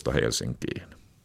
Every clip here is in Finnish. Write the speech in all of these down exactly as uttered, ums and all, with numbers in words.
Espoosta Helsinkiin.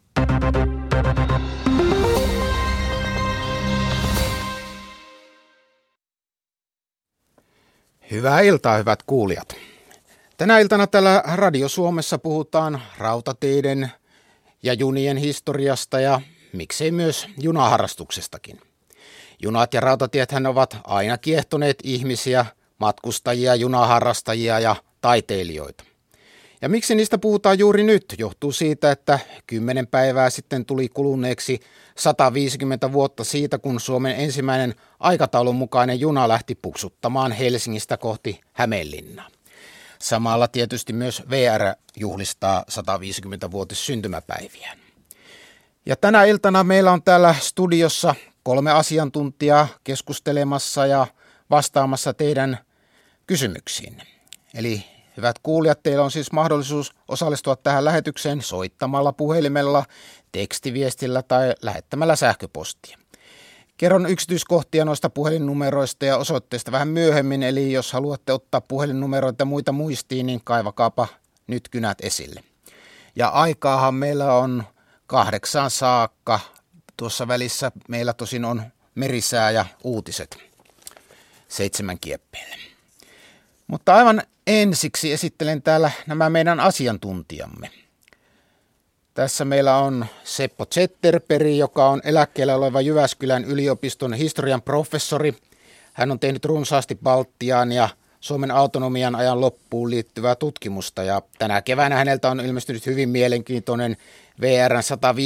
Hyvää iltaa, hyvät kuulijat. Tänä iltana täällä Radio Suomessa puhutaan rautateiden ja junien historiasta ja miksei myös junaharrastuksestakin. Junat ja rautatiethän ovat aina kiehtoneet ihmisiä, matkustajia, junaharrastajia ja taiteilijoita. Ja miksi niistä puhutaan juuri nyt, johtuu siitä, että kymmenen päivää sitten tuli kuluneeksi sata viisikymmentä vuotta siitä, kun Suomen ensimmäinen aikataulun mukainen juna lähti puksuttamaan Helsingistä kohti Hämeenlinnaa. Samalla tietysti myös V R juhlistaa sata viisikymmentä-vuotis syntymäpäiviä. Ja tänä iltana meillä on täällä studiossa kolme asiantuntijaa keskustelemassa ja vastaamassa teidän kysymyksiin. Eli hyvät kuulijat, teillä on siis mahdollisuus osallistua tähän lähetykseen soittamalla puhelimella, tekstiviestillä tai lähettämällä sähköpostia. Kerron yksityiskohtia noista puhelinnumeroista ja osoitteista vähän myöhemmin, eli jos haluatte ottaa puhelinnumeroita ja muita muistiin, niin kaivakaapa nyt kynät esille. Ja aikaahan meillä on kahdeksaan saakka. Tuossa välissä meillä tosin on merisää ja uutiset seitsemän kieppeille. Mutta aivan ensiksi esittelen täällä nämä meidän asiantuntijamme. Tässä meillä on Seppo Zetterberg, joka on eläkkeellä oleva Jyväskylän yliopiston historian professori. Hän on tehnyt runsaasti Baltiaan ja Suomen autonomian ajan loppuun liittyvää tutkimusta. Ja tänä keväänä häneltä on ilmestynyt hyvin mielenkiintoinen V R:n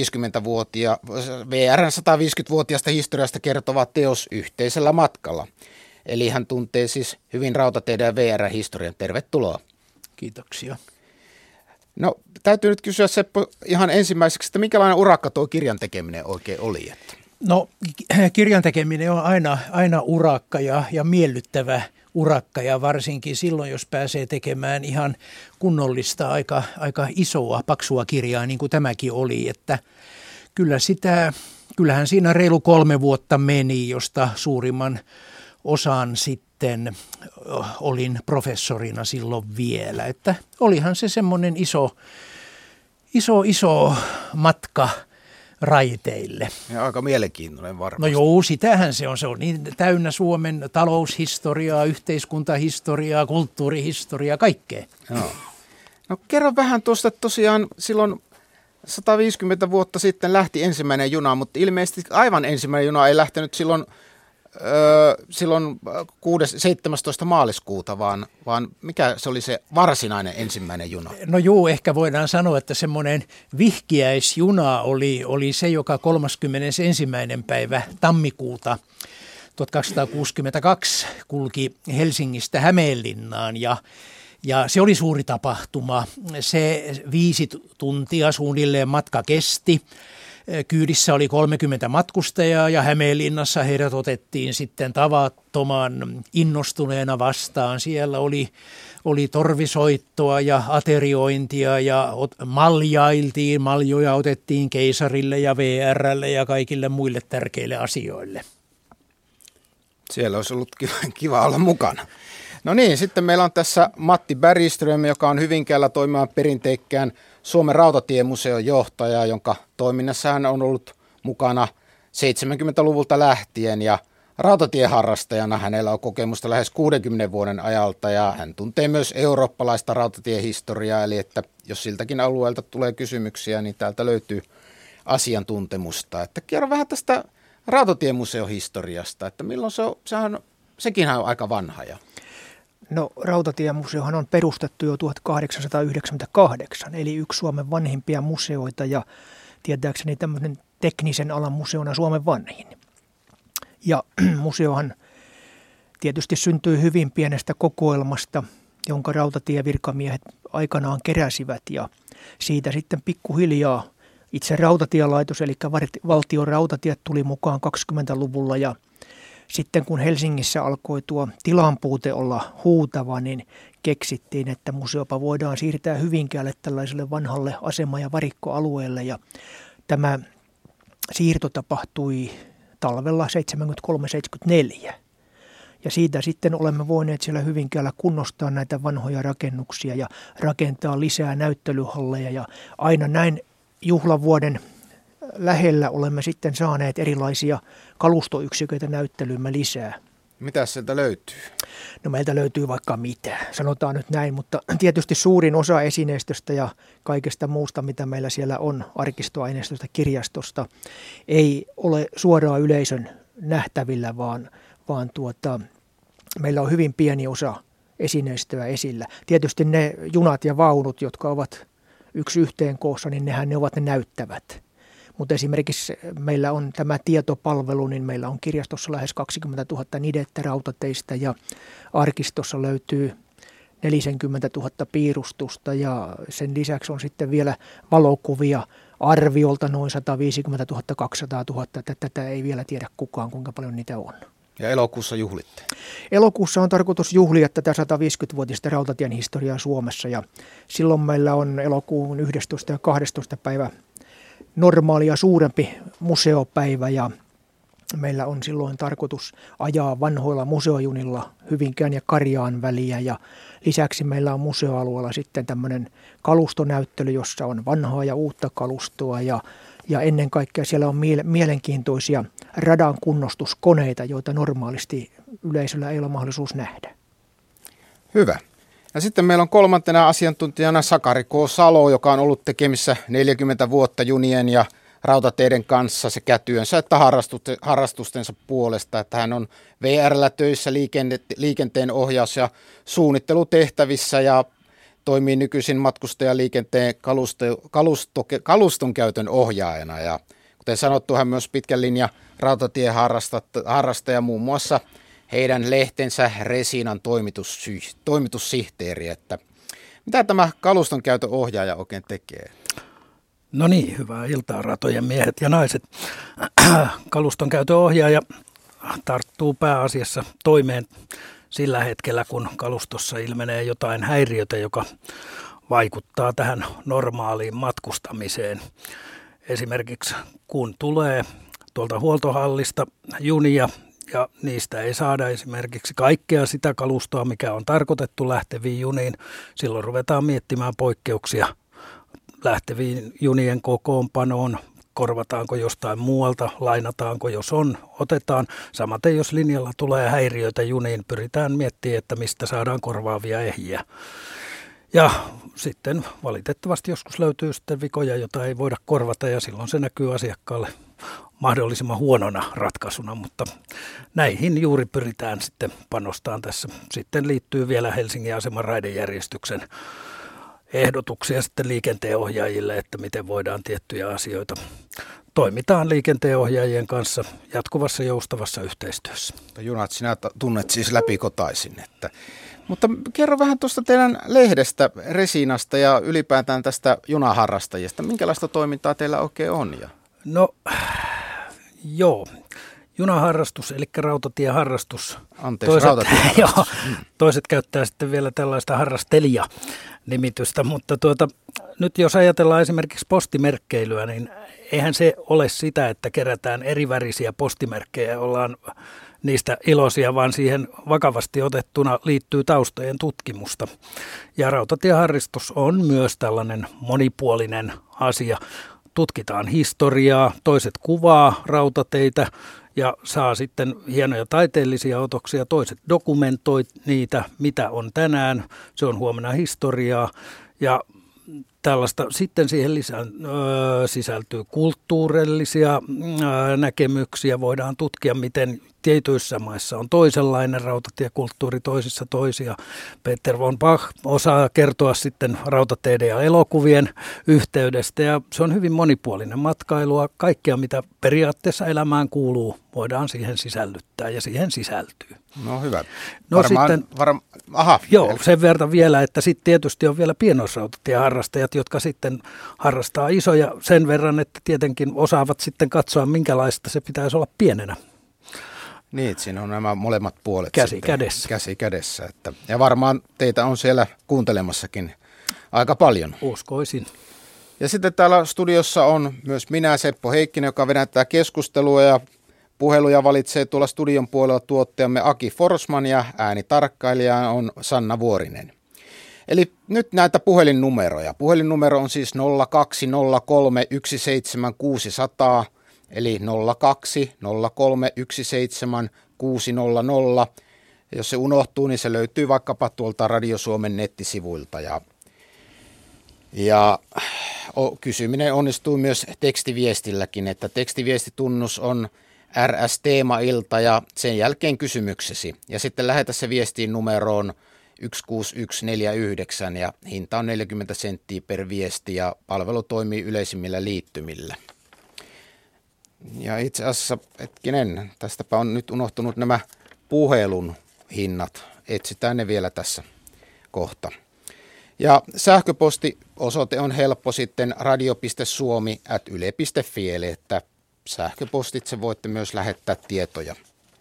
sataviisikymmentävuotiaasta historiasta kertova teos Yhteisellä matkalla. Eli hän tuntee siis hyvin rautateiden ja V R-historian. Tervetuloa. Kiitoksia. No täytyy nyt kysyä Seppo ihan ensimmäiseksi, että minkälainen urakka tuo kirjan tekeminen oikein oli? Että? No kirjan tekeminen on aina, aina urakka ja, ja miellyttävä urakka ja varsinkin silloin, jos pääsee tekemään ihan kunnollista, aika, aika isoa, paksua kirjaa niin kuin tämäkin oli, että kyllä sitä, kyllähän siinä reilu kolme vuotta meni, josta suurimman osan sitten olin professorina silloin vielä, että olihan se semmoinen iso, iso, iso matka raiteille. Ja aika mielenkiintoinen varmasti. No joo, sitähän se on. Se on niin täynnä Suomen taloushistoriaa, yhteiskuntahistoriaa, kulttuurihistoriaa, kaikkea. Joo. No kerro vähän tuosta, tosiaan silloin sata viisikymmentä vuotta sitten lähti ensimmäinen juna, mutta ilmeisesti aivan ensimmäinen juna ei lähtenyt silloin Öö, silloin seitsemästoista maaliskuuta, vaan, vaan mikä se oli se varsinainen ensimmäinen juna? No juu, ehkä voidaan sanoa, että semmoinen vihkiäisjuna oli, oli se, joka kolmaskymmenesensimmäinen päivä tammikuuta tuhatkaksisataakuusikymmentäkaksi kulki Helsingistä Hämeenlinnaan ja Ja se oli suuri tapahtuma. Se viisi tuntia suunnilleen matka kesti. Kyydissä oli kolmekymmentä matkustajaa ja Hämeenlinnassa heidät otettiin sitten tavattoman innostuneena vastaan. Siellä oli, oli torvisoittoa ja ateriointia ja maljailtiin. Maljoja otettiin keisarille ja V R:lle ja kaikille muille tärkeille asioille. Siellä olisi ollut kiva, kiva olla mukana. No niin, sitten meillä on tässä Matti Bergström, joka on Hyvinkäällä toimivan perinteikkään Suomen rautatiemuseon johtaja, jonka toiminnassa hän on ollut mukana seitsemänkymmentäluvulta lähtien ja rautatieharrastajana hänellä on kokemusta lähes kuudenkymmenen vuoden ajalta ja hän tuntee myös eurooppalaista rautatiehistoriaa, eli että jos siltäkin alueelta tulee kysymyksiä, niin täältä löytyy asiantuntemusta. Että kerro vähän tästä rautatiemuseon historiasta, että milloin se on, sehän, sekin on aika vanha ja... No rautatiemuseohan on perustettu jo tuhatkahdeksansataayhdeksänkymmentäkahdeksan, eli yksi Suomen vanhimpia museoita ja tietääkseni tämmöinen teknisen alan museona Suomen vanhin. Ja museohan tietysti syntyy hyvin pienestä kokoelmasta, jonka rautatievirkamiehet aikanaan keräsivät ja siitä sitten pikkuhiljaa itse rautatielaitos, eli valtion rautatiet tuli mukaan kaksikymmentäluvulla ja sitten kun Helsingissä alkoi tuo tilanpuute olla huutava, niin keksittiin, että museopa voidaan siirtää Hyvinkäälle tällaiselle vanhalle asema- ja varikkoalueelle. Ja tämä siirto tapahtui talvella seitsemänkymmentäkolme seitsemänkymmentäneljä. Ja siitä sitten olemme voineet siellä Hyvinkäällä kunnostaa näitä vanhoja rakennuksia ja rakentaa lisää näyttelyhalleja. Ja aina näin juhlavuoden lähellä olemme sitten saaneet erilaisia kalustoyksiköitä näyttelyymme lisää. Mitä sieltä löytyy? No meiltä löytyy vaikka mitä, sanotaan nyt näin, mutta tietysti suurin osa esineistöstä ja kaikesta muusta, mitä meillä siellä on, arkistoaineistosta, kirjastosta, ei ole suoraan yleisön nähtävillä, vaan, vaan tuota, meillä on hyvin pieni osa esineistöä esillä. Tietysti ne junat ja vaunut, jotka ovat yksi yhteen koossa, niin nehän ne ovat ne näyttävät. Mutta esimerkiksi meillä on tämä tietopalvelu, niin meillä on kirjastossa lähes kaksikymmentätuhatta nidettä rautateistä ja arkistossa löytyy neljäkymmentätuhatta piirustusta ja sen lisäksi on sitten vielä valokuvia arviolta noin sata viisikymmentätuhatta kaksisataatuhatta. Tätä ei vielä tiedä kukaan, kuinka paljon niitä on. Ja elokuussa juhlitte? Elokuussa on tarkoitus juhlia tätä sataviisikymmenvuotista rautatien historiaa Suomessa ja silloin meillä on elokuun yhdestoista ja kahdestoista päivä normaalia suurempi museopäivä ja meillä on silloin tarkoitus ajaa vanhoilla museojunilla Hyvinkään ja Karjaan väliä ja lisäksi meillä on museoalueella sitten tämmöinen kalustonäyttely, jossa on vanhaa ja uutta kalustoa ja, ja ennen kaikkea siellä on miele- mielenkiintoisia radan kunnostuskoneita, joita normaalisti yleisöllä ei ole mahdollisuus nähdä. Hyvä. Ja sitten meillä on kolmantena asiantuntijana Sakari K. Salo, joka on ollut tekemissä neljäkymmentä vuotta junien ja rautateiden kanssa sekä työnsä että harrastustensa puolesta. Että hän on V R:llä töissä liikenteen ohjaus- ja suunnittelutehtävissä ja toimii nykyisin matkustajaliikenteen kalusto, kalusto, kaluston käytön ohjaajana. Ja kuten sanottu, hän myös pitkän linjan rautatieharrastaja muun muassa heidän lehtensä Resinan toimitussyh- toimitussihteeri, että mitä tämä kaluston käytön ohjaaja oikein tekee? No niin, hyvää iltaa ratojen miehet ja naiset. Kaluston käytön ohjaaja tarttuu pääasiassa toimeen sillä hetkellä, kun kalustossa ilmenee jotain häiriötä, joka vaikuttaa tähän normaaliin matkustamiseen. Esimerkiksi kun tulee tuolta huoltohallista junia, ja niistä ei saada esimerkiksi kaikkea sitä kalustoa, mikä on tarkoitettu lähteviin juniin. Silloin ruvetaan miettimään poikkeuksia lähteviin junien kokoonpanoon. Korvataanko jostain muualta, lainataanko jos on, otetaan. Samaten jos linjalla tulee häiriöitä juniin, pyritään miettimään, että mistä saadaan korvaavia ehjiä. Ja sitten valitettavasti joskus löytyy sitten vikoja, jota ei voida korvata ja silloin se näkyy asiakkaalle mahdollisimman huonona ratkaisuna, mutta näihin juuri pyritään sitten panostamaan tässä. Sitten liittyy vielä Helsingin aseman raidejärjestyksen ehdotuksia sitten liikenteenohjaajille, että miten voidaan tiettyjä asioita. Toimitaan liikenteenohjaajien kanssa jatkuvassa joustavassa yhteistyössä. Junat, sinä tunnet siis läpikotaisin. Että. Mutta kerro vähän tuosta teidän lehdestä, Resinasta ja ylipäätään tästä junaharrastajista. Minkälaista toimintaa teillä oikein on? Ja? No joo, junaharrastus eli rautatieharrastus. Anteeksi, toiset, rautatieharrastus. joo, mm. toiset käyttää sitten vielä tällaista harrastelija-nimitystä, mutta tuota, nyt jos ajatellaan esimerkiksi postimerkkeilyä, niin eihän se ole sitä, että kerätään erivärisiä postimerkkejä ja ollaan niistä iloisia, vaan siihen vakavasti otettuna liittyy taustojen tutkimusta. Ja rautatieharrastus on myös tällainen monipuolinen asia. Tutkitaan historiaa, toiset kuvaa rautateitä ja saa sitten hienoja taiteellisia otoksia, toiset dokumentoi niitä, mitä on tänään, se on huomenna historiaa ja tällaista. Sitten siihen lisää, ö, sisältyy kulttuurillisia ö, näkemyksiä, voidaan tutkia, miten tietyissä maissa on toisenlainen rautatiekulttuuri, toisissa toisia. Peter von Bach osaa kertoa sitten rautateiden ja elokuvien yhteydestä ja se on hyvin monipuolinen matkailua. Kaikkea, mitä periaatteessa elämään kuuluu, voidaan siihen sisällyttää ja siihen sisältyy. No hyvä. No varmaan, sitten, varma, aha, joo, vielä. sen verran vielä, että sitten tietysti on vielä pienoisrautatieharrastajat, jotka sitten harrastaa isoja sen verran, että tietenkin osaavat sitten katsoa, minkälaista se pitäisi olla pienenä. Niin, siinä on nämä molemmat puolet. Käsi sitten, kädessä. Käsi kädessä. Että, ja varmaan teitä on siellä kuuntelemassakin aika paljon. Uskoisin. Ja sitten täällä studiossa on myös minä, Seppo Heikkinen, joka vedättää keskustelua ja Puheluja valitsee tuolla studion puolella tuottajamme Aki Forsman ja äänitarkkailija on Sanna Vuorinen. Eli nyt näitä puhelinnumeroja. Puhelinnumero on siis nolla kaksi nolla kolme yksi seitsemän kuusi nolla nolla eli nolla kaksi nolla kolme yksi seitsemän kuusi nolla nolla. Jos se unohtuu, niin se löytyy vaikkapa tuolta Radio Suomen nettisivuilta. Ja, ja o, kysyminen onnistuu myös tekstiviestilläkin, että tekstiviestitunnus on R S-teemailta ja sen jälkeen kysymyksesi. Ja sitten lähetä se viestiin numeroon yksi kuusi yksi neljä yhdeksän ja hinta on neljäkymmentä senttiä per viesti ja palvelu toimii yleisimmillä liittymillä. Ja itse asiassa, hetkinen, tästäpä on nyt unohtunut nämä puhelun hinnat. Etsitään ne vielä tässä kohta. Ja sähköpostiosoite on helppo sitten radio piste suomi ät yle piste fi, eli että sähköpostitse voitte myös lähettää tietoja.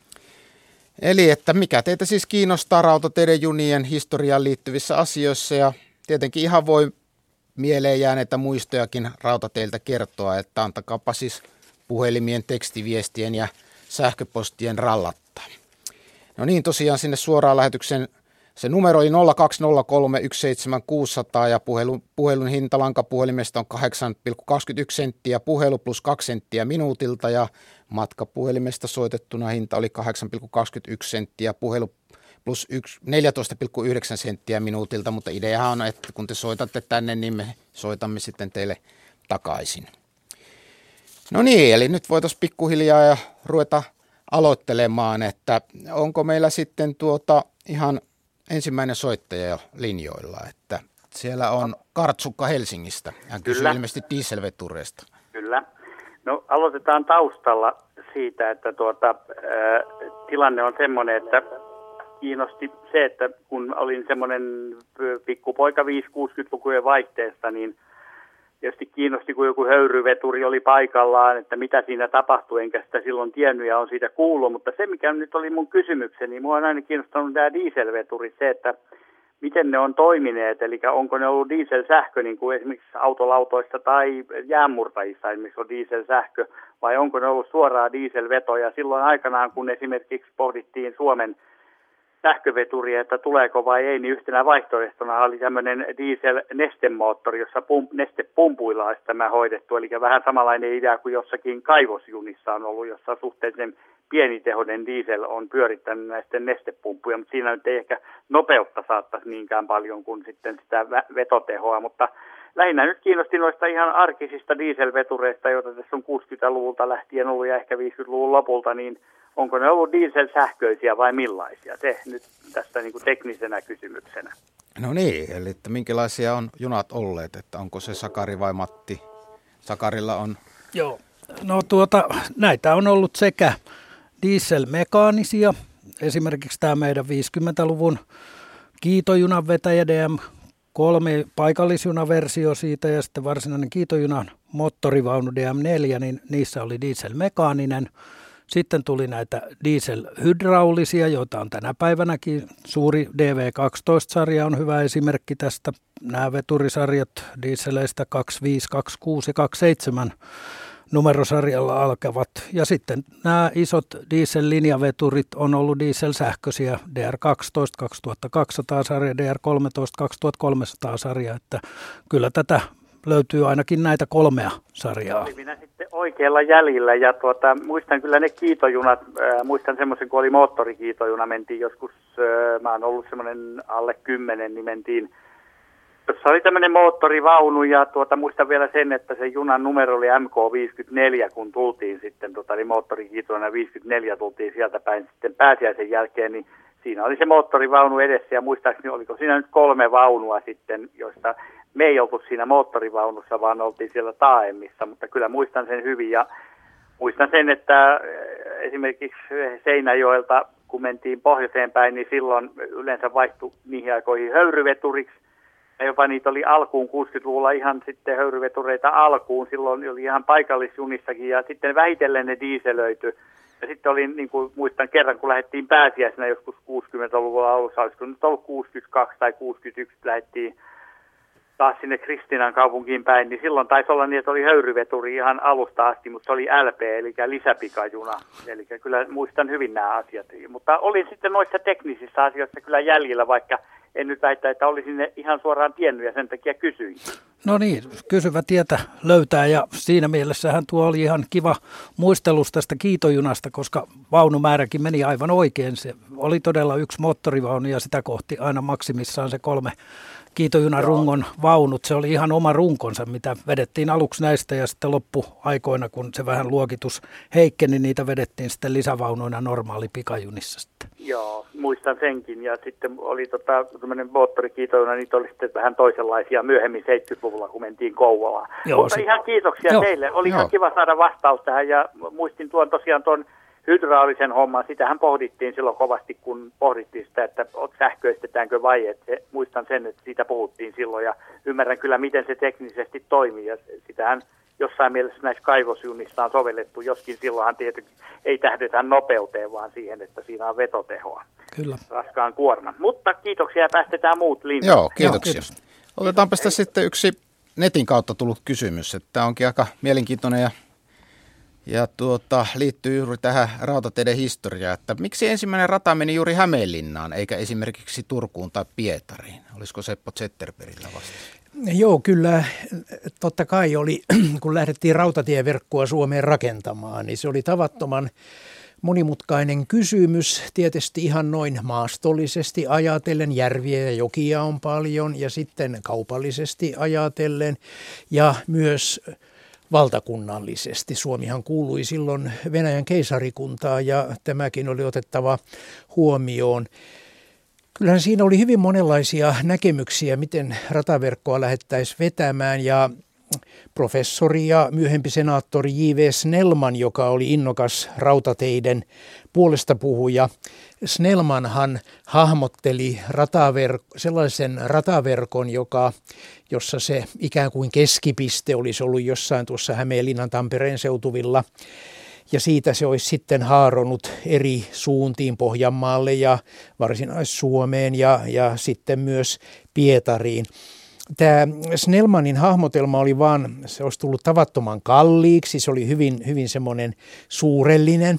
Eli että mikä teitä siis kiinnostaa rautateiden junien historiaan liittyvissä asioissa ja tietenkin ihan voi mieleen jääneitä muistojakin rautateiltä kertoa, että antakaapa siis puhelimien, tekstiviestien ja sähköpostien rallattaa. No niin, tosiaan sinne suoraan lähetyksen se numero oli nolla kaksi nolla kolme yksi seitsemän kuusi nolla nolla ja puhelun, puhelun hinta lankapuhelimesta on kahdeksan pilkku kaksikymmentäyksi senttiä puhelu plus kaksi senttiä minuutilta ja matkapuhelimesta soitettuna hinta oli kahdeksan pilkku kaksikymmentäyksi senttiä puhelu plus neljätoista pilkku yhdeksän senttiä minuutilta, mutta ideahan on, että kun te soitatte tänne, niin me soitamme sitten teille takaisin. No niin, eli nyt voitaisiin pikkuhiljaa ja ruveta aloittelemaan, että onko meillä sitten tuota ihan ensimmäinen soittaja jo linjoilla, että siellä on Kartsukka Helsingistä. Hän kysyy ilmeisesti dieselvetureista. Kyllä. No aloitetaan taustalla siitä, että tuota, ää, tilanne on semmoinen, että kiinnosti se, että kun olin semmoinen pikkupoika viisikymmentä-kuusikymmentälukujen vaihteessa, niin tietysti kiinnosti, kun joku höyryveturi oli paikallaan, että mitä siinä tapahtui, enkä sitä silloin tiennyt ja on siitä kuullut. Mutta se, mikä nyt oli mun kysymykseni, niin mua on aina kiinnostanut tämä dieselveturi, se, että miten ne on toimineet, eli onko ne ollut dieselsähkö, niin kuin esimerkiksi autolautoissa tai jäänmurtajissa esimerkiksi on dieselsähkö, vai onko ne ollut suoraa dieselvetoja silloin aikanaan, kun esimerkiksi pohdittiin Suomen sähköveturia, että tuleeko vai ei, niin yhtenä vaihtoehtona oli tämmöinen diesel-nestemoottori, jossa pump, nestepumpuilla olisi tämä hoidettu, eli vähän samanlainen idea kuin jossakin kaivosjunissa on ollut, jossa suhteellisen pienitehoinen diesel on pyörittänyt näisten nestepumppuja, mutta siinä nyt ei ehkä nopeutta saattaisi niinkään paljon kuin sitten sitä vetotehoa, mutta lähinnä nyt kiinnosti noista ihan arkisista dieselvetureista, joita tässä on kuusikymmentäluvulta lähtien ollut ja ehkä viisikymmentäluvun lopulta, niin onko ne ollut dieselsähköisiä vai millaisia? Se nyt tästä niin kuin teknisenä kysymyksenä. No niin, eli että minkälaisia on junat olleet, että onko se Sakari vai Matti? Sakarilla on... Joo, no tuota, näitä on ollut sekä dieselmekaanisia, esimerkiksi tämä meidän viisikymmentäluvun kiitojunan vetäjä D M kolme paikallisjunaversio siitä ja sitten varsinainen kiitojunan moottorivaunu D M neljä, niin niissä oli dieselmekaaninen. Sitten tuli näitä dieselhydraulisia, joita on tänä päivänäkin. Suuri D V kaksitoista-sarja on hyvä esimerkki tästä. Nämä veturisarjat dieseleistä kaksikymmentäviisi, kaksikymmentäkuusi ja kaksikymmentäseitsemän numerosarjalla alkavat. Ja sitten nämä isot diesellinjaveturit on ollut dieselsähköisiä, D R kaksitoista, kaksituhattakaksisataa-sarja, D R kolmetoista, kaksituhattakolmesataa-sarja. Että kyllä tätä löytyy ainakin näitä kolmea sarjaa. Minä sitten oikealla jäljellä ja tuota, muistan kyllä ne kiitojunat, äh, muistan semmoisen, kun oli moottorikiitojuna, mentiin joskus, äh, mä oon ollut semmoinen alle kymmenen, niin mentiin, jossa oli tämmöinen moottorivaunu ja tuota, muistan vielä sen, että se junan numero oli M K viisikymmentäneljä, kun tultiin sitten, tuota, eli moottorikiitojuna viisikymmentäneljä tultiin sieltä päin sitten pääsiäisen jälkeen, niin siinä oli se moottorivaunu edessä ja muistaakseni oliko siinä nyt kolme vaunua sitten, joista me ei oltu siinä moottorivaunussa, vaan oltiin siellä taaemmissa, mutta kyllä muistan sen hyvin ja muistan sen, että esimerkiksi Seinäjoelta, kun mentiin pohjoiseen päin, niin silloin yleensä vaihtui niihin aikoihin höyryveturiksi. Ja jopa niitä oli alkuun kuusikymmentäluvulla ihan sitten höyryvetureita alkuun, silloin oli ihan paikallisjunissakin ja sitten vähitellen ne dieselöity. Ja sitten oli, niin kuin muistan kerran, kun lähdettiin pääsiäisenä joskus kuusikymmentäluvulla alussa, olisiko nyt ollut kuusikymmentäkaksi tai kuusikymmentäyksi, lähdettiin taas sinne Kristiinan kaupunkiin päin, niin silloin taisi olla niin, että oli höyryveturi ihan alusta asti, mutta se oli L P, eli lisäpikajuna. Eli kyllä muistan hyvin nämä asiat. Mutta olin sitten noissa teknisissä asioissa kyllä jäljellä, vaikka en nyt väitä, että olisin ne ihan suoraan tiennyt ja sen takia kysyin. No niin, kysyvä tietä löytää ja siinä mielessähän tuo oli ihan kiva muistelus tästä kiitojunasta, koska vaunumääräkin meni aivan oikein. Se oli todella yksi moottorivaunu ja sitä kohti aina maksimissaan se kolme kiitojunan rungon vaunut. Se oli ihan oma runkonsa, mitä vedettiin aluksi näistä ja sitten loppuaikoina, kun se vähän luokitus heikkeni, niitä vedettiin sitten lisävaunuina normaali pikajunissa sitten. Joo, muistan senkin. Ja sitten oli tota, tämmöinen moottorikiitojuna, niitä oli sitten vähän toisenlaisia myöhemmin seitsemänkymmentäluvulla, kun mentiin Kouvolaan. Joo, Mutta se... ihan kiitoksia Joo. teille. Oli Joo. ihan kiva saada vastaus tähän ja muistin tuon tosiaan tuon hydraulisen homman. Sitähän pohdittiin silloin kovasti, kun pohdittiin sitä, että sähköistetäänkö vai. Et se, muistan sen, että siitä puhuttiin silloin ja ymmärrän kyllä, miten se teknisesti toimii. Ja sitähän jossain mielessä näissä kaivosjunissa on sovellettu, joskin silloinhan tietenkin ei tähdetään nopeuteen, vaan siihen, että siinä on vetotehoa. Kyllä. Raskaan kuorman. Mutta kiitoksia ja päästetään muut linjat. Joo, kiitoksia. Joo, kiitos. Otetaanpa sitä sitten yksi netin kautta tullut kysymys. Tämä onkin aika mielenkiintoinen ja, ja tuota, liittyy juuri tähän rautateiden historiaan, että miksi ensimmäinen rata meni juuri Hämeenlinnaan, eikä esimerkiksi Turkuun tai Pietariin? Olisiko Seppo Zetterbergillä vasta? Joo, kyllä totta kai oli, kun lähdettiin rautatieverkkoa Suomeen rakentamaan, niin se oli tavattoman monimutkainen kysymys. Tietysti ihan noin maastollisesti ajatellen, järviä ja jokia on paljon ja sitten kaupallisesti ajatellen ja myös valtakunnallisesti. Suomihan kuului silloin Venäjän keisarikuntaan ja tämäkin oli otettava huomioon. Kyllähän siinä oli hyvin monenlaisia näkemyksiä, miten rataverkkoa lähdettäisiin vetämään ja professori ja myöhempi senaattori J V Snellman, joka oli innokas rautateiden puolestapuhuja. Snellmanhan hahmotteli rataverk- sellaisen rataverkon, joka, jossa se ikään kuin keskipiste olisi ollut jossain tuossa Hämeenlinnan Tampereen seutuvilla. Ja siitä se olisi sitten haaronut eri suuntiin Pohjanmaalle ja Varsinais-Suomeen ja, ja sitten myös Pietariin. Tämä Snellmanin hahmotelma oli vaan, se olisi tullut tavattoman kalliiksi, se oli hyvin, hyvin semmoinen suurellinen.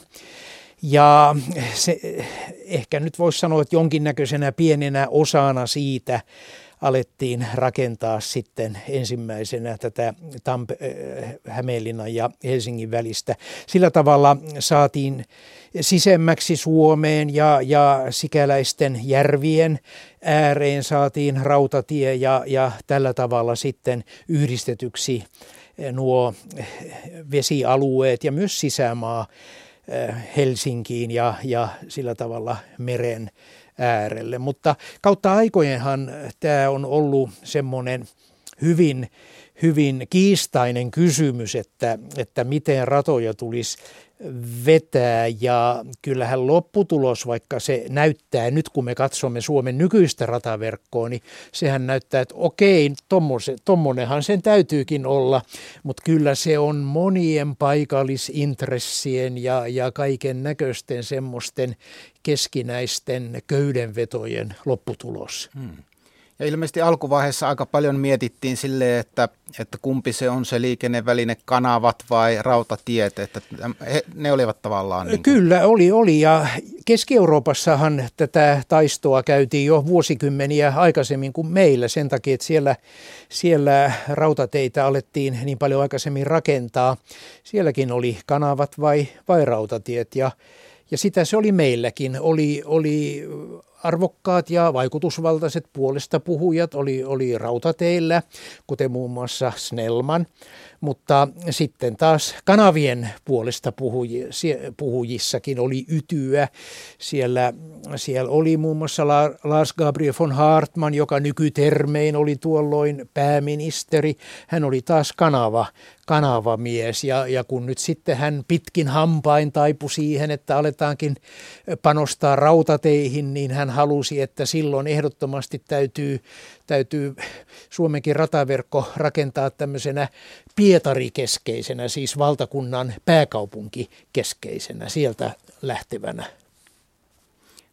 Ja se, ehkä nyt voisi sanoa, että jonkinnäköisenä pienenä osana siitä alettiin rakentaa sitten ensimmäisenä tätä Tampe- Hämeenlinnan ja Helsingin välistä. Sillä tavalla saatiin sisemmäksi Suomeen ja, ja sikäläisten järvien ääreen saatiin rautatie ja, ja tällä tavalla sitten yhdistetyksi nuo vesialueet ja myös sisämaa Helsinkiin ja, ja sillä tavalla meren äärelle. Mutta kautta aikojenhan tämä on ollut semmoinen hyvin, hyvin kiistainen kysymys, että, että miten ratoja tulisi vetää ja kyllähän lopputulos, vaikka se näyttää nyt kun me katsomme Suomen nykyistä rataverkkoa, niin sehän näyttää, että okei, tommonenhan sen täytyykin olla, mutta kyllä se on monien paikallisintressien ja, ja kaiken näköisten semmoisten keskinäisten köydenvetojen lopputulos. Hmm. Ja ilmeisesti alkuvaiheessa aika paljon mietittiin silleen, että, että kumpi se on se liikenneväline, kanavat vai rautatiet, että he, ne olivat tavallaan... Niin kuin... Kyllä oli, oli ja Keski-Euroopassahan tätä taistoa käytiin jo vuosikymmeniä aikaisemmin kuin meillä sen takia, että siellä, siellä rautateitä alettiin niin paljon aikaisemmin rakentaa. Sielläkin oli kanavat vai, vai rautatiet ja, ja sitä se oli meilläkin, oli... oli arvokkaat ja vaikutusvaltaiset puolestapuhujat oli, oli rautateillä, kuten muun muassa Snellman, mutta sitten taas kanavien puolesta puhujissakin oli ytyä. Siellä, siellä oli muun muassa Lars Gabriel von Hartmann, joka nykytermein oli tuolloin pääministeri. Hän oli taas kanava, kanavamies ja, ja kun nyt sitten hän pitkin hampain taipui siihen, että aletaankin panostaa rautateihin, niin hän halusi, että silloin ehdottomasti täytyy, täytyy Suomenkin rataverkko rakentaa tämmöisenä Pietari-keskeisenä, siis valtakunnan pääkaupunkikeskeisenä, sieltä lähtevänä.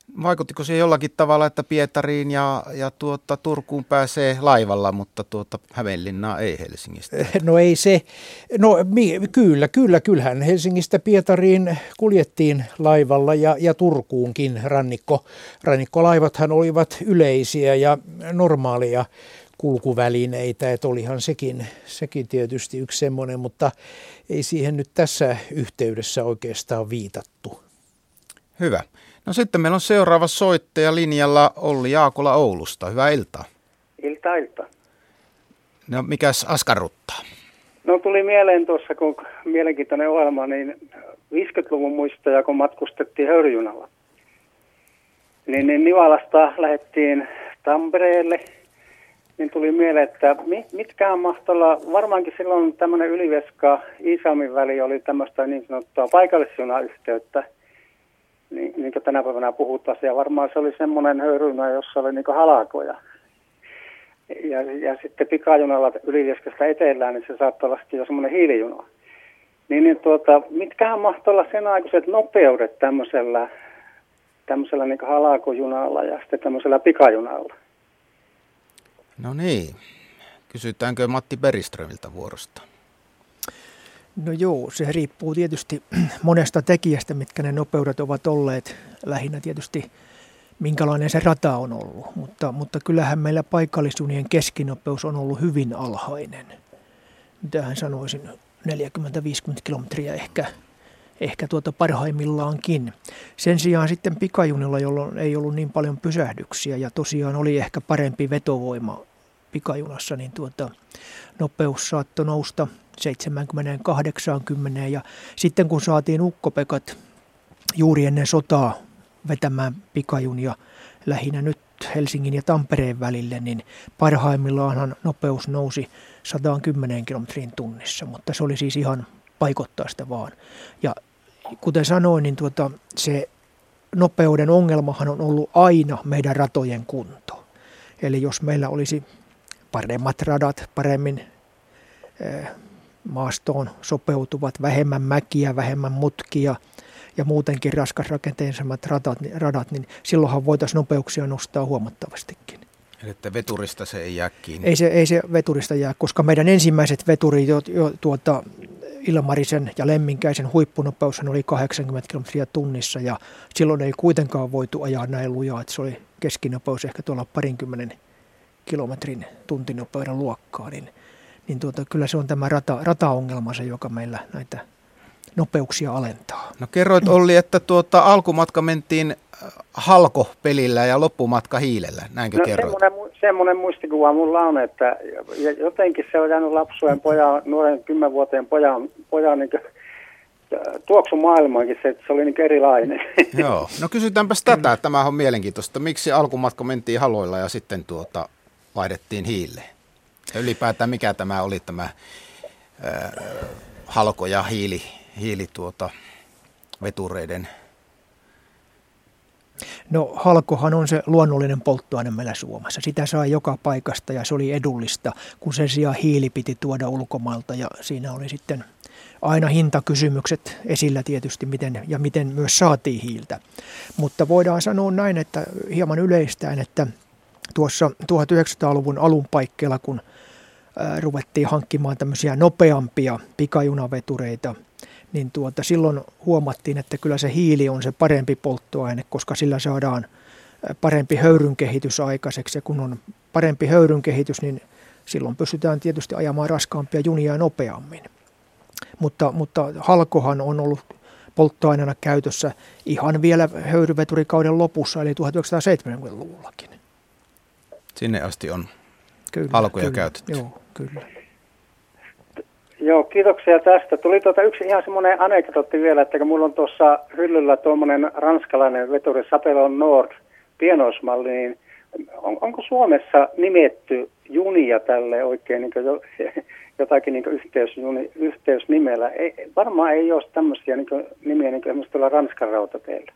Vaikuttiko se jollakin tavalla, että Pietariin ja, ja tuota, Turkuun pääsee laivalla, mutta tuota, Hämeenlinnaan ei Helsingistä? No ei se, no mi, kyllä, kyllä, kyllähän Helsingistä Pietariin kuljettiin laivalla ja, ja Turkuunkin rannikko. Rannikkolaivathan olivat yleisiä ja normaalia kulkuvälineitä, että olihan sekin, sekin tietysti yksi semmoinen, mutta ei siihen nyt tässä yhteydessä oikeastaan viitattu. Hyvä. No sitten meillä on seuraava soittaja linjalla Olli Jaakola Oulusta. Hyvää iltaa. Ilta, ilta. No mikäs askarruttaa? No tuli mieleen tuossa, kun mielenkiintoinen ohjelma, niin viisikymmentäluvun muistoja, kun matkustettiin höyryjunalla. Niin, niin Nivalasta lähdettiin Tampereelle, niin tuli mieleen, että mitkähän mahtoi olla, varmaankin silloin tämmöinen Ylivieska-Iisalmin väli oli tämmöistä niin sanottua paikallisjunayhteyttä. Niin, niin kuin tänä päivänä puhutaan, ja varmaan se oli semmoinen höyrynä, jossa oli niin kuin halakoja. Ja, ja sitten pikajunalla Ylivieskasta etelään, niin se saattoi olla jo semmoinen hiilijuna. Niin, niin tuota, mitkähän mahtoi olla sen aikuiset nopeudet tämmöisellä, tämmöisellä niin kuin halakojunalla ja sitten tämmöisellä pikajunalla? No niin. Kysytäänkö Matti Bergströmiltä vuorosta? No joo, se riippuu tietysti monesta tekijästä, mitkä ne nopeudet ovat olleet. Lähinnä tietysti minkälainen se rata on ollut, mutta, mutta kyllähän meillä paikallisjunien keskinopeus on ollut hyvin alhainen. Mitähän sanoisin, neljäkymmentä viisikymmentä kilometriä ehkä, ehkä tuota parhaimmillaankin. Sen sijaan sitten pikajunilla, jolloin ei ollut niin paljon pysähdyksiä ja tosiaan oli ehkä parempi vetovoima pikajunassa, niin tuota, nopeus saattoi nousta seitsemänkymmentä kahdeksankymmentä ja sitten kun saatiin ukkopekat juuri ennen sotaa vetämään pikajunia lähinnä nyt Helsingin ja Tampereen välille, niin parhaimmillaanhan nopeus nousi sata kymmenen kilometrin tunnissa, mutta se oli siis ihan paikoittaista vaan. Ja kuten sanoin, niin tuota, se nopeuden ongelmahan on ollut aina meidän ratojen kunto. Eli jos meillä olisi paremmat radat, paremmin eh, maastoon sopeutuvat, vähemmän mäkiä, vähemmän mutkia ja muutenkin raskasrakenteisemmat radat, radat, niin silloinhan voitaisiin nopeuksia nostaa huomattavastikin. Eli että veturista se ei jää kiinni? Ei se, ei se veturista jää, koska meidän ensimmäiset veturit, jo, jo, tuota, Ilmarisen ja Lemminkäisen huippunopeushan oli kahdeksankymmentä kilometriä tunnissa ja silloin ei kuitenkaan voitu ajaa näin lujaa, että se oli keskinopeus ehkä tuolla parinkymmenen kilometrin tuntinopeuden luokkaa, niin, niin tuota, kyllä se on tämä rata, rataongelma se, joka meillä näitä nopeuksia alentaa. No kerroit Olli, että tuota, alkumatka mentiin halkopelillä ja loppumatka hiilellä, näinkö no, kerroit? Semmoinen, semmoinen muistikuva mulla on, että jotenkin se on jäänyt lapsuuden pojan, nuoren kymmenvuotiaan pojan, pojan niin tuoksu maailmaankin se, että se oli niin erilainen. Joo, no kysytäänpäs tätä, tämä on mielenkiintoista. Miksi alkumatka mentiin haloilla ja sitten tuota, vaihdettiin hiileen? Ja ylipäätään mikä tämä oli tämä ää, halko- ja hiili, hiili tuota, vetureiden? No halkohan on se luonnollinen polttoaine meillä Suomessa. Sitä saa joka paikasta ja se oli edullista, kun sen sijaan hiili piti tuoda ulkomailta ja siinä oli sitten aina hintakysymykset esillä tietysti miten, ja miten myös saatiin hiiltä. Mutta voidaan sanoa näin, että hieman yleistäen, että tuossa tuhatyhdeksänsataaluvun alun paikkeilla, kun ää, ruvettiin hankkimaan tämmöisiä nopeampia pikajunavetureita, niin tuota, silloin huomattiin, että kyllä se hiili on se parempi polttoaine, koska sillä saadaan parempi höyrynkehitys aikaiseksi. Ja kun on parempi höyrynkehitys, niin silloin pystytään tietysti ajamaan raskaampia junia nopeammin. Mutta, mutta halkohan on ollut polttoaineena käytössä ihan vielä höyryveturikauden lopussa, eli tuhatyhdeksänsataaseitsemänkymmentäluvullakin. Sinne asti on kyllä, halkoja kyllä, käytetty. Joo, kyllä. Joo, kiitoksia tästä. Tuli tuota yksi ihan semmoinen anekdootti vielä, että kun mulla on tuossa hyllyllä tuommoinen ranskalainen veturi Sapelon Nord pienoismalli, niin on, onko Suomessa nimetty junia tälle oikein niin jo, jotakin niin yhteysjuni, yhteysnimellä? Ei, varmaan ei ole tämmöisiä niin nimiä niin kuin tuolla Ranskan rautateillä.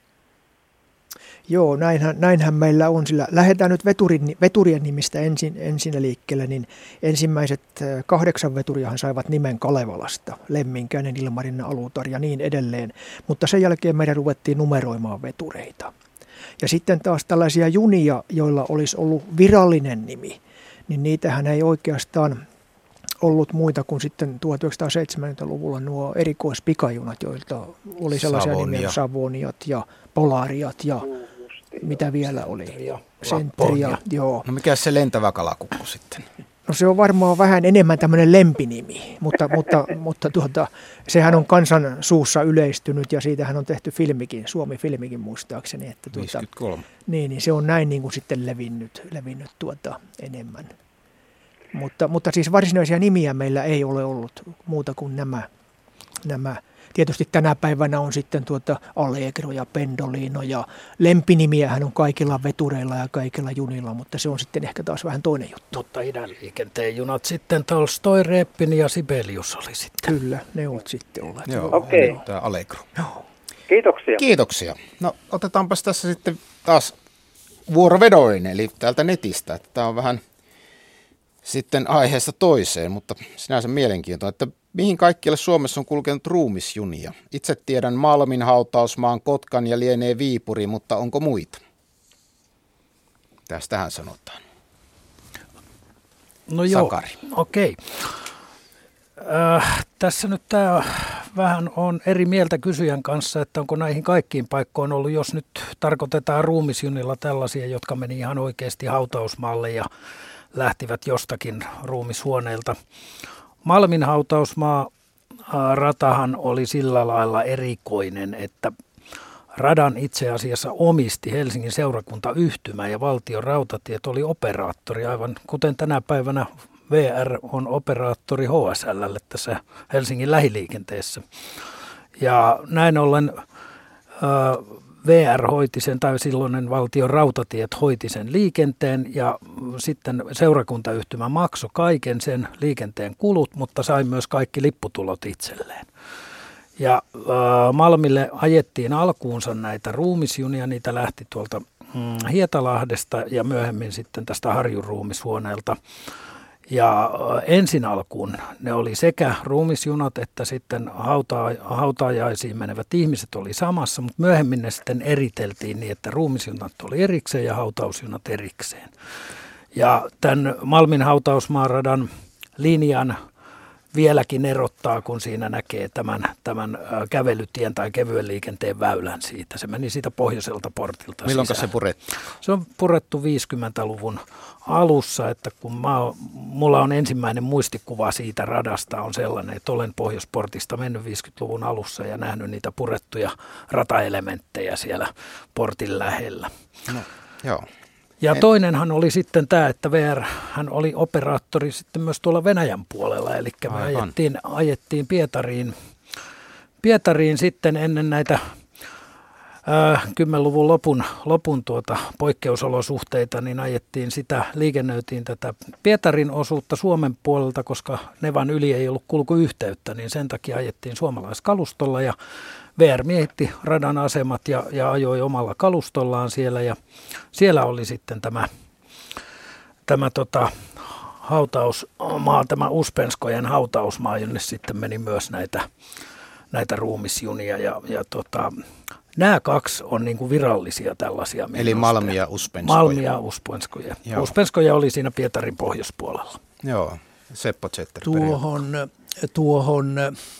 Joo, näinhän, näinhän meillä on, sillä lähdetään nyt veturin, veturien nimistä ensin, ensin liikkeelle, niin ensimmäiset kahdeksan veturiahan saivat nimen Kalevalasta, Lemminkäinen, Ilmarinen, Alutar ja niin edelleen, mutta sen jälkeen meidän ruvettiin numeroimaan vetureita. Ja sitten taas tällaisia junia, joilla olisi ollut virallinen nimi, niin niitähän ei oikeastaan ollut muita kuin sitten tuhatyhdeksänsataaseitsemänkymmentäluvulla nuo erikoispikajunat, joilta oli sellaisia Savonia. nimiä Savoniat ja Polariat ja mitä vielä oli. Ja Sentria, joo. No mikä se lentävä kalakukko sitten? No se on varmaan vähän enemmän tämmöinen lempinimi, mutta, mutta, mutta tuota, sehän on kansan suussa yleistynyt ja siitähän on tehty filmikin, Suomi-filmikin muistaakseni. Että tuota, viisikymmentäkolme. Niin, niin se on näin niin kuin sitten levinnyt, levinnyt tuota enemmän. Mutta, mutta siis varsinaisia nimiä meillä ei ole ollut muuta kuin nämä. nämä. Tietysti tänä päivänä on sitten tuota Allegro ja Pendolino ja lempinimiähän on kaikilla vetureilla ja kaikilla junilla, mutta se on sitten ehkä taas vähän toinen juttu. Mutta idän liikenteen junat sitten Tolstoi, Repin ja Sibelius oli sitten. Kyllä, ne ovat sitten olleet. Joo, Okei. tämä Allegro. Joo. Kiitoksia. Kiitoksia. No otetaanpas tässä sitten taas vuorovedoin, eli täältä netistä. Että tämä on vähän sitten aiheesta toiseen, mutta sinänsä mielenkiintoinen, että mihin kaikkialle Suomessa on kulkenut ruumisjunia? Itse tiedän Malmin, Hautausmaan, Kotkan ja lienee Viipuri, mutta onko muita? Tästähän sanotaan. No joo, Sakari. okei. Äh, tässä nyt tämä vähän on eri mieltä kysyjän kanssa, että onko näihin kaikkiin paikkoihin ollut, jos nyt tarkoitetaan ruumisjunilla tällaisia, jotka meni ihan oikeasti hautausmaalle ja lähtivät jostakin ruumishuoneilta. Malmin hautausmaa ratahan oli sillä lailla erikoinen, että radan itse asiassa omisti Helsingin seurakuntayhtymä ja Valtion rautatiet oli operaattori, aivan kuten tänä päivänä V R on operaattori H S L:lle tässä Helsingin lähiliikenteessä. Ja näin ollen V R hoiti sen, tai silloinen Valtion rautatiet hoiti sen liikenteen, ja sitten seurakuntayhtymä maksoi kaiken sen liikenteen kulut, mutta sai myös kaikki lipputulot itselleen. Ja äh, Malmille ajettiin alkuunsa näitä ruumisjunia, niitä lähti tuolta mm, Hietalahdesta ja myöhemmin sitten tästä Harjun ruumishuoneelta. Ja ensin alkuun ne oli sekä ruumisjunat että sitten hauta- hautaajaisiin menevät ihmiset oli samassa, mutta myöhemmin ne sitten eriteltiin niin, että ruumisjunat oli erikseen ja hautausjunat erikseen. Ja tämän Malmin hautausmaaradan linjan vieläkin erottaa, kun siinä näkee tämän, tämän kävelytien tai kevyen liikenteen väylän siitä. Se meni siitä pohjoiselta portilta Milloinka sisään. se purettiin? Se on purettu viisikymmentäluvun alussa, että kun mä, mulla on ensimmäinen muistikuva siitä radasta on sellainen, että olen Pohjoisportista mennyt viisikymmentäluvun alussa ja nähnyt niitä purettuja rataelementtejä siellä portin lähellä. No, joo. Ja toinenhan oli sitten tämä, että V R hän oli operaattori sitten myös tuolla Venäjän puolella, eli me ajettiin, ajettiin Pietariin, Pietariin sitten ennen näitä ää, kymmenluvun lopun, lopun tuota poikkeusolosuhteita, niin ajettiin sitä, liikennöitiin tätä Pietarin osuutta Suomen puolelta, koska Nevan yli ei ollut kulkuyhteyttä, niin sen takia ajettiin suomalaiskalustolla ja V R miehitti radan asemat ja, ja ajoi omalla kalustollaan siellä ja siellä oli sitten tämä, tämä tota, hautausmaa, tämä Uspenskojen hautausmaa, jonne sitten meni myös näitä, näitä ruumisjunia ja, ja tota, nämä kaksi on niin kuin virallisia tällaisia. Eli Malmi ja Uspenskoja. Malmi ja Uspenskoja. Uspenskoja oli siinä Pietarin pohjoispuolella. Joo, Seppo Zetterberg. Tuohon, tuohon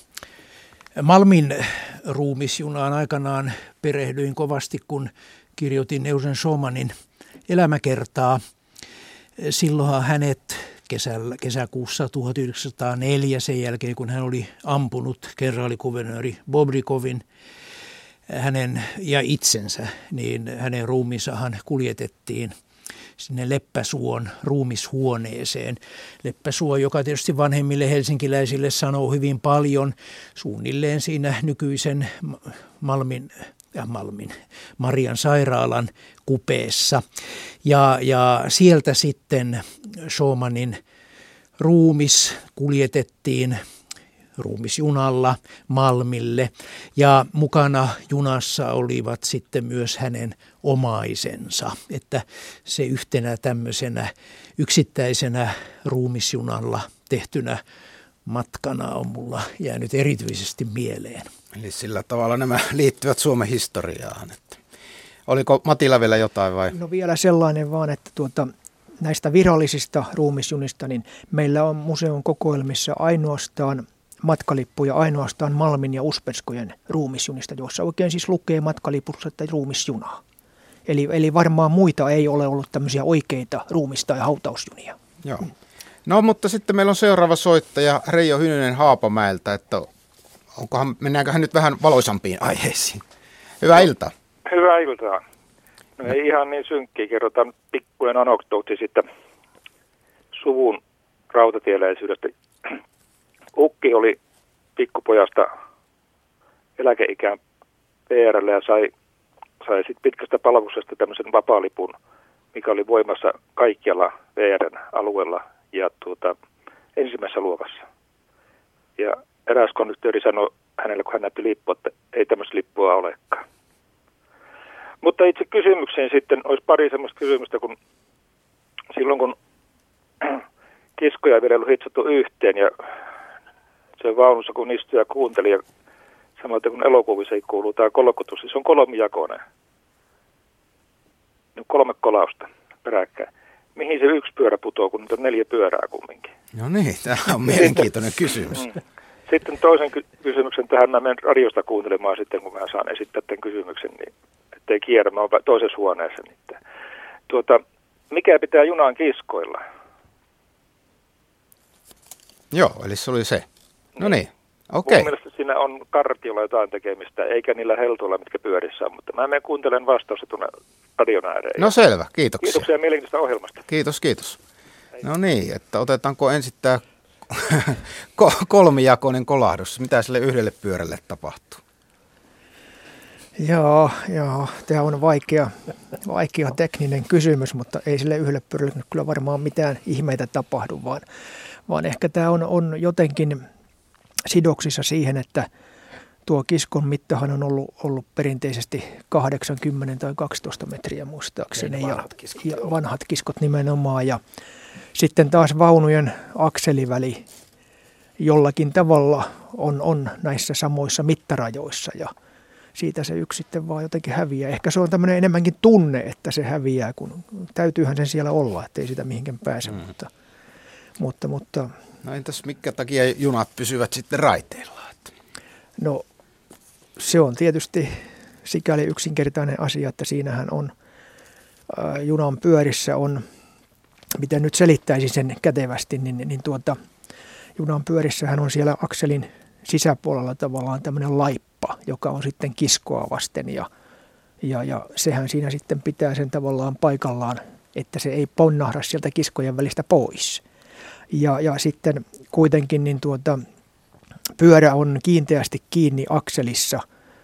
Malmin ruumisjunaan aikanaan perehdyin kovasti, kun kirjoitin Eugen Schumannin elämäkertaa. Silloinhan hänet kesällä, kesäkuussa tuhatyhdeksänsataaneljä, sen jälkeen kun hän oli ampunut kenraalikuvernööri Bobrikovin hänen ja itsensä, niin hänen ruumiinsahan kuljetettiin sinne Leppäsuon ruumishuoneeseen. Leppäsuo, joka tietysti vanhemmille helsinkiläisille sanoo hyvin paljon, suunnilleen siinä nykyisen Malmin, ja Malmin, Marian sairaalan kupeessa. Ja, ja sieltä sitten Schumannin ruumis kuljetettiin ruumisjunalla Malmille ja mukana junassa olivat sitten myös hänen omaisensa, että se yhtenä tämmöisenä yksittäisenä ruumisjunalla tehtynä matkana on mulla jäänyt erityisesti mieleen. Eli sillä tavalla nämä liittyvät Suomen historiaan. Että Oliko Matilla vielä jotain vai? No vielä sellainen vaan, että tuota, näistä virallisista ruumisjunista, niin meillä on museon kokoelmissa ainoastaan matkalippuja ainoastaan Malmin ja Uspenskojen ruumisjunista, joissa oikein siis lukee matkalipussa, että ruumisjunaa. Eli, eli varmaan muita ei ole ollut tämmöisiä oikeita ruumis- tai hautausjunia. Joo. No mutta sitten meillä on seuraava soittaja Reijo Hynynen Haapamäeltä, että onkohan, mennäänköhän nyt vähän valoisampiin aiheisiin. Hyvää iltaa. Hyvää iltaa. No ei ihan niin synkkiä, kerrotaan pikkuinen anekdootti sitten suvun rautatieläisyydestä. Ukki oli pikkupojasta eläkeikään P R:lle ja sai, sai sitten pitkästä palveluksesta tämmöisen vapaalipun, mikä oli voimassa kaikkialla V R:n alueella ja tuota, ensimmäisessä luokassa. Ja eräs konduktööri sanoi hänelle, kun hän näytti lippua, että ei tämmöistä lippua olekaan. Mutta itse kysymykseen sitten olisi pari semmoista kysymystä, kun silloin kun kiskoja ei vielä ollut hitsattu yhteen ja se vaunussa kun istui ja kuunteli ja samoin kun elokuvissa ei kuuluu tämä kolkutus, se on kolmijakoinen. Kolme kolausta peräkkäin. Mihin se yksi pyörä putoo, kun nyt on neljä pyörää kumminkin? No niin, tämä on mielenkiintoinen kysymys. Sitten toisen ky- kysymyksen tähän mä menen radiosta kuuntelemaan sitten, kun mä saan esittää tämän kysymyksen, niin ettei kierrä, mä oon toisessa huoneessa. Niin. Tuota, mikä pitää junaan kiskoilla? Joo, eli se oli se. No niin, okei. Mun mielestä siinä on kartiolla jotain tekemistä, eikä niillä heltoilla, mitkä pyörissä on, mutta mä menen kuuntelen vastausta tuonne radion ääreen. No selvä, kiitoksia. Kiitoksia mielenkiintoista ohjelmasta. Kiitos, kiitos. No niin, että otetaanko ensin tämä kolmijakoinen kolahdus. Mitä sille yhdelle pyörälle tapahtuu? Joo, joo, tämä on vaikea, vaikea tekninen kysymys, mutta ei sille yhdelle pyörälle kyllä varmaan mitään ihmeitä tapahdu, vaan, vaan ehkä tämä on, on jotenkin sidoksissa siihen, että tuo kiskon mittahan on ollut, ollut perinteisesti kahdeksankymmentä tai kaksitoista metriä muistaakseni. Vanhat kiskot, ja, ja vanhat kiskot nimenomaan. Ja sitten taas vaunujen akseliväli jollakin tavalla on, on näissä samoissa mittarajoissa ja siitä se yksi sitten vaan jotenkin häviää. Ehkä se on tämmöinen enemmänkin tunne, että se häviää, kun täytyyhän sen siellä olla, ettei sitä mihinkään pääse. Mm. Mutta, mutta, mutta, no entäs minkä takia junat pysyvät sitten raiteilla? No se on tietysti sikäli yksinkertainen asia, että siinähän on ää, junan pyörissä on, miten nyt selittäisin sen kätevästi, niin, niin tuota, junan pyörissähän on siellä akselin sisäpuolella tavallaan tämmöinen laippa, joka on sitten kiskoa vasten ja, ja, ja sehän siinä sitten pitää sen tavallaan paikallaan, että se ei ponnahda sieltä kiskojen välistä pois. Ja, ja sitten kuitenkin niin tuota, pyörä on kiinteästi kiinni akselissa,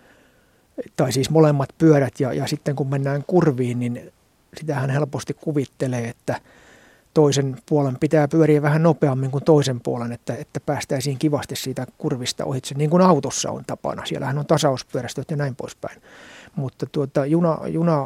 tai siis molemmat pyörät, ja, ja sitten kun mennään kurviin, niin sitähän helposti kuvittelee, että toisen puolen pitää pyöriä vähän nopeammin kuin toisen puolen, että, että päästäisiin kivasti siitä kurvista ohitse, niin kuin autossa on tapana. Siellähän on tasauspyörästöt ja näin poispäin. Mutta tuota, juna,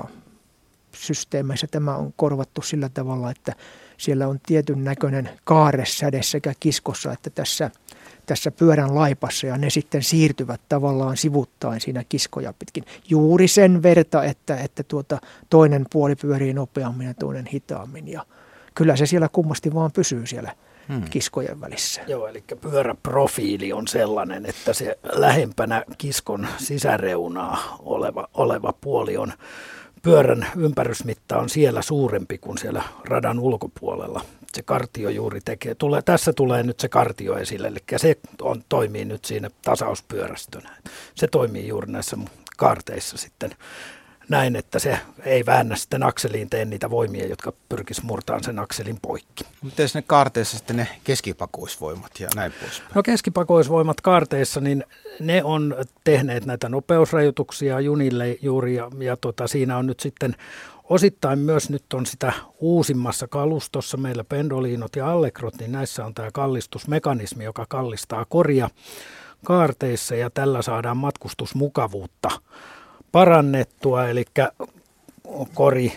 junasysteemeissä tämä on korvattu sillä tavalla, että siellä on tietyn näköinen kaaresäde sekä kiskossa että tässä, tässä pyörän laipassa, ja ne sitten siirtyvät tavallaan sivuttain siinä kiskoja pitkin. Juuri sen verta, että, että tuota, toinen puoli pyörii nopeammin ja toinen hitaammin, ja kyllä se siellä kummasti vaan pysyy siellä hmm. kiskojen välissä. Joo, eli pyöräprofiili on sellainen, että se lähempänä kiskon sisäreunaa oleva, oleva puoli on, pyörän ympärysmitta on siellä suurempi kuin siellä radan ulkopuolella. Se kartio juuri tekee, tulee, tässä tulee nyt se kartio esille, eli se on, toimii nyt siinä tasauspyörästönä. Se toimii juuri näissä kaarteissa sitten näin, että se ei väännä sitten akseliin, tee niitä voimia, jotka pyrkis murtaan sen akselin poikki. Miten ne kaarteissa sitten ne keskipakoisvoimat ja näin poispäin? No keskipakoisvoimat kaarteissa, niin ne on tehneet näitä nopeusrajoituksia junille juuri, ja, ja tota, siinä on nyt sitten osittain myös nyt on sitä uusimmassa kalustossa meillä Pendoliinot ja Allegrot, niin näissä on tämä kallistusmekanismi, joka kallistaa koria kaarteissa, ja tällä saadaan matkustusmukavuutta parannettua, eli kori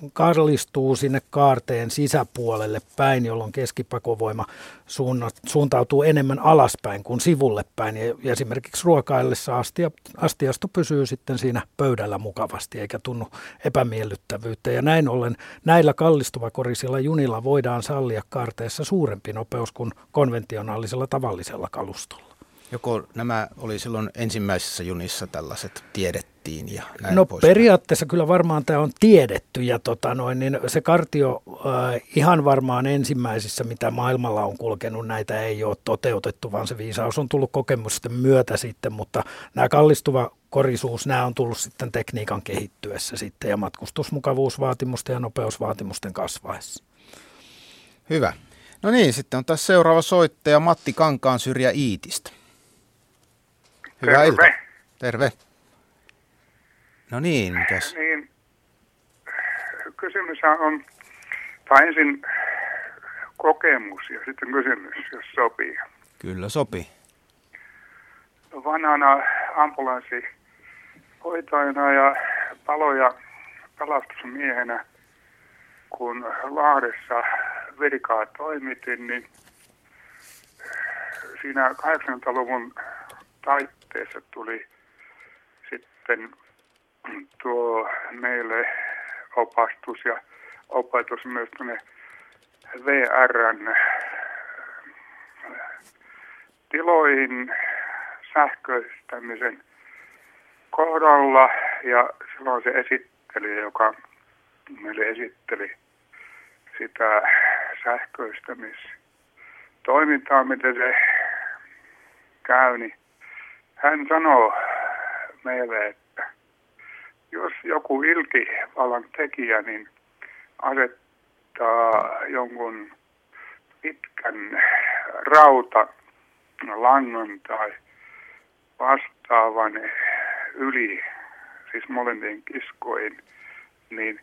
kallistuu sinne kaarteen sisäpuolelle päin, jolloin keskipakovoima suuntautuu enemmän alaspäin kuin sivulle päin. Ja esimerkiksi ruokaillessa astia, astiasto pysyy sitten siinä pöydällä mukavasti eikä tunnu epämiellyttävyyttä. Ja näin ollen näillä kallistuvakorisilla junilla voidaan sallia kaarteessa suurempi nopeus kuin konventionaalisella tavallisella kalustolla. Joko nämä oli silloin ensimmäisissä junissa tällaiset tiedettiin ja näin No poispäin? Periaatteessa kyllä varmaan tämä on tiedetty ja tota noin, niin se kartio äh, ihan varmaan ensimmäisissä, mitä maailmalla on kulkenut, näitä ei ole toteutettu, vaan se viisaus on tullut kokemusten myötä sitten, mutta nämä kallistuva korisuus, nämä on tullut sitten tekniikan kehittyessä sitten ja matkustusmukavuusvaatimusten ja nopeusvaatimusten kasvaessa. Hyvä. No niin, sitten on taas seuraava soittaja Matti Kankaansyrjä Iitistä. Hyvää Terve. iltaa. Terve. No niin, mikäs? Niin, kysymys on, tai ensin kokemus ja sitten kysymys, jos sopii. Kyllä sopii. Vanhana ambulanssihoitajana ja palo- ja pelastusmiehenä, kun Lahdessa virkaa toimitin, niin siinä kahdeksankymmentäluvun taitteessa tuli sitten tuo meille opastus ja opetus myös tuonne V R:n tiloihin sähköistämisen kohdalla ja silloin se esittelijä, joka meille esitteli sitä sähköistämistoimintaa, miten se käy, niin hän sanoo meille, että jos joku ilkivallan tekijä niin asettaa jonkun pitkän rautalangan tai vastaavan yli, siis molempiin kiskoihin, niin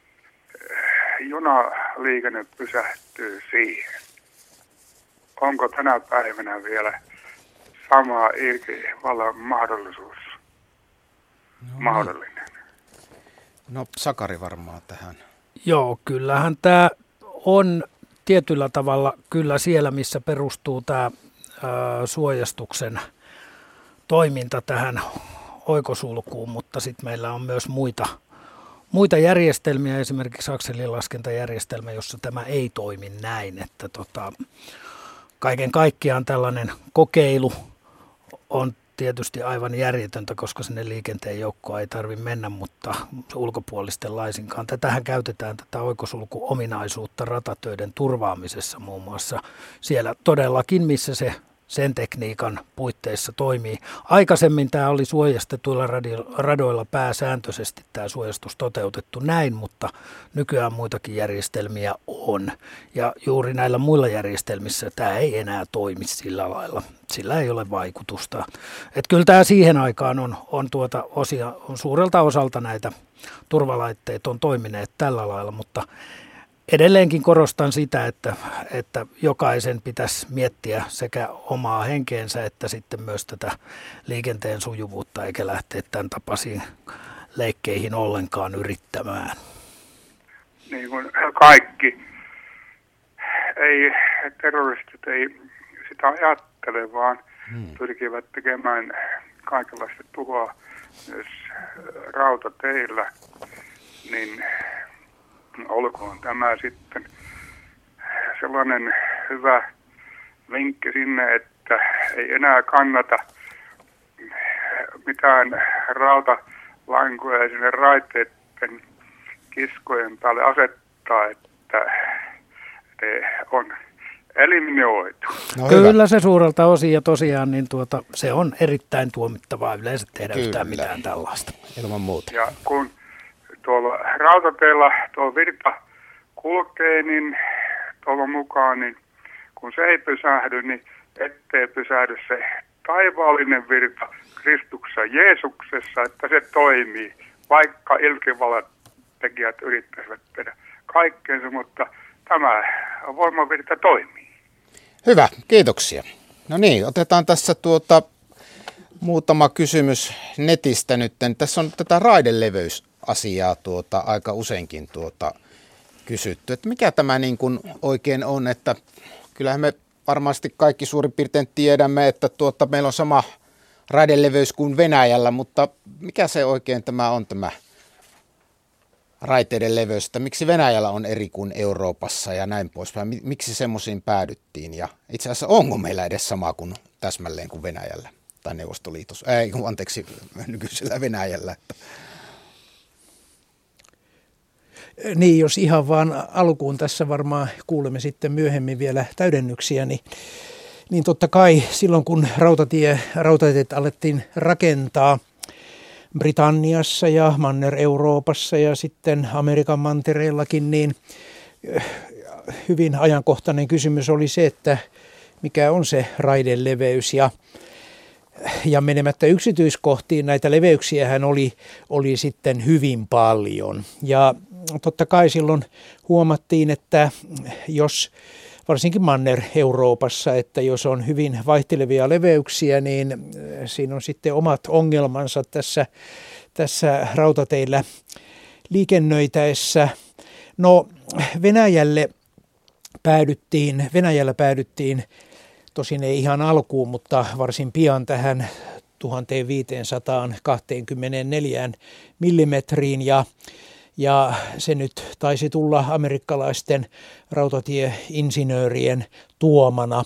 junaliikenne pysähtyy siihen. Onko tänä päivänä vielä sama ilkivallan mahdollisuus No, mahdollinen? No Sakari varmaan tähän. Joo, kyllähän tämä on tietyllä tavalla kyllä siellä, missä perustuu tämä ää, suojastuksen toiminta tähän oikosulkuun, mutta sitten meillä on myös muita, muita järjestelmiä, esimerkiksi akselilaskentajärjestelmä, jossa tämä ei toimi näin, että tota, kaiken kaikkiaan tällainen kokeilu on tietysti aivan järjetöntä, koska sinne liikenteen joukkoa ei tarvitse mennä, mutta ulkopuolisten laisinkaan. Tätähän käytetään tätä oikosulkuominaisuutta ratatöiden turvaamisessa muun muassa siellä todellakin, missä se sen tekniikan puitteissa toimii. Aikaisemmin tämä oli suojastetuilla radoilla pääsääntöisesti tämä suojastus toteutettu näin, mutta nykyään muitakin järjestelmiä on. Ja juuri näillä muilla järjestelmissä tämä ei enää toimi sillä lailla. Sillä ei ole vaikutusta. Et kyllä tämä siihen aikaan on, on, tuota osia, on suurelta osalta näitä turvalaitteet on toimineet tällä lailla, mutta edelleenkin korostan sitä, että, että jokaisen pitäisi miettiä sekä omaa henkeensä että sitten myös tätä liikenteen sujuvuutta, eikä lähteä tämän tapaisiin leikkeihin ollenkaan yrittämään. Niin kuin kaikki. Ei, terroristit ei sitä ajattele, vaan hmm. pyrkivät tekemään kaikenlaista tuhoa myös rautateillä, niin olkoon tämä sitten sellainen hyvä vinkki sinne, että ei enää kannata mitään rautalankoja sinne raiteiden kiskojen päälle asettaa, että ne on eliminoitu. No, Kyllä hyvä. se suurelta osin ja tosiaan niin tuota, se on erittäin tuomittavaa yleensä tehdä Kyllä. yhtään mitään tällaista. Ilman muuta. Ja kun tuolla rautateillä tuo virta kulkee, niin tuolla mukaan, niin kun se ei pysähdy, niin ettei pysähdy se taivaallinen virta Kristuksessa Jeesuksessa, että se toimii, vaikka ilkivallan tekijät yrittäisivät tehdä kaikkeensa, mutta tämä voimavirta toimii. Hyvä, kiitoksia. No niin, otetaan tässä tuota muutama kysymys netistä nyt. Tässä on tätä raideleveysasiaa tuota, aika useinkin tuota, kysytty, että mikä tämä niin kuin oikein on, että kyllähän me varmasti kaikki suurin piirtein tiedämme, että tuota, meillä on sama raideleveys kuin Venäjällä, mutta mikä se oikein tämä on tämä raiteiden leveys, että miksi Venäjällä on eri kuin Euroopassa ja näin poispäin, miksi semmoisiin päädyttiin ja itse asiassa onko meillä edes sama kuin täsmälleen kuin Venäjällä tai Neuvostoliitossa, ei anteeksi nykyisellä Venäjällä. Että. Niin, jos ihan vaan alkuun tässä varmaan kuulemme sitten myöhemmin vielä täydennyksiä, niin, niin totta kai silloin kun rautatie, rautateet alettiin rakentaa Britanniassa ja Manner-Euroopassa ja sitten Amerikan mantereellakin, niin hyvin ajankohtainen kysymys oli se, että mikä on se raideleveys ja Ja menemättä yksityiskohtiin näitä leveyksiähän oli, oli sitten hyvin paljon. Ja totta kai silloin huomattiin, että jos varsinkin Manner-Euroopassa, että jos on hyvin vaihtelevia leveyksiä, niin siinä on sitten omat ongelmansa tässä, tässä rautateillä liikennöitäessä. No Venäjälle päädyttiin, Venäjällä päädyttiin tosin ei ihan alkuun, mutta varsin pian tähän tuhatviisisataakaksikymmentäneljä millimetriin ja, ja se nyt taisi tulla amerikkalaisten rautatieinsinöörien tuomana.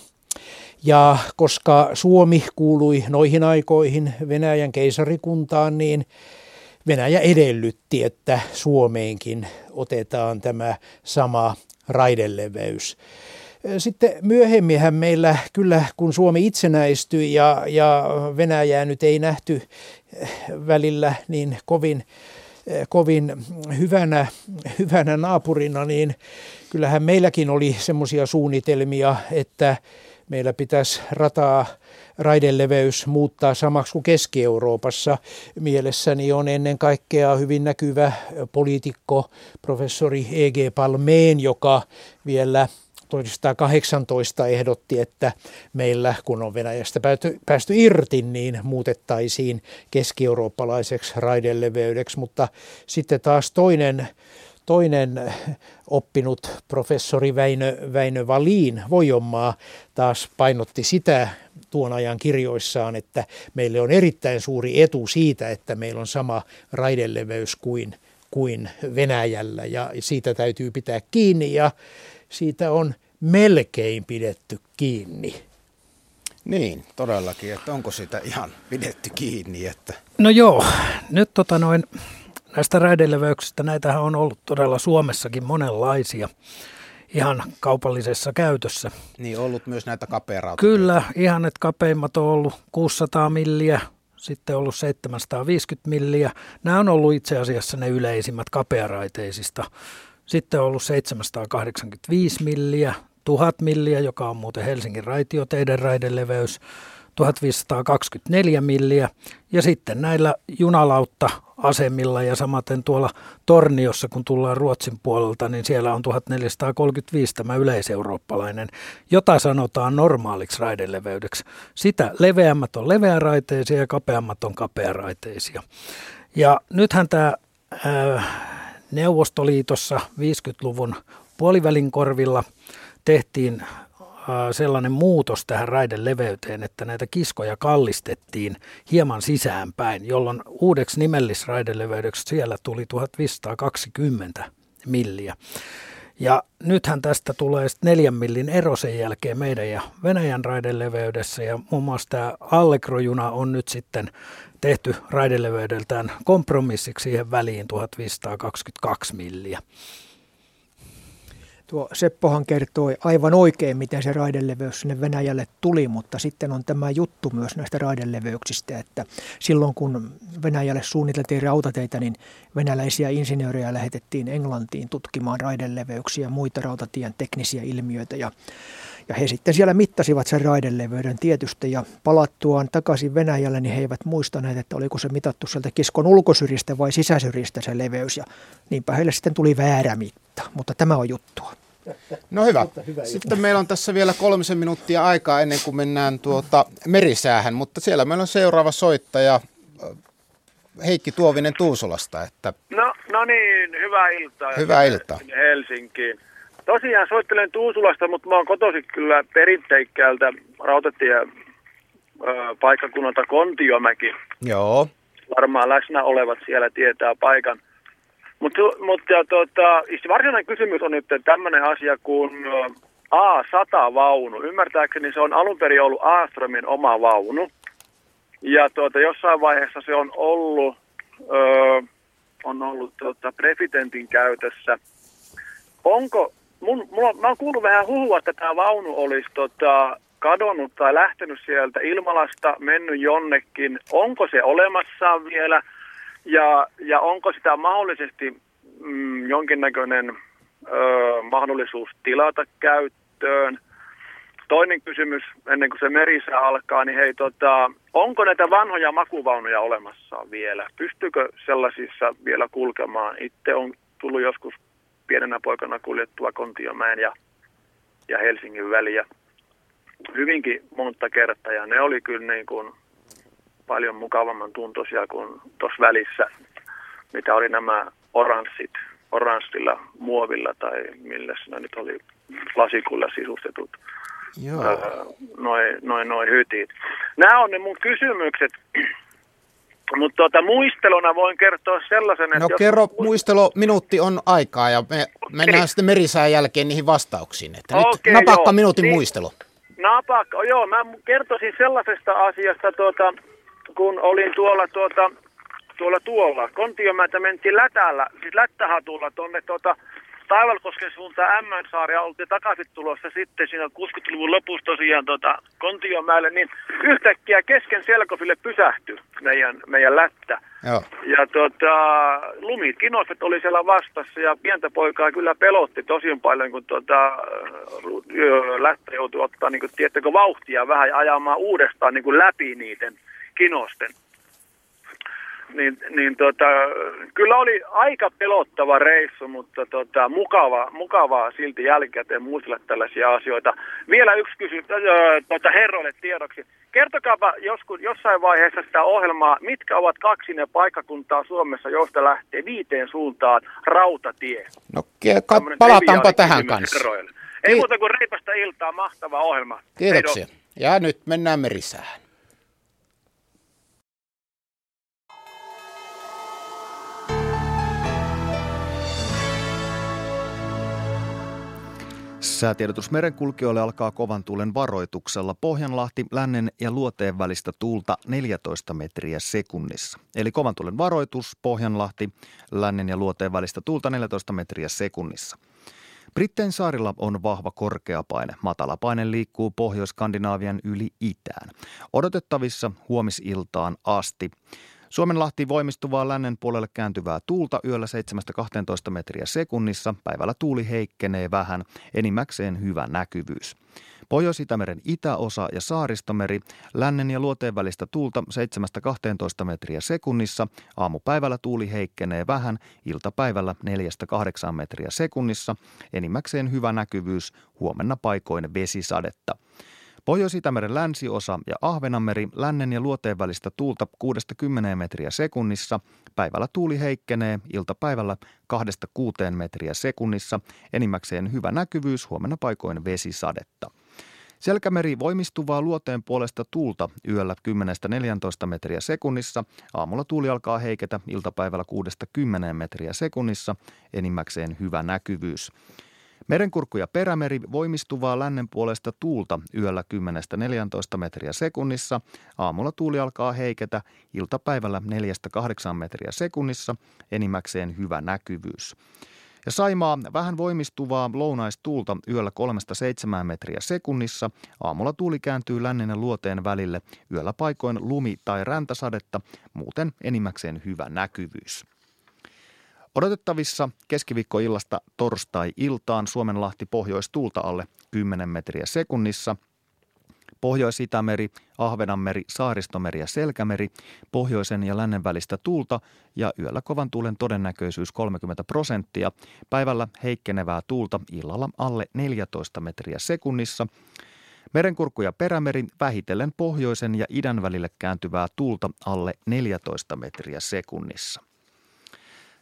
Ja koska Suomi kuului noihin aikoihin Venäjän keisarikuntaan, niin Venäjä edellytti, että Suomeenkin otetaan tämä sama raideleveys. Sitten myöhemminhän meillä kyllä, kun Suomi itsenäistyi ja, ja Venäjää nyt ei nähty välillä niin kovin, kovin hyvänä, hyvänä naapurina, niin kyllähän meilläkin oli semmoisia suunnitelmia, että meillä pitäisi rataa raideleveys muuttaa samaksi kuin Keski-Euroopassa. Mielessäni on ennen kaikkea hyvin näkyvä poliitikko, professori E G Palmén, joka vielä tuhatyhdeksänsataakahdeksantoista ehdotti, että meillä, kun on Venäjästä päästy, päästy irti, niin muutettaisiin keski-eurooppalaiseksi raideleveydeksi, mutta sitten taas toinen, toinen oppinut professori Väinö, Väinö Wallin Voijonmaa taas painotti sitä tuon ajan kirjoissaan, että meille on erittäin suuri etu siitä, että meillä on sama raideleveys kuin, kuin Venäjällä ja siitä täytyy pitää kiinni ja siitä on melkein pidetty kiinni. Niin, todellakin, että onko sitä ihan pidetty kiinni? Että. No joo, nyt tota noin, näistä raideleveyksistä, näitähän on ollut todella Suomessakin monenlaisia ihan kaupallisessa käytössä. Niin, ollut myös näitä kapearautateitä. Kyllä, ihan että kapeimmat on ollut kuusisataa milliä, sitten ollut seitsemänsataaviisikymmentä milliä. Nämä on ollut itse asiassa ne yleisimmät kapearaiteisista. Sitten on ollut seitsemänsataakahdeksankymmentäviisi milliä, tuhat milliä, joka on muuten Helsingin raitioteiden raideleveys, tuhatviisisataakaksikymmentäneljä milliä ja sitten näillä junalautta-asemilla ja samaten tuolla Torniossa, kun tullaan Ruotsin puolelta, niin siellä on tuhatneljäsataakolmekymmentäviisi tämä yleiseurooppalainen, jota sanotaan normaaliksi raideleveydeksi. Sitä leveämmät on leveäraiteisia ja kapeammat on kapearaiteisia. Ja nythän tämä Äh, Neuvostoliitossa viisikymmentäluvun puolivälin korvilla tehtiin äh, sellainen muutos tähän raideleveyteen, että näitä kiskoja kallistettiin hieman sisäänpäin, jolloin uudeksi nimellisraideleveydeksi siellä tuli tuhatviisisataakaksikymmentä milliä. Ja nythän tästä tulee sitten neljän millin ero sen jälkeen meidän ja Venäjän raideleveydessä ja muun muassa tämä Allegro-juna on nyt sitten tehty raideleveydeltään kompromissiksi siihen väliin tuhatviisisataakaksikymmentäkaksi milliä. Tuo Seppohan kertoi aivan oikein, miten se raideleveys sinne Venäjälle tuli, mutta sitten on tämä juttu myös näistä raideleveyksistä, että silloin kun Venäjälle suunniteltiin rautateitä, niin venäläisiä insinöörejä lähetettiin Englantiin tutkimaan raideleveyksiä ja muita rautatien teknisiä ilmiöitä ja Ja he sitten siellä mittasivat sen raideleveyden tietysti ja palattuaan takaisin Venäjälle, niin he eivät muistaneet, että oliko se mitattu sieltä kiskon ulkosyrjistä vai sisäsyrjistä se leveys. Ja niinpä heille sitten tuli väärä mitta, mutta tämä on juttua. No hyvä. Sitten meillä on tässä vielä kolmisen minuuttia aikaa ennen kuin mennään tuota merisäähän, mutta siellä meillä on seuraava soittaja Heikki Tuovinen Tuusulasta. Että. No No niin, hyvää iltaa. Hyvää iltaa. Helsinkiin. Tosiaan soittelen Tuusulasta, mutta mä oon kotoisin kyllä perinteikkäältä rautatie paikkakunnalta Kontiomäki. Joo. Varmaan läsnä olevat siellä tietää paikan. Mutta mut, tota, varsinainen kysymys on nyt tämmöinen asia kuin A sata vaunu. Ymmärtääkseni se on alun perin ollut Ahlströmin oma vaunu. Ja tuota, jossain vaiheessa se on ollut, öö, on ollut tuota, presidentin käytössä. Onko, mun, mulla, mä oon kuullut vähän huhua, että tämä vaunu olisi tota, kadonnut tai lähtenyt sieltä Ilmalasta, mennyt jonnekin. Onko se olemassaan vielä ja, ja onko sitä mahdollisesti mm, jonkinnäköinen öö, mahdollisuus tilata käyttöön? Toinen kysymys, ennen kuin se merisää alkaa, niin hei, tota, onko näitä vanhoja makuvaunuja olemassa vielä? Pystyykö sellaisissa vielä kulkemaan? Itse on tullut joskus pienenä poikana kuljettua Kontiomäen ja, ja Helsingin väliä hyvinkin monta kertaa. Ja ne oli kyllä niin kuin paljon mukavamman tuntoisia kuin tuossa välissä, mitä oli nämä oranssit, oranssilla muovilla tai millä ne nyt oli lasikulla sisustetut. Öö, noin noi, noi hytit. Nämä on ne mun kysymykset, mutta tuota, muisteluna voin kertoa sellaisen, että... No jos... kerro, muistelo, minuutti on aikaa ja me mennään okay. sitten merisään jälkeen niihin vastauksiin. Että nyt okay, napakka joo. minuutin niin, muistelu. Napakka, joo, mä kertoisin sellaisesta asiasta, tuota, kun olin tuolla tuota, tuolla tuolla. Kontiomäeltä mentiin lätällä, siis lättähatulla tuonne tuota... Taivalkosken suuntaan Ämmönsaaria oltiin takaisin tulossa sitten siinä kuusikymmentäluvun lopussa tosiaan tota, Kontiomäelle, niin yhtäkkiä kesken selkosille pysähtyi meidän, meidän lättä. Joo. Ja tota, lumit kinoset oli siellä vastassa ja pientä poikaa kyllä pelotti tosi paljon, kun tota, lättä joutui ottaa, niin kuin, tiedättekö, vauhtia vähän ja ajamaan uudestaan niin kuin läpi niiden kinosten. Niin, niin tota, kyllä oli aika pelottava reissu, mutta tota, mukava, mukavaa silti jälkikäteen muistella tällaisia asioita. Vielä yksi kysymys tota, herroille tiedoksi. Kertokaapa joskus, jossain vaiheessa sitä ohjelmaa, mitkä ovat kaksi ne paikkakuntaa Suomessa, josta lähtee viiteen suuntaan rautatie? No ke- palataanpa tähän kanssa. Herroille. Ei muuta kuin reipasta iltaa, mahtava ohjelma. Kiitoksia. Heido. Ja nyt mennään merisään. Säätiedotus merenkulkijoille alkaa kovan tuulen varoituksella. Pohjanlahti, lännen ja luoteen välistä tuulta neljätoista metriä sekunnissa. Eli kovan tuulen varoitus, Pohjanlahti, lännen ja luoteen välistä tuulta neljätoista metriä sekunnissa. Brittein saarilla on vahva korkeapaine. Matalapaine liikkuu Pohjois-Skandinaavian yli itään. Odotettavissa huomisiltaan asti. Suomenlahti voimistuvaa lännen puolelle kääntyvää tuulta yöllä seitsemästä kahteentoista metriä sekunnissa. Päivällä tuuli heikkenee vähän, enimmäkseen hyvä näkyvyys. Pohjois-Itämeren itäosa ja Saaristomeri, lännen ja luoteen välistä tuulta seitsemästä kahteentoista metriä sekunnissa. Aamupäivällä tuuli heikkenee vähän, iltapäivällä neljästä kahdeksaan metriä sekunnissa. Enimmäkseen hyvä näkyvyys, huomenna paikoin vesisadetta. Pohjois-Itämeren länsiosa ja Ahvenanmeri, lännen ja luoteen välistä tuulta kuudesta kymmeneen metriä sekunnissa. Päivällä tuuli heikkenee, iltapäivällä kahdesta kuuteen metriä sekunnissa. Enimmäkseen hyvä näkyvyys, huomenna paikoin vesisadetta. Selkämeri voimistuvaa luoteen puolesta tuulta yöllä kymmenestä neljääntoista metriä sekunnissa. Aamulla tuuli alkaa heiketä, iltapäivällä kuudesta kymmeneen metriä sekunnissa. Enimmäkseen hyvä näkyvyys. Merenkurkku ja perämeri voimistuvaa lännen puolesta tuulta yöllä kymmenestä neljääntoista metriä sekunnissa. Aamulla tuuli alkaa heiketä, iltapäivällä neljästä kahdeksaan metriä sekunnissa, enimmäkseen hyvä näkyvyys. Ja Saimaa vähän voimistuvaa lounaistuulta yöllä kolmesta seitsemään metriä sekunnissa. Aamulla tuuli kääntyy lännen ja luoteen välille, yöllä paikoin lumi- tai räntäsadetta, muuten enimmäkseen hyvä näkyvyys. Odotettavissa keskiviikkoillasta torstai-iltaan Suomenlahti pohjoistuulta alle kymmenen metriä sekunnissa. Pohjois-Itämeri, Ahvenanmeri, Saaristomeri ja Selkämeri, pohjoisen ja lännen välistä tuulta ja yöllä kovan tuulen todennäköisyys kolmekymmentä prosenttia. Päivällä heikkenevää tuulta, illalla alle neljätoista metriä sekunnissa. Merenkurkku ja perämeri vähitellen pohjoisen ja idän välille kääntyvää tuulta alle neljätoista metriä sekunnissa.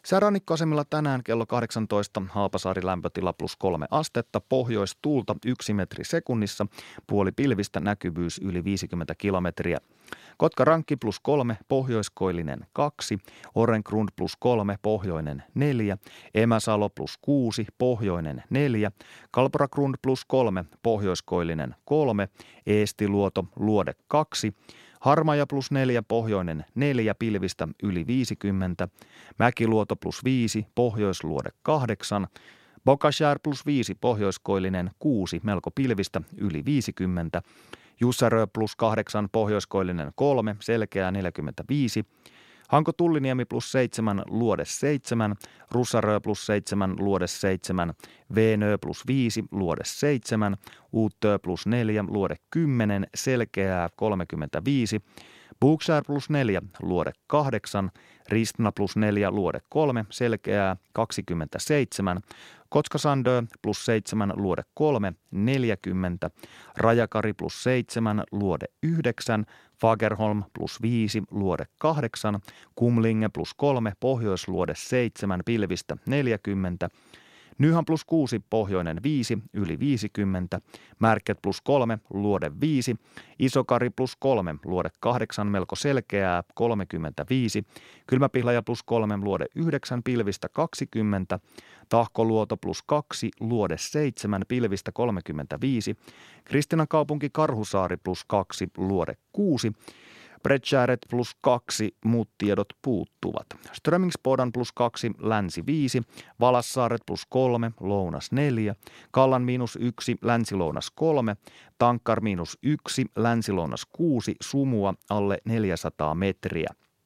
Säärannikkoasemilla tänään kello kahdeksantoista Haapasaari lämpötila plus kolme astetta, pohjoistuulta yksi metri sekunnissa, puoli pilvistä, näkyvyys yli viisikymmentä kilometriä. Kotka-Rankki plus kolme, pohjoiskoillinen kaksi, Orrengrund plus kolme, pohjoinen neljä, Emäsalo plus kuusi, pohjoinen neljä, Kalporagrund plus kolme, pohjoiskoillinen kolme, Eestiluoto, luode kaksi, Harmaja plus neljä, pohjoinen neljä, pilvistä yli viisikymmentä, Mäkiluoto plus viisi, pohjoisluode kahdeksan, Bokashär plus viisi, pohjoiskoillinen kuusi, melko pilvistä yli viisikymmentä, Jussarö plus kahdeksan, pohjoiskoillinen kolme, selkeää neljäkymmentäviisi, Hanko Tulliniemi plus seitsemän, luode seitsemän, Russarö plus seitsemän, luode seitsemän, Veenö plus viisi, luode seitsemän, Uutö plus neljä, luode kymmenen, selkeää kolmekymmentäviisi, Bukshär plus neljä, luode kahdeksan, Ristna plus neljä, luode kolme, selkeää kaksikymmentäseitsemän, Kotskasandö plus seitsemän, luode kolme, neljäkymmentä, Rajakari plus seitsemän, luode yhdeksän, Fagerholm plus viisi, luode kahdeksan, Kumlinge plus kolme, pohjoisluode seitsemän, pilvistä neljäkymmentä, Nyhan plus kuusi, pohjoinen viisi, yli viisikymmentä, Märket plus kolme, luode viisi, Isokari plus kolme, luode kahdeksan, melko selkeää, kolmekymmentäviisi, Kylmäpihlaja plus kolme, luode yhdeksän, pilvistä kaksikymmentä, Tahkoluoto plus kaksi, luode seitsemän, pilvistä kolmekymmentäviisi, Kristiinan kaupunki Karhusaari plus kaksi, luode kuusi, Bredtjäret plus kaksi, muut tiedot puuttuvat. Strömingspodan plus kaksi, länsi viisi, Valassaaret plus kolme, lounas neljä, Kallan miinus yksi, länsilounas kolme, Tankkar miinus yksi, länsilounas kuusi, sumua alle neljäsataa metriä.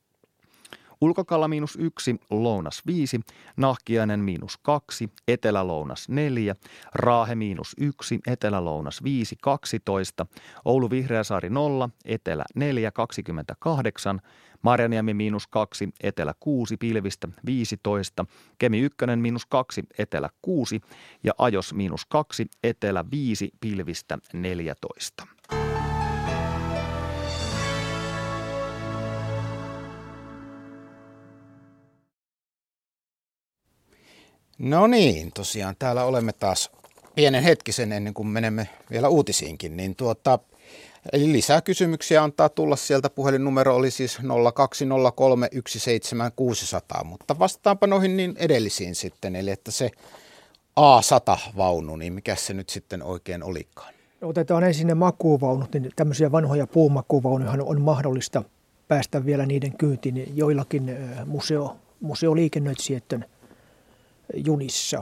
Ulkokalla miinus yksi, lounas viisi, Nahkiainen miinus kaksi, etelälounas neljä, Raahe miinus yksi, etelälounas viisi, kaksitoista, Oulu Vihreäsaari nolla, etelä neljä, kaksikymmentäkahdeksan, Marjaniemi miinus kaksi, etelä kuusi, pilvistä viisitoista, Kemi ykkönen miinus kaksi, etelä kuusi ja Ajos miinus kaksi, etelä viisi, pilvistä neljätoista. No niin, tosiaan täällä olemme taas pienen hetkisen ennen kuin menemme vielä uutisiinkin, niin tuota, eli lisää kysymyksiä antaa tulla sieltä. Puhelinnumero oli siis nolla kaksi nolla kolme yksi seitsemän kuusi nolla nolla, mutta vastaanpa noihin niin edellisiin sitten, eli että se A sata -vaunu, niin mikä se nyt sitten oikein olikaan? Otetaan ensin ne makuuvaunut, niin tämmöisiä vanhoja puumakuuvaunuja on mahdollista päästä vielä niiden kyytiin joillakin museo, museoliikennöitsijöiden junissa.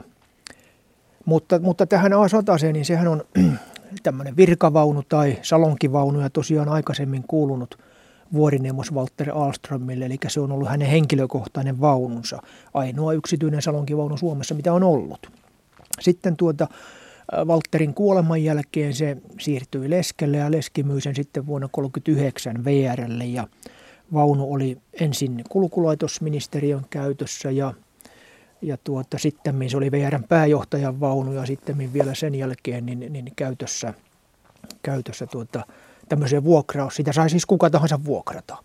Mutta, mutta tähän A sata, niin sehän on tämmöinen virkavaunu tai salonkivaunu ja tosiaan aikaisemmin kuulunut vuorineuvos Walter Ahlströmille, eli se on ollut hänen henkilökohtainen vaununsa, ainoa yksityinen salonkivaunu Suomessa, mitä on ollut. Sitten tuota Walterin kuoleman jälkeen se siirtyi Leskelle ja Leski myi sen sitten vuonna tuhatyhdeksänsataakolmekymmentäyhdeksän V R:lle ja vaunu oli ensin kulkulaitosministeriön käytössä ja Ja tuota, sitten se oli V R:n pääjohtajan vaunu ja sitten vielä sen jälkeen niin, niin käytössä, käytössä tuota, tämmöiseen vuokraus. Sitä sai siis kuka tahansa vuokrata.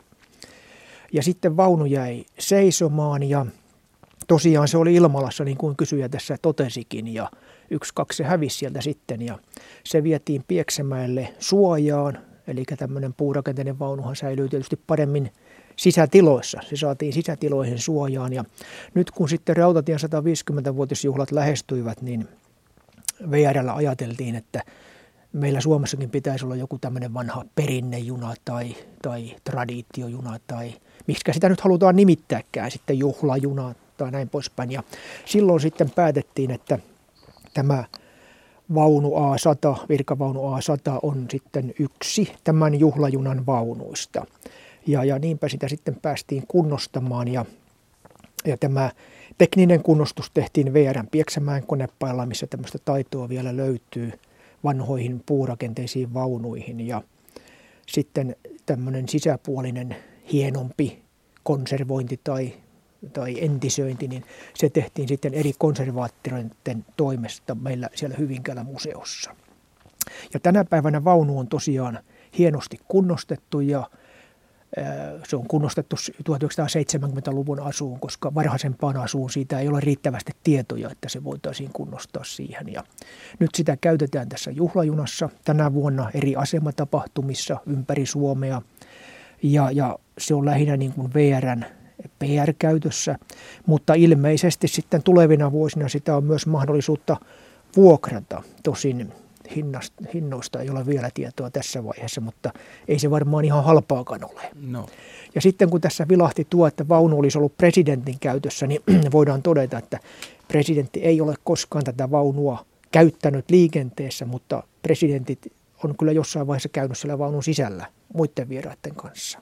Ja sitten vaunu jäi seisomaan ja tosiaan se oli Ilmalassa, niin kuin kysyjä tässä totesikin. Ja yksi, kaksi se hävisi sieltä sitten ja se vietiin Pieksämäelle suojaan. Eli tämmöinen puurakenteinen vaunuhan säilyy tietysti paremmin sisätiloissa. Se saatiin sisätiloihin suojaan ja nyt kun sitten Rautatien sataviisikymmentävuotisjuhlat lähestyivät, niin V R:llä ajateltiin, että meillä Suomessakin pitäisi olla joku tämmöinen vanha perinnejuna tai, tai traditiojuna tai miksi sitä nyt halutaan nimittääkään, sitten juhlajuna tai näin poispäin. Ja silloin sitten päätettiin, että tämä vaunu A sata, virkavaunu A sata on sitten yksi tämän juhlajunan vaunuista. Ja, ja niinpä sitä sitten päästiin kunnostamaan ja, ja tämä tekninen kunnostus tehtiin V R:n Pieksämäen konepailla, missä tämmöistä taitoa vielä löytyy vanhoihin puurakenteisiin vaunuihin. Ja sitten tämmöinen sisäpuolinen hienompi konservointi tai, tai entisöinti, niin se tehtiin sitten eri konservaattoreiden toimesta meillä siellä Hyvinkäällä museossa. Ja tänä päivänä vaunu on tosiaan hienosti kunnostettu ja Se on kunnostettu tuhatyhdeksänsataaseitsemänkymmentäluvun asuun, koska varhaisempaan asuun siitä ei ole riittävästi tietoja, että se voitaisiin kunnostaa siihen. Ja nyt sitä käytetään tässä juhlajunassa tänä vuonna eri asematapahtumissa ympäri Suomea. Ja, ja se on lähinnä niin kuin V R:n P R-käytössä, mutta ilmeisesti sitten tulevina vuosina sitä on myös mahdollisuutta vuokrata. Tosin hinnasta, hinnoista ei ole vielä tietoa tässä vaiheessa, mutta ei se varmaan ihan halpaakaan ole. No. Ja sitten kun tässä vilahti tuo, että vaunu olisi ollut presidentin käytössä, niin voidaan todeta, että presidentti ei ole koskaan tätä vaunua käyttänyt liikenteessä, mutta presidentit on kyllä jossain vaiheessa käynyt siellä vaunun sisällä muiden vieraiden kanssa.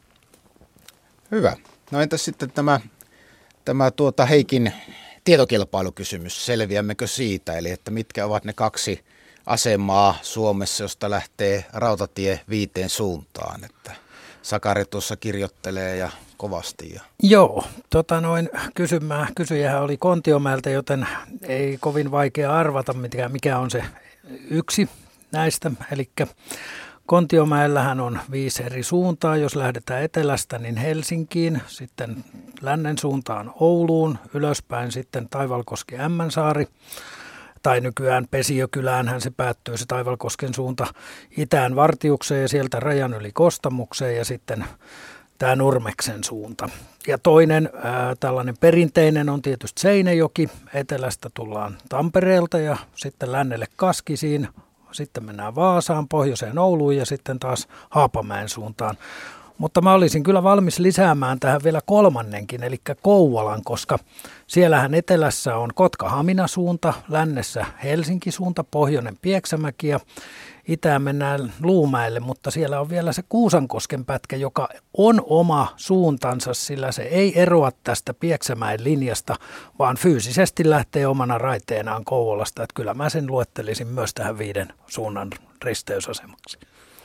Hyvä. No entäs sitten tämä, tämä tuota Heikin tietokilpailukysymys, selviämmekö siitä, eli että mitkä ovat ne kaksi asemaa Suomessa, josta lähtee rautatie viiteen suuntaan, että Sakari tuossa kirjoittelee ja kovasti. Ja. Joo, tota noin kysymään, kysyjähän oli Kontiomäeltä, joten ei kovin vaikea arvata, mikä, mikä on se yksi näistä, eli Kontiomäellähän on viisi eri suuntaa. Jos lähdetään etelästä, niin Helsinkiin, sitten lännen suuntaan Ouluun, ylöspäin sitten Taivalkoski Ämmänsaari, tai nykyään Pesiökyläänhän se päättyy se Taivalkosken suunta itään Vartiukseen ja sieltä rajan yli Kostamukseen ja sitten tämä Nurmeksen suunta. Ja toinen ää, tällainen perinteinen on tietysti Seinäjoki, etelästä tullaan Tampereelta ja sitten lännelle Kaskisiin. Sitten mennään Vaasaan, pohjoiseen Ouluun ja sitten taas Haapamäen suuntaan. Mutta mä olisin kyllä valmis lisäämään tähän vielä kolmannenkin, eli Kouvolan, koska siellähän etelässä on Kotka-Hamina-suunta, lännessä Helsinki-suunta, pohjoinen Pieksämäki ja itään mennään Luumäelle, mutta siellä on vielä se Kuusankosken pätkä, joka on oma suuntansa, sillä se ei eroa tästä Pieksämäen linjasta, vaan fyysisesti lähtee omana raiteenaan Kouvolasta. Että kyllä mä sen luettelisin myös tähän viiden suunnan risteysasemaksi.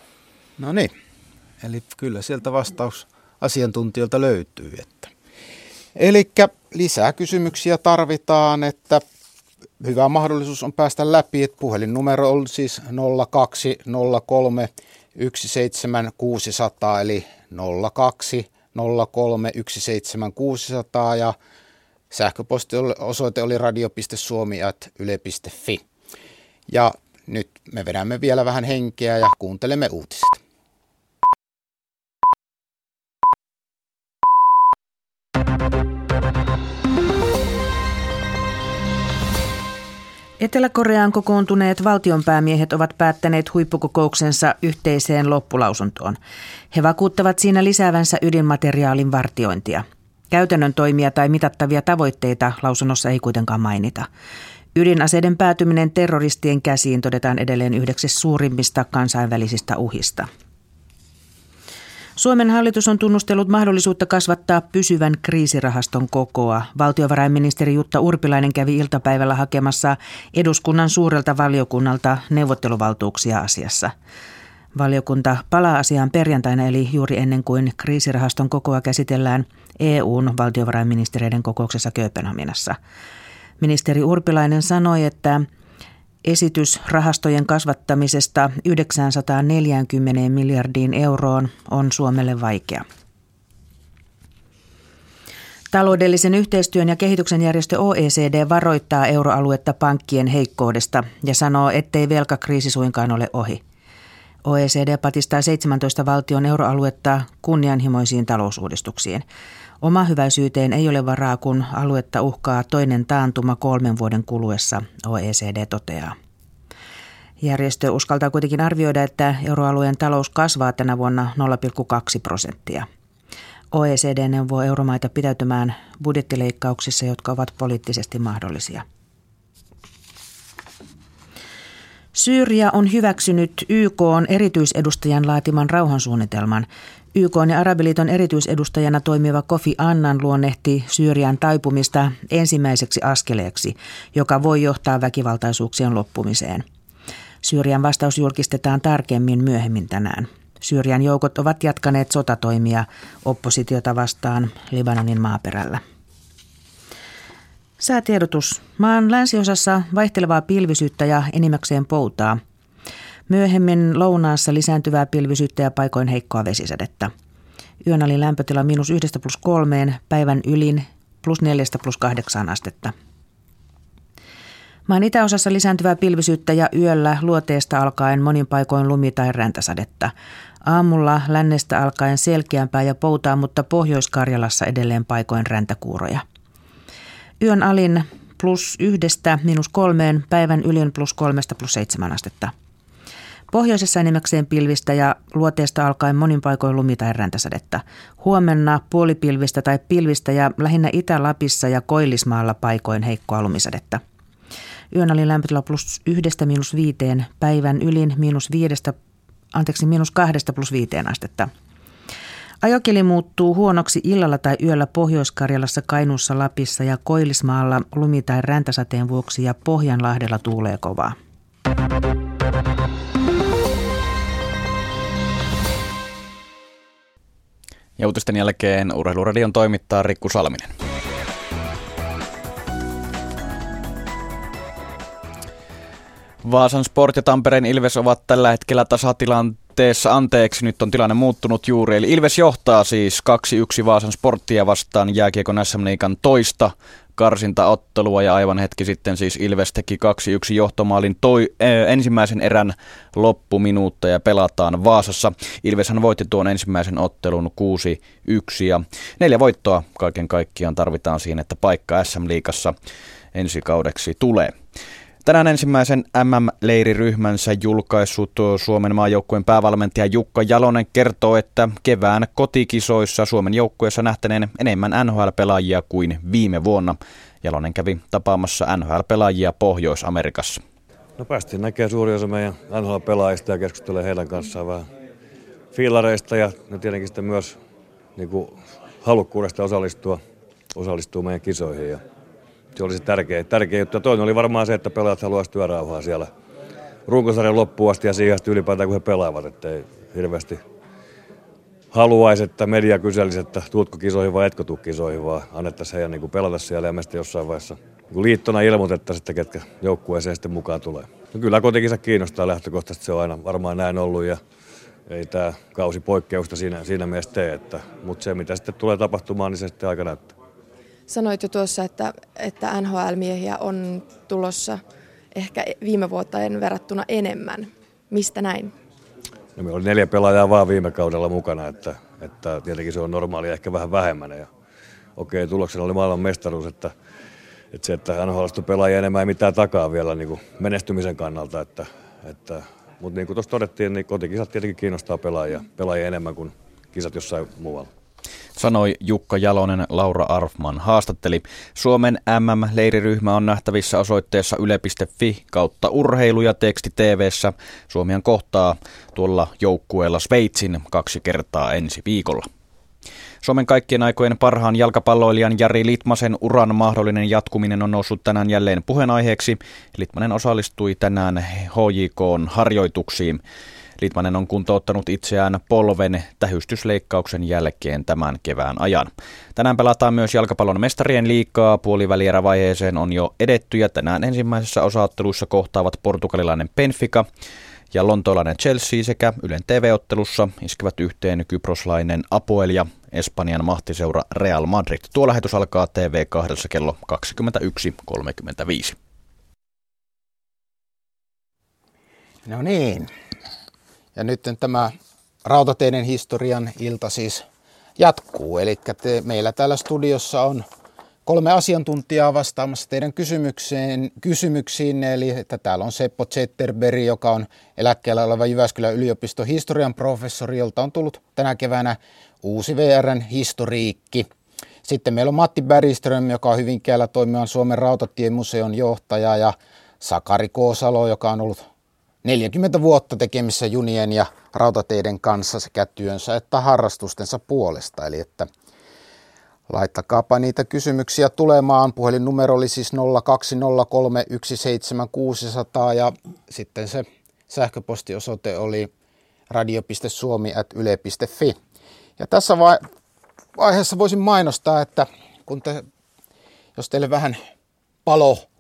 No niin, eli kyllä sieltä vastaus asiantuntijoilta löytyy. Että. Elikkä lisää kysymyksiä tarvitaan, että hyvä mahdollisuus on päästä läpi, että puhelinnumero on siis nolla kaksi nolla kolme yksi seitsemän kuusi nolla nolla eli nolla kaksi nolla kolme yksi seitsemän kuusi nolla nolla ja sähköpostiosoite oli radio piste suomi ät yle piste fi. Ja nyt me vedämme vielä vähän henkeä ja kuuntelemme uutiset. Etelä-Koreaan kokoontuneet valtionpäämiehet ovat päättäneet huippukokouksensa yhteiseen loppulausuntoon. He vakuuttavat siinä lisäävänsä ydinmateriaalin vartiointia. Käytännön toimia tai mitattavia tavoitteita lausunnossa ei kuitenkaan mainita. Ydinaseiden päätyminen terroristien käsiin todetaan edelleen yhdeksi suurimmista kansainvälisistä uhista. Suomen hallitus on tunnustellut mahdollisuutta kasvattaa pysyvän kriisirahaston kokoa. Valtiovarainministeri Jutta Urpilainen kävi iltapäivällä hakemassa eduskunnan suurelta valiokunnalta neuvotteluvaltuuksia asiassa. Valiokunta palaa asiaan perjantaina, eli juuri ennen kuin kriisirahaston kokoa käsitellään E U:n valtiovarainministereiden kokouksessa Kööpenhaminassa. Ministeri Urpilainen sanoi, että esitys rahastojen kasvattamisesta yhdeksänsataaneljäkymmentä miljardiin euroon on Suomelle vaikea. Taloudellisen yhteistyön ja kehityksen järjestö O E C D varoittaa euroaluetta pankkien heikkoudesta ja sanoo, ettei velkakriisi suinkaan ole ohi. O E C D patistaa seitsemäntoista valtion euroaluetta kunnianhimoisiin talousuudistuksiin. Oma hyväisyyteen ei ole varaa, kun aluetta uhkaa toinen taantuma kolmen vuoden kuluessa, O E C D toteaa. Järjestö uskaltaa kuitenkin arvioida, että euroalueen talous kasvaa tänä vuonna nolla pilkku kaksi prosenttia. O E C D neuvoo euromaita pitäytymään budjettileikkauksissa, jotka ovat poliittisesti mahdollisia. Syyria on hyväksynyt Y K:n erityisedustajan laatiman rauhansuunnitelman. Y K:n ja Arabiliiton erityisedustajana toimiva Kofi Annan luonnehti Syyrian taipumista ensimmäiseksi askeleeksi, joka voi johtaa väkivaltaisuuksien loppumiseen. Syyrian vastaus julkistetaan tarkemmin myöhemmin tänään. Syyrian joukot ovat jatkaneet sotatoimia oppositiota vastaan Libanonin maaperällä. Säätiedotus. Maan länsiosassa vaihtelevaa pilvisyyttä ja enimmäkseen poutaa. Myöhemmin lounaassa lisääntyvää pilvisyyttä ja paikoin heikkoa vesisadetta. Yön alin lämpötila miinus yhdestä plus kolmeen, päivän ylin plus neljästä plus kahdeksaan astetta. Maan itäosassa lisääntyvää pilvisyyttä ja yöllä luoteesta alkaen monin paikoin lumi- tai räntäsadetta. Aamulla lännestä alkaen selkeämpää ja poutaa, mutta Pohjois-Karjalassa edelleen paikoin räntäkuuroja. Yön alin plus yhdestä miinus kolmeen, päivän ylin plus kolmesta plus seitsemän astetta. Pohjoisessa enimmäkseen pilvistä ja luoteesta alkaen monin paikoin lumi- tai räntäsadetta. Huomenna puolipilvistä tai pilvistä ja lähinnä Itä-Lapissa ja Koillismaalla paikoin heikkoa lumisadetta. Yön alin lämpötila plus yhdestä miinus viiteen, päivän ylin miinus viidestä, anteeksi miinus kahdesta plus viiteen astetta. Ajokeli muuttuu huonoksi illalla tai yöllä Pohjois-Karjalassa, Kainuussa, Lapissa ja Koillismaalla lumi- tai räntäsateen vuoksi ja Pohjanlahdella tuulee kovaa. Ja uutisten jälkeen Urheiluradion toimittaa Rikku Salminen. Vaasan Sport ja Tampereen Ilves ovat tällä hetkellä tasatilanteessa. Anteeksi, nyt on tilanne muuttunut juuri. Eli Ilves johtaa siis kaksi yksi Vaasan Sporttia vastaan jääkiekon S M-liigan toista karsintaottelua. Ja aivan hetki sitten siis Ilves teki kaksi yksi johtomaalin toi, äh, ensimmäisen erän loppuminuutteja pelataan Vaasassa. Ilveshän voitti tuon ensimmäisen ottelun kuusi yksi ja neljä voittoa kaiken kaikkiaan tarvitaan siihen, että paikka S M-liigassa ensi kaudeksi tulee. Tänään ensimmäisen M M-leiriryhmänsä julkaissut Suomen maajoukkueen päävalmentaja Jukka Jalonen kertoo, että kevään kotikisoissa Suomen joukkueessa nähtäneen enemmän N H L-pelaajia kuin viime vuonna. Jalonen kävi tapaamassa N H L-pelaajia Pohjois-Amerikassa. No päästiin näkemään suuri osa meidän N H L-pelaajista ja keskustelemaan heidän kanssaan vähän fiilareista ja tietenkin sitten myös niin kuin halukkuudesta osallistua, osallistua meidän kisoihin. Ja se oli se tärkeä, tärkeä juttu. Ja toinen oli varmaan se, että pelaajat haluaisivat työrauhaa siellä runkosarjan loppuun asti ja siihen asti ylipäätään, kun he pelaavat. Että ei hirveästi haluaisi, että media kyselisi, että tuutko kisoihin vai etkö tuu kisoihin, vaan annettaisiin heidän niin kuin pelata siellä ja me sitten jossain vaiheessa niin liittona ilmoitettaisiin, että ketkä joukkueeseen sitten mukaan tulee. No kyllä kotikisa kiinnostaa lähtökohtaisesti, se on aina varmaan näin ollut ja ei tämä kausi poikkeusta siinä, siinä mielessä tee. Että, mutta se, mitä sitten tulee tapahtumaan, niin se sitten aika näyttää. Sanoit jo tuossa, että, että N H L-miehiä on tulossa ehkä viime vuoteen verrattuna enemmän. Mistä näin? No, meillä oli neljä pelaajaa vaan viime kaudella mukana, että, että tietenkin se on normaalia ehkä vähän vähemmän. Ja, okei, tuloksena oli maailman mestaruus, että, että se, että N H L:sta pelaajia enemmän ei mitään takaa vielä niin kuin menestymisen kannalta. Että, että, mutta niin kuin tuossa todettiin, niin kotikisat tietenkin kiinnostaa pelaajia, pelaajia enemmän kuin kisat jossain muualla. Sanoi Jukka Jalonen, Laura Arfman haastatteli. Suomen M M-leiriryhmä on nähtävissä osoitteessa yle piste fi kautta urheilu ja teksti T V:ssä. Suomihan kohtaa tuolla joukkueella Sveitsin kaksi kertaa ensi viikolla. Suomen kaikkien aikojen parhaan jalkapalloilijan Jari Litmasen uran mahdollinen jatkuminen on noussut tänään jälleen puheenaiheeksi. Litmanen osallistui tänään H J K:n harjoituksiin. Litmanen on kuntouttanut itseään polven tähystysleikkauksen jälkeen tämän kevään ajan. Tänään pelataan myös jalkapallon mestarien liigaa. Puolivälierävaiheeseen on jo edetty ja tänään ensimmäisessä osaottelussa kohtaavat portugalilainen Benfica ja lontoolainen Chelsea sekä Ylen T V-ottelussa iskevät yhteen kyproslainen Apoel ja Espanjan mahtiseura Real Madrid. Tuo lähetys alkaa T V kaksi kello kaksikymmentäyksi kolmekymmentäviisi. No niin. Ja nyt tämä rautateiden historian ilta siis jatkuu. Eli te, meillä täällä studiossa on kolme asiantuntijaa vastaamassa teidän kysymyksiin. kysymyksiin eli että täällä on Seppo Zetterberg, joka on eläkkeellä oleva Jyväskylän yliopiston historian professori, jolta on tullut tänä keväänä uusi V R:n historiikki. Sitten meillä on Matti Bergström, joka on Hyvinkäällä toimivan Suomen rautatiemuseon johtaja, ja Sakari Koosalo, joka on ollut neljäkymmentä vuotta tekemissä junien ja rautateiden kanssa sekä työnsä että harrastustensa puolesta. Eli että laittakaapa niitä kysymyksiä tulemaan. Puhelinnumero oli siis nolla kaksi nolla kolme yksi seitsemän kuusi nolla nolla ja sitten se sähköpostiosoite oli radio piste suomi ät yle piste fi. Ja tässä vaiheessa voisin mainostaa, että kun te, jos teille vähän palo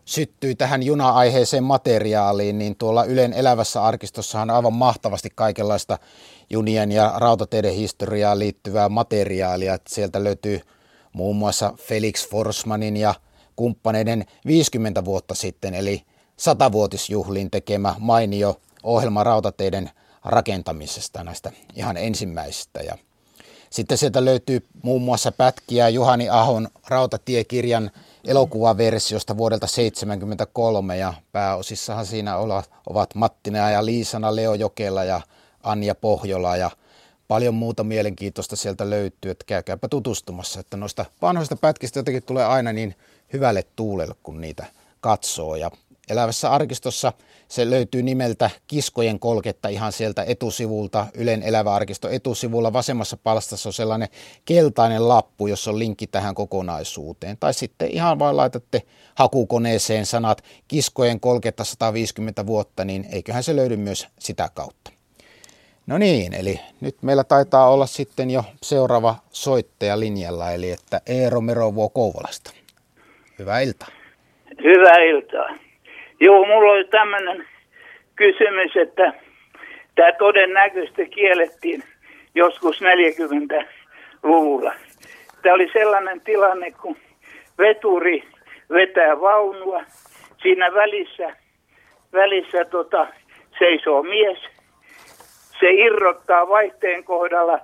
syttyy tähän juna-aiheeseen materiaaliin, niin tuolla Ylen elävässä arkistossahan on aivan mahtavasti kaikenlaista junien ja rautateiden historiaan liittyvää materiaalia. Että sieltä löytyy muun muassa Felix Forsmanin ja kumppaneiden viisikymmentä vuotta sitten, eli satavuotisjuhliin tekemä mainio ohjelma rautateiden rakentamisesta, näistä ihan ensimmäisistä. Ja sitten sieltä löytyy muun muassa pätkiä Juhani Ahon rautatiekirjan elokuvaversiosta vuodelta seitsemänkymmentäkolme, ja pääosissahan siinä ovat Mattina ja Liisana Leo Jokela ja Anja Pohjola, ja paljon muuta mielenkiintoista sieltä löytyy, että käykääpä tutustumassa, että noista vanhoista pätkistä jotenkin tulee aina niin hyvälle tuulelle, kun niitä katsoo. Ja elävässä arkistossa se löytyy nimeltä Kiskojen kolketta ihan sieltä etusivulta. Ylen elävä arkisto etusivulla vasemmassa palstassa on sellainen keltainen lappu, jossa on linkki tähän kokonaisuuteen. Tai sitten ihan vain laitatte hakukoneeseen sanat Kiskojen kolketta sata viisikymmentä vuotta, niin eiköhän se löydy myös sitä kautta. No niin, eli nyt meillä taitaa olla sitten jo seuraava soittaja linjalla, eli että Eero Merovuo Kouvolasta. Hyvää iltaa. Hyvää iltaa. Joo, mulla oli tämmöinen kysymys, että tämä todennäköisesti kiellettiin joskus neljäkymmentäluvulla. Tämä oli sellainen tilanne, kun veturi vetää vaunua. Siinä välissä, välissä tota, seisoo mies. Se irrottaa vaihteen kohdalla,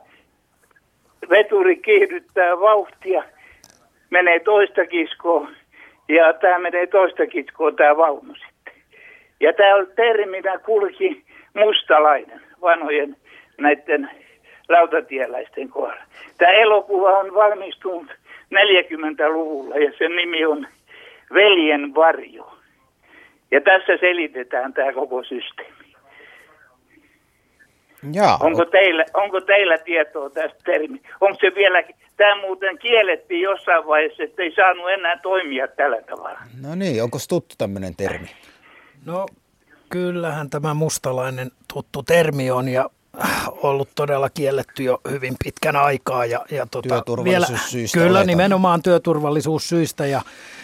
veturi kiihdyttää vauhtia, menee toista kiskoa ja tämä menee toista kiskoa tämä vaunu sitten. Ja tämä terminä kulki mustalainen vanhojen näiden lautatieläisten kohdalla. Tämä elokuva on valmistunut neljäkymmentäluvulla ja sen nimi on Veljen varjo. Ja tässä selitetään tämä koko systeemi. Jaa. Onko teillä, onko teillä tietoa tästä termistä? Onko se vielä, tämä muuten kiellettiin jossain vaiheessa, että ei saanut enää toimia tällä tavalla? No niin, onko tuttu tämmöinen termi? No kyllähän tämä mustalainen tuttu termi on ja ollut todella kielletty jo hyvin pitkän aikaa. Ja, ja tota, työturvallisuussyistä. Kyllä, oletan. nimenomaan työturvallisuussyistä ja,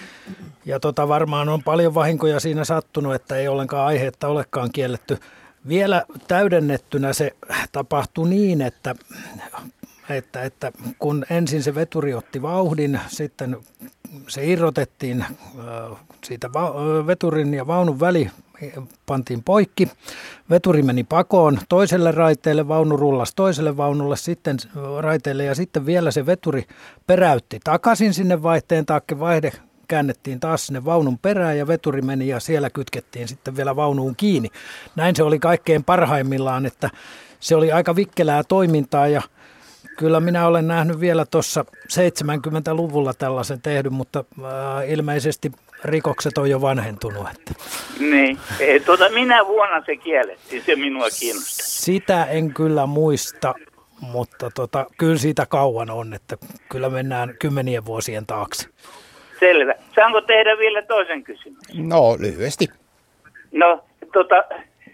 ja tota, varmaan on paljon vahinkoja siinä sattunut, että ei ollenkaan aiheetta olekaan kielletty. Vielä täydennettynä se tapahtui niin, että, että, että kun ensin se veturi otti vauhdin, sitten se irrotettiin siitä veturin ja vaunun väli, pantiin poikki. Veturi meni pakoon toiselle raiteelle, vaunu rullasi toiselle vaunulle, sitten raiteelle ja sitten vielä se veturi peräytti takaisin sinne vaihteen taakke, vaihde käännettiin taas sinne vaunun perään ja veturi meni ja siellä kytkettiin sitten vielä vaunuun kiinni. Näin se oli kaikkein parhaimmillaan, että se oli aika vikkelää toimintaa ja kyllä minä olen nähnyt vielä tuossa seitsemänkymmentäluvulla tällaisen tehdyn, mutta äh, ilmeisesti rikokset on jo vanhentunut. Että. Niin, ei, tuota, minä vuonna se kiellettiin, se minua kiinnostaa. Sitä en kyllä muista, mutta tota, kyllä siitä kauan on, että kyllä mennään kymmenien vuosien taakse. Selvä. Saanko tehdä vielä toisen kysymyksen? No, lyhyesti. No, tota,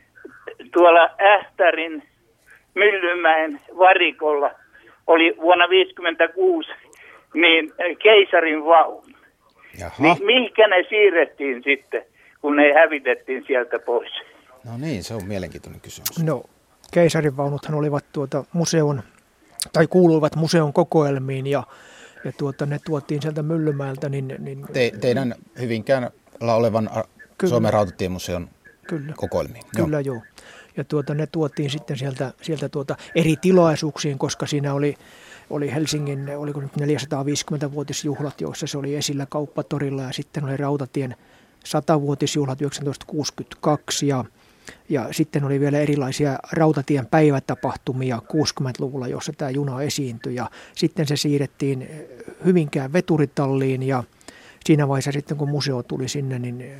tuolla Ähtärin Myllymäen varikolla oli vuonna viisikymmentäkuusi niin keisarin vaunu. Niin mihinkä ne siirrettiin sitten, kun ne hävitettiin sieltä pois? No niin, se on mielenkiintoinen kysymys. No, keisarin vaunuthan olivat tuota museon, tai kuuluivat museon kokoelmiin ja Ja tuota, ne tuotiin sieltä Myllymäeltä. Niin, niin Te, teidän Hyvinkäällä olevan kyllä, Suomen rautatiemuseon kyllä, kokoelmiin. Kyllä joo. joo. Ja tuota, ne tuotiin sitten sieltä, sieltä tuota eri tilaisuuksiin, koska siinä oli, oli Helsingin, oliko nyt neljäsataaviisikymmentävuotisjuhlat, joissa se oli esillä Kauppatorilla. Ja sitten oli Rautatien satavuotisjuhlat yhdeksäntoistasataakuusikymmentäkaksi ja Ja sitten oli vielä erilaisia rautatien päivätapahtumia kuusikymmentäluvulla, jossa tämä juna esiintyi. Ja sitten se siirrettiin Hyvinkään veturitalliin ja siinä vaiheessa sitten kun museo tuli sinne, niin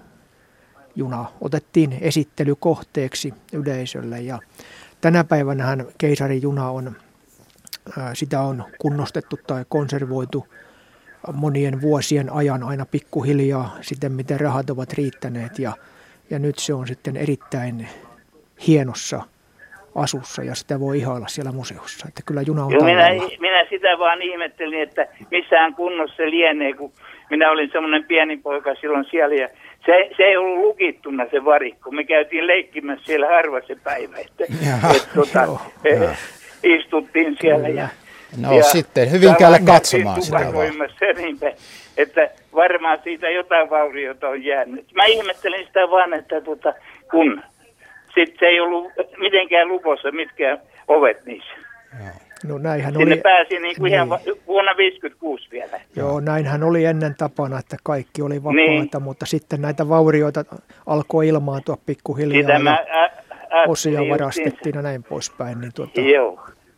juna otettiin esittelykohteeksi yleisölle. Ja tänä päivänähän keisarin juna on, sitä on kunnostettu tai konservoitu monien vuosien ajan aina pikkuhiljaa siten, miten rahat ovat riittäneet ja Ja nyt se on sitten erittäin hienossa asussa ja sitä voi ihailla siellä museossa. Että kyllä juna on Joo, minä, minä sitä vaan ihmettelin, että missään kunnossa se lienee, kun minä olin semmoinen pieni poika silloin siellä ja se, se ei ollut lukittuna se varikko. Me käytiin leikkimässä siellä harva se päivä, että et, tota, e, istuttiin siellä ja, no ja sitten Hyvinkäälle katsomaan sitä vaan. Niinpä, että varmaan siitä jotain vauriota on jäänyt. Mä ihmettelin sitä vaan, että tota, kun sitten se ei ollut mitenkään lukossa mitkään ovet niissä. No näinhän Sinne oli, pääsi niin kuin niin. ihan vuonna viisikymmentäkuusi vielä. Joo, näinhän oli ennen tapana, että kaikki oli vapaata, niin. Mutta sitten näitä vaurioita alkoi ilmaantua pikkuhiljaa Sitä mä, ja ä, ä, osia niin varastettiin ja näin poispäin. Niin tuota, joo.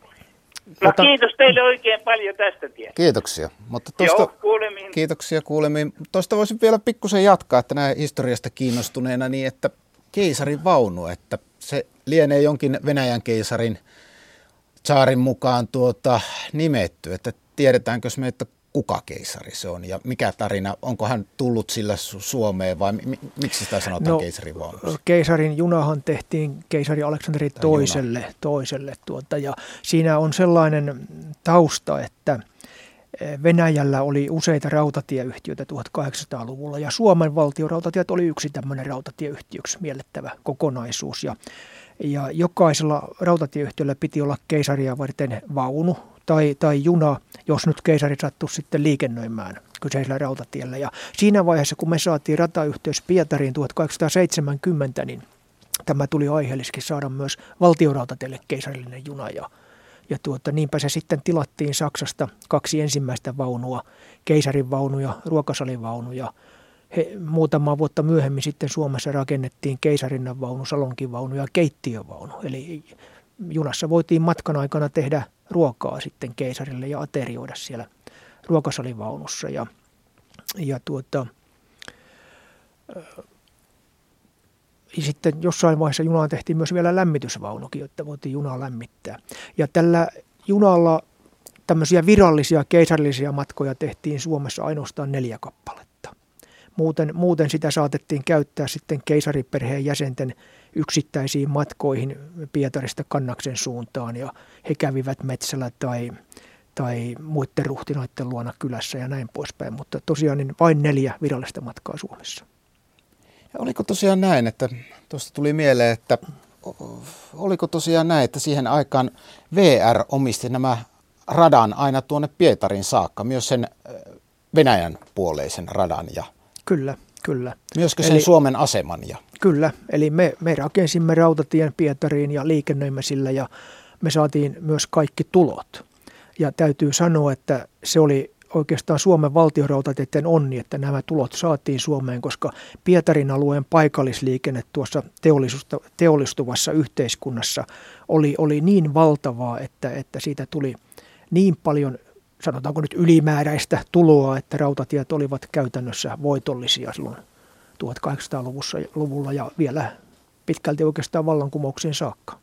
No Ota... kiitos teille oikein paljon tästä tietä. Kiitoksia. Mutta tosta, joo, kuulemiin. Kiitoksia kuulemiin. Tuosta voisin vielä pikkusen jatkaa, että näin historiasta kiinnostuneena, niin että keisarin vaunu, että se lienee jonkin Venäjän keisarin tsaarin mukaan tuota, nimetty, että tiedetäänkö me, että kuka keisari se on ja mikä tarina, onko hän tullut sillä Su- Suomeen vai mi- miksi sitä sanotaan no, keisarin vaunuksi? Keisarin junahan tehtiin keisari Aleksanteri toiselle, toiselle tuota, ja siinä on sellainen tausta, että Venäjällä oli useita rautatieyhtiöitä tuhatkahdeksansataaluvulla ja Suomen valtionrautatiet oli yksi tämmöinen rautatieyhtiöksi miellettävä kokonaisuus ja Ja jokaisella rautatieyhtiöllä piti olla keisaria varten vaunu tai, tai juna, jos nyt keisari sattui sitten liikennöimään kyseisellä rautatiellä. Ja siinä vaiheessa, kun me saatiin ratayhteys Pietariin tuhatkahdeksansataaseitsemänkymmentä, niin tämä tuli aiheellisesti saada myös valtionrautateille keisarillinen juna. Ja, ja tuota, niinpä se sitten tilattiin Saksasta kaksi ensimmäistä vaunua, keisarin vaunu ja ruokasalin vaunu. Ja He, muutama vuotta myöhemmin sitten Suomessa rakennettiin keisarinnan vaunu, salonkin vaunu ja keittiövaunu. Eli junassa voitiin matkan aikana tehdä ruokaa sitten keisarille ja aterioida siellä ruokasalivaunussa. Ja, ja tuota, ja sitten jossain vaiheessa junaan tehtiin myös vielä lämmitysvaunukin, jotta voitiin junaa lämmittää. Ja tällä junalla tämmöisiä virallisia keisarillisia matkoja tehtiin Suomessa ainoastaan neljä kappaletta. Muuten, muuten sitä saatettiin käyttää sitten keisariperheen jäsenten yksittäisiin matkoihin Pietarista Kannaksen suuntaan ja he kävivät metsällä tai, tai muiden ruhtinoiden luona kylässä ja näin poispäin, mutta tosiaan niin vain neljä virallista matkaa Suomessa. Ja oliko tosiaan näin, että tuosta tuli mieleen, että oliko tosiaan näin, että siihen aikaan V R omisti nämä radan aina tuonne Pietarin saakka, myös sen Venäjän puoleisen radan ja Kyllä, kyllä. Myöskö sen eli, Suomen aseman? Ja... Kyllä, eli me, me rakensimme rautatien Pietariin ja liikennöimme sillä ja me saatiin myös kaikki tulot. Ja täytyy sanoa, että se oli oikeastaan Suomen valtionrautateiden onni, että nämä tulot saatiin Suomeen, koska Pietarin alueen paikallisliikenne tuossa teollistuvassa yhteiskunnassa oli, oli niin valtavaa, että, että siitä tuli niin paljon, sanotaanko nyt ylimääräistä tuloa, että rautatiet olivat käytännössä voitollisia silloin tuhatkahdeksansataaluvulla ja vielä pitkälti oikeastaan vallankumouksiin saakka.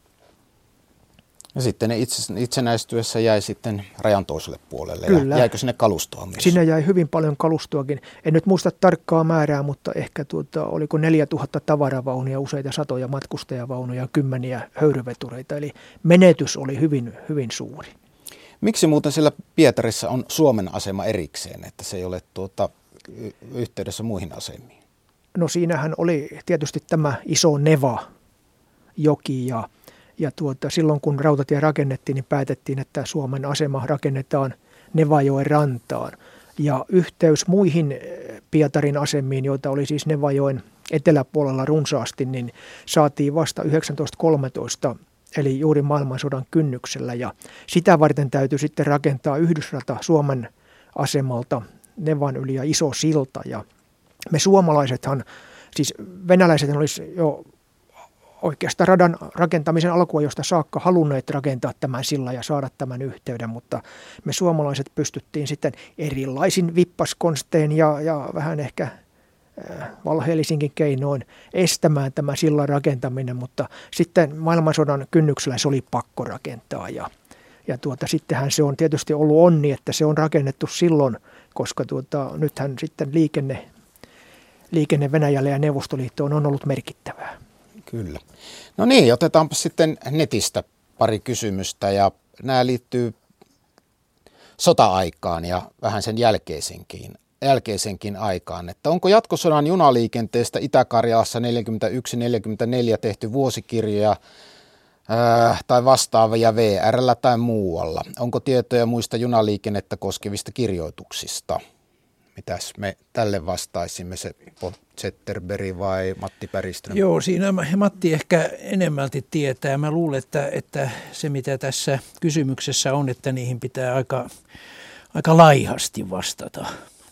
Ja sitten ne itse, itsenäistyessä jäi sitten rajan toiselle puolelle. Kyllä. Ja jäikö sinne kalustoa myös? Sinne jäi hyvin paljon kalustoakin. En nyt muista tarkkaa määrää, mutta ehkä tuota, oliko neljätuhatta tavaravaunia, useita satoja matkustajavaunuja, kymmeniä höyryvetureita. Eli menetys oli hyvin, hyvin suuri. Miksi muuten siellä Pietarissa on Suomen asema erikseen, että se ei ole tuota, y- yhteydessä muihin asemiin? No siinähän oli tietysti tämä iso Neva-joki ja, ja tuota, silloin kun rautatie rakennettiin, niin päätettiin, että Suomen asema rakennetaan Nevajoen rantaan. Ja yhteys muihin Pietarin asemiin, joita oli siis Nevajoen eteläpuolella runsaasti, niin saatiin vasta yhdeksäntoistasataakolmetoista, eli juuri maailmansodan kynnyksellä. Ja sitä varten täytyy sitten rakentaa yhdysrata Suomen asemalta Nevan yli ja iso silta. Ja me suomalaisethan, siis venäläisethän olisi jo oikeastaan radan rakentamisen alkuajosta saakka halunneet rakentaa tämän sillan ja saada tämän yhteyden, mutta me suomalaiset pystyttiin sitten erilaisin vippaskonstein ja, ja vähän ehkä valheellisinkin keinoin estämään tämä sillan rakentaminen, mutta sitten maailmansodan kynnyksellä se oli pakko rakentaa ja, ja tuota, sittenhän se on tietysti ollut onni, että se on rakennettu silloin, koska tuota, nythän sitten liikenne, liikenne Venäjälle ja Neuvostoliittoon on ollut merkittävää. Kyllä. No niin, otetaanpa sitten netistä pari kysymystä ja nämä liittyy sota-aikaan ja vähän sen jälkeisenkin, jälkeisenkin aikaan. Että onko jatkosodan junaliikenteestä Itä-Karjalassa neljäkymmentäyksi neljäkymmentäneljä tehty vuosikirjoja ää, tai vastaavia V R:llä tai muualla? Onko tietoja muista junaliikennettä koskevista kirjoituksista? Mitäs me tälle vastaisimme, Seppo Zetterberg vai Matti Bergström? Joo, siinä Matti ehkä enemmälti tietää. Mä luulen, että, että se mitä tässä kysymyksessä on, että niihin pitää aika, aika laihasti vastata.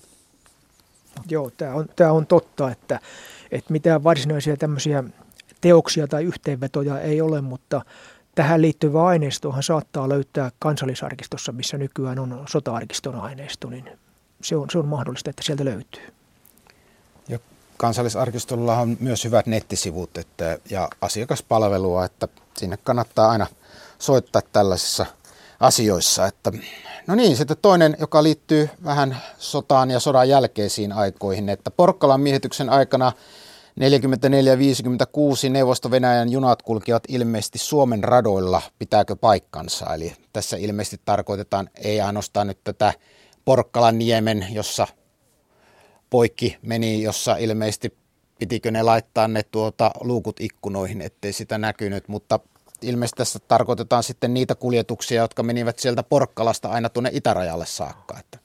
Joo, tämä on, tämä on totta, että, että mitään varsinaisia tämmöisiä teoksia tai yhteenvetoja ei ole, mutta tähän liittyvä aineistohan saattaa löytää Kansallisarkistossa, missä nykyään on sota-arkiston aineisto, niin se on, se on mahdollista, että sieltä löytyy. Ja Kansallisarkistolla on myös hyvät nettisivut että, ja asiakaspalvelua, että sinne kannattaa aina soittaa tällaisissa asioissa. Että, no niin, sitten toinen, joka liittyy vähän sotaan ja sodan jälkeisiin aikoihin, että Porkkalan miehityksen aikana neljäkymmentäneljä viisikymmentäkuusi Neuvosto-Venäjän junat kulkivat ilmeisesti Suomen radoilla. Pitääkö paikkansa? Eli tässä ilmeisesti tarkoitetaan ei ainoastaan nyt tätä Porkkalan niemen, jossa poikki meni, jossa ilmeisesti pitikö ne laittaa ne tuota luukut ikkunoihin, ettei sitä näkynyt, mutta ilmeisesti tässä tarkoitetaan sitten niitä kuljetuksia, jotka menivät sieltä Porkkalasta aina tuonne itärajalle saakka. Että.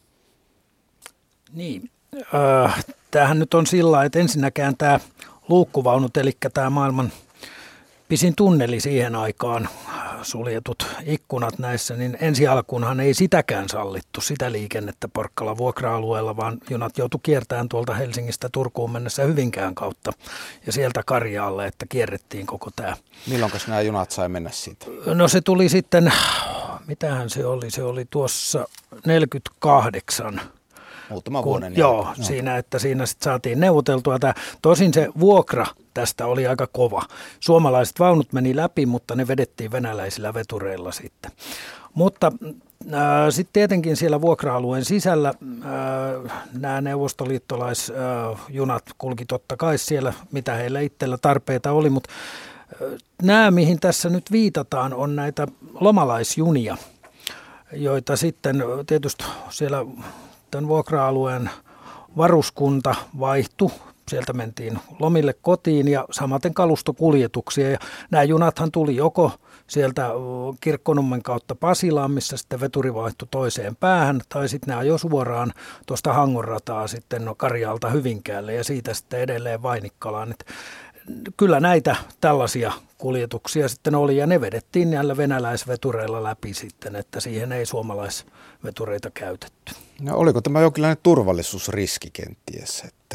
Niin, äh, tämähän nyt on sillä, että ensinnäkään tämä luukkuvaunut, eli tämä maailman pisin tunneli siihen aikaan, suljetut ikkunat näissä, niin ensi alkuunhan ei sitäkään sallittu, sitä liikennettä Porkkalan vuokra-alueella, vaan junat joutui kiertämään tuolta Helsingistä Turkuun mennessä Hyvinkään kautta ja sieltä Karjaalle, että kierrettiin koko tämä. Milloinkas nämä junat sai mennä siitä? No se tuli sitten, mitähän se oli, se oli tuossa neljäkymmentäkahdeksan. Muutama vuoden. Joo, no. siinä, että siinä sitten saatiin neuvoteltua tämä. Tosin se vuokra tästä oli aika kova. Suomalaiset vaunut meni läpi, mutta ne vedettiin venäläisillä vetureilla sitten. Mutta äh, sitten tietenkin siellä vuokra-alueen sisällä äh, nämä neuvostoliittolaisjunat äh, kulki totta kai siellä, mitä heillä itsellä tarpeita oli, mutta äh, nämä, mihin tässä nyt viitataan, on näitä lomalaisjunia, joita sitten tietysti siellä tämän vuokra-alueen varuskunta vaihtui. Sieltä mentiin lomille kotiin ja samaten kalustokuljetuksia. Ja nämä junathan tuli joko sieltä Kirkkonummen kautta Pasilaan, missä sitten veturi vaihtui toiseen päähän, tai sitten ne ajoi suoraan tuosta Hangon rataa sitten Karjaalta Hyvinkäälle ja siitä sitten edelleen Vainikkalaan. Et kyllä näitä tällaisia kuljetuksia sitten oli ja ne vedettiin näillä venäläisvetureilla läpi sitten, että siihen ei suomalaisvetureita käytetty. No oliko tämä jonkinlainen turvallisuusriski kenties, että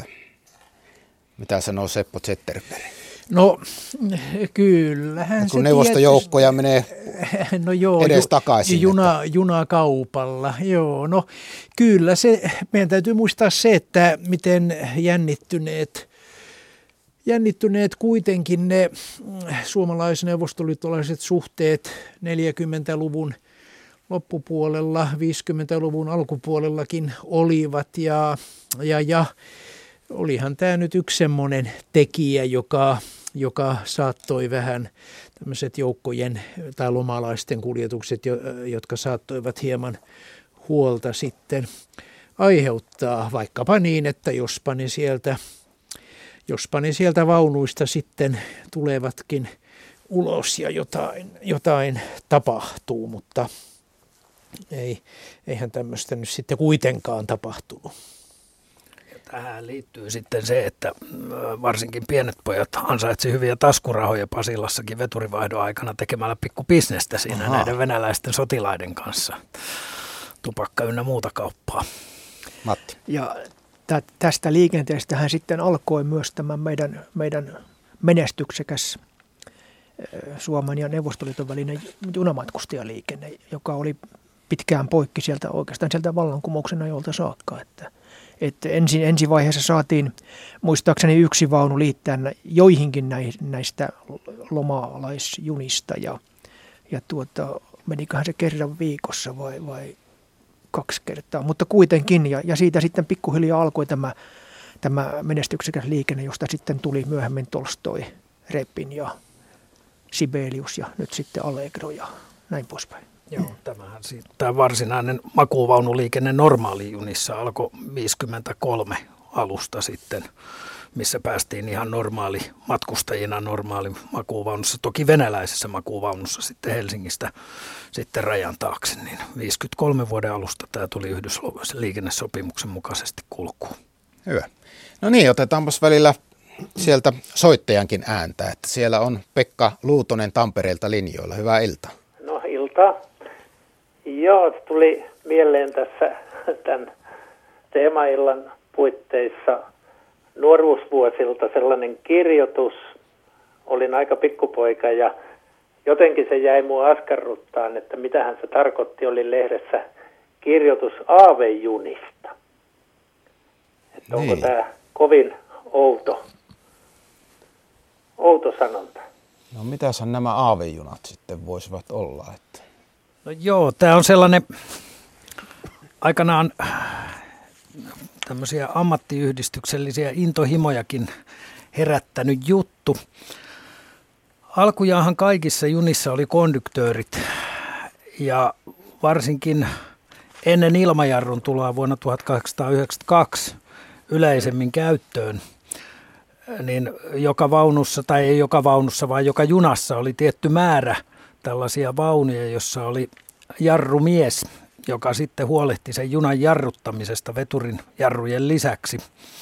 mitä sanoo Seppo Zetterberg? No kyllähän kun se neuvostojoukkoja menee no joo, edes ju, takaisin. Juna, junakaupalla, joo. No kyllä se, meidän täytyy muistaa se, että miten jännittyneet, jännittyneet kuitenkin ne suomalais-neuvostoliittolaiset suhteet neljäkymmentäluvun loppupuolella, viisikymmentäluvun alkupuolellakin olivat ja, ja, ja olihan tämä nyt yksi semmoinen tekijä, joka, joka saattoi vähän tämmöiset joukkojen tai lomalaisten kuljetukset, jotka saattoivat hieman huolta sitten aiheuttaa, vaikkapa niin, että jospa ne sieltä, jospa ne sieltä vaunuista sitten tulevatkin ulos ja jotain, jotain tapahtuu, mutta ei, eihän tämmöistä nyt sitten kuitenkaan tapahtunut. Tähän liittyy sitten se, että varsinkin pienet pojat ansaitsi hyviä taskurahoja Pasilassakin veturivaihdon aikana tekemällä pikku bisnestä siinä Aha. näiden venäläisten sotilaiden kanssa. Tupakka ynnä muuta kauppaa. Matti. Ja tä- tästä liikenteestähän sitten alkoi myös tämä meidän, meidän menestyksekäs Suomen ja Neuvostoliiton välinen junamatkustajaliikenne, joka oli pitkään poikki sieltä oikeastaan sieltä vallankumouksen ajolta saakka, että Että ensin, ensivaiheessa saatiin muistaakseni yksi vaunu liittää joihinkin näistä lomalaisjunista ja, ja tuota, meniköhän se kerran viikossa vai, vai kaksi kertaa, mutta kuitenkin ja, ja siitä sitten pikkuhiljaa alkoi tämä, tämä menestyksekäs liikenne, josta sitten tuli myöhemmin Tolstoi Repin ja Sibelius ja nyt sitten Allegro ja näin poispäin. Joo, tämähän siitä, tämä varsinainen makuuvaunuliikenne normaalijunissa alkoi viisikymmentäkolme alusta sitten, missä päästiin ihan normaali matkustajina normaali makuuvaunussa, toki venäläisessä makuuvaunussa sitten Helsingistä sitten rajan taakse, niin viisikymmentäkolme vuoden alusta tämä tuli Yhdysvaltojen liikennesopimuksen mukaisesti kulkuun. Hyvä. No niin, otetaanpas välillä sieltä soittajankin ääntä, että siellä on Pekka Luutonen Tampereelta linjoilla. Hyvää iltaa. No iltaa. Joo, tuli mieleen tässä tämän teemaillan puitteissa nuoruusvuosilta sellainen kirjoitus. Olin aika pikkupoika ja jotenkin se jäi mua askarruttaan, että mitähän se tarkoitti. Oli lehdessä kirjoitus aavejunista. Että onko niin. Tämä kovin outo, outo sanonta? No mitäshän nämä aavejunat sitten voisivat olla? Että... No joo, tämä on sellainen aikanaan tämmöisiä ammattiyhdistyksellisiä intohimojakin herättänyt juttu. Alkujaanhan kaikissa junissa oli konduktöörit ja varsinkin ennen ilmajarrun tuloa vuonna tuhatkahdeksansataayhdeksänkymmentäkaksi yleisemmin käyttöön, niin joka vaunussa, tai ei joka vaunussa, vaan joka junassa oli tietty määrä tällaisia vaunuja, jossa oli jarrumies, joka sitten huolehti sen junan jarruttamisesta veturin jarrujen lisäksi.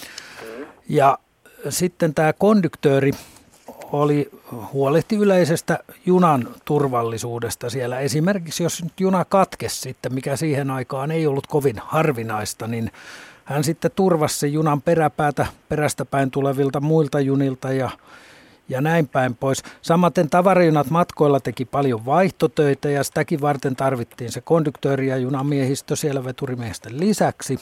Ja sitten tämä konduktööri oli, huolehti yleisestä junan turvallisuudesta siellä. Esimerkiksi jos nyt juna katkesi sitten, mikä siihen aikaan ei ollut kovin harvinaista, niin hän sitten turvasi sen junan peräpäätä perästä päin tulevilta muilta junilta ja, ja näin päin pois. Samaten tavarajunat matkoilla teki paljon vaihtotöitä ja sitäkin varten tarvittiin se konduktööri ja junamiehistö siellä veturimiesten lisäksi.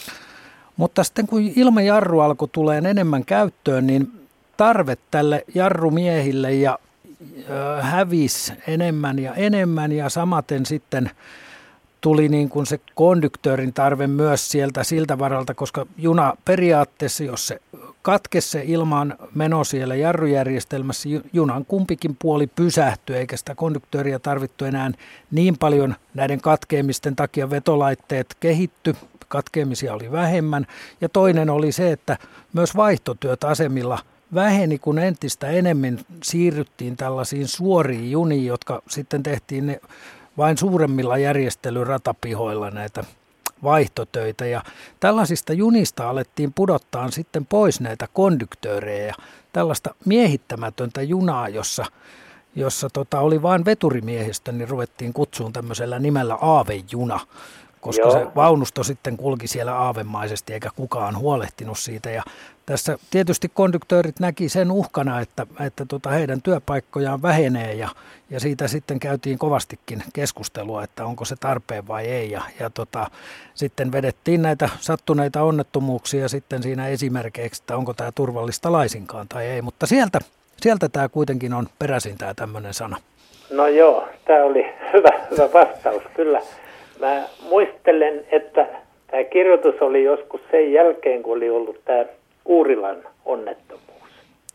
Mutta sitten kun ilmajarru alkoi tulemaan enemmän käyttöön, niin tarve tälle jarrumiehille ja ö, hävisi enemmän ja enemmän ja samaten sitten tuli niin kuin se konduktöörin tarve myös sieltä siltä varalta, koska juna periaatteessa, jos se katkesi se ilman meno siellä jarrujärjestelmässä, junan kumpikin puoli pysähtyi, eikä sitä konduktööriä tarvittu enää niin paljon näiden katkeamisten takia vetolaitteet kehitty, katkeamisia oli vähemmän. Ja toinen oli se, että myös vaihtotyöt asemilla väheni, kun entistä enemmän siirryttiin tällaisiin suoriin juniin, jotka sitten tehtiin ne vain suuremmilla järjestelyratapihoilla näitä vaihtotöitä. Ja tällaisista junista alettiin pudottaa sitten pois näitä konduktöörejä ja tällaista miehittämätöntä junaa, jossa, jossa tota oli vain veturimiehistö, niin ruvettiin kutsuun tämmöisellä nimellä aavejuna, koska Joo. se vaunusto sitten kulki siellä aavemaisesti eikä kukaan huolehtinut siitä. Ja tässä tietysti konduktöörit näki sen uhkana, että, että tota heidän työpaikkojaan vähenee ja, ja siitä sitten käytiin kovastikin keskustelua, että onko se tarpeen vai ei. Ja, ja tota, sitten vedettiin näitä sattuneita onnettomuuksia sitten siinä esimerkiksi, että onko tämä turvallista laisinkaan tai ei. Mutta sieltä, sieltä tämä kuitenkin on peräisin tämä tämmöinen sana. No joo, tämä oli hyvä, hyvä vastaus kyllä. Mä muistelen, että tämä kirjoitus oli joskus sen jälkeen, kun oli ollut tämä Kuurilan onnettomuus.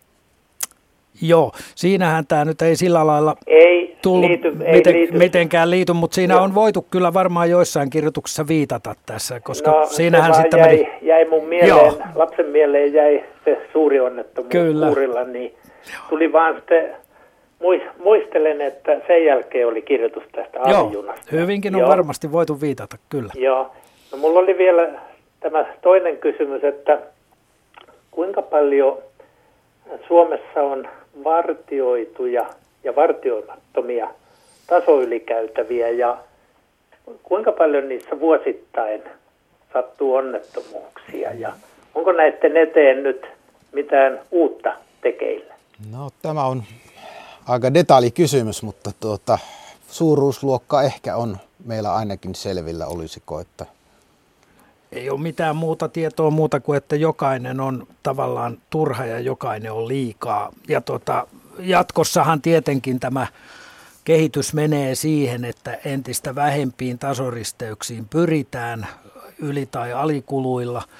Joo, siinähän tämä nyt ei sillä lailla ei tullut liity, miten, ei liity. mitenkään liity, mutta siinä Joo. on voitu kyllä varmaan joissain kirjoituksissa viitata tässä, koska no, siinähän se sitten jäi, meni... jäi mun mieleen, Joo. lapsen mieleen jäi se suuri onnettomuus kyllä. Kuurilla, niin tuli vaan sitten... Muistelen, että sen jälkeen oli kirjoitus tästä aavejunasta. Joo, hyvinkin on Joo. varmasti voitu viitata, kyllä. Joo. No, mulla oli vielä tämä toinen kysymys, että kuinka paljon Suomessa on vartioituja ja vartioimattomia tasoylikäytäviä ja kuinka paljon niissä vuosittain sattuu onnettomuuksia ja onko näiden eteen nyt mitään uutta tekeillä? No tämä on aika detaljakysymys, mutta tuota, suuruusluokka ehkä on meillä ainakin selvillä, olisiko, että... Ei ole mitään muuta tietoa muuta kuin, että jokainen on tavallaan turha ja jokainen on liikaa. Ja tota, jatkossahan tietenkin tämä kehitys menee siihen, että entistä vähempiin tasoristeyksiin pyritään yli- tai alikuluilla.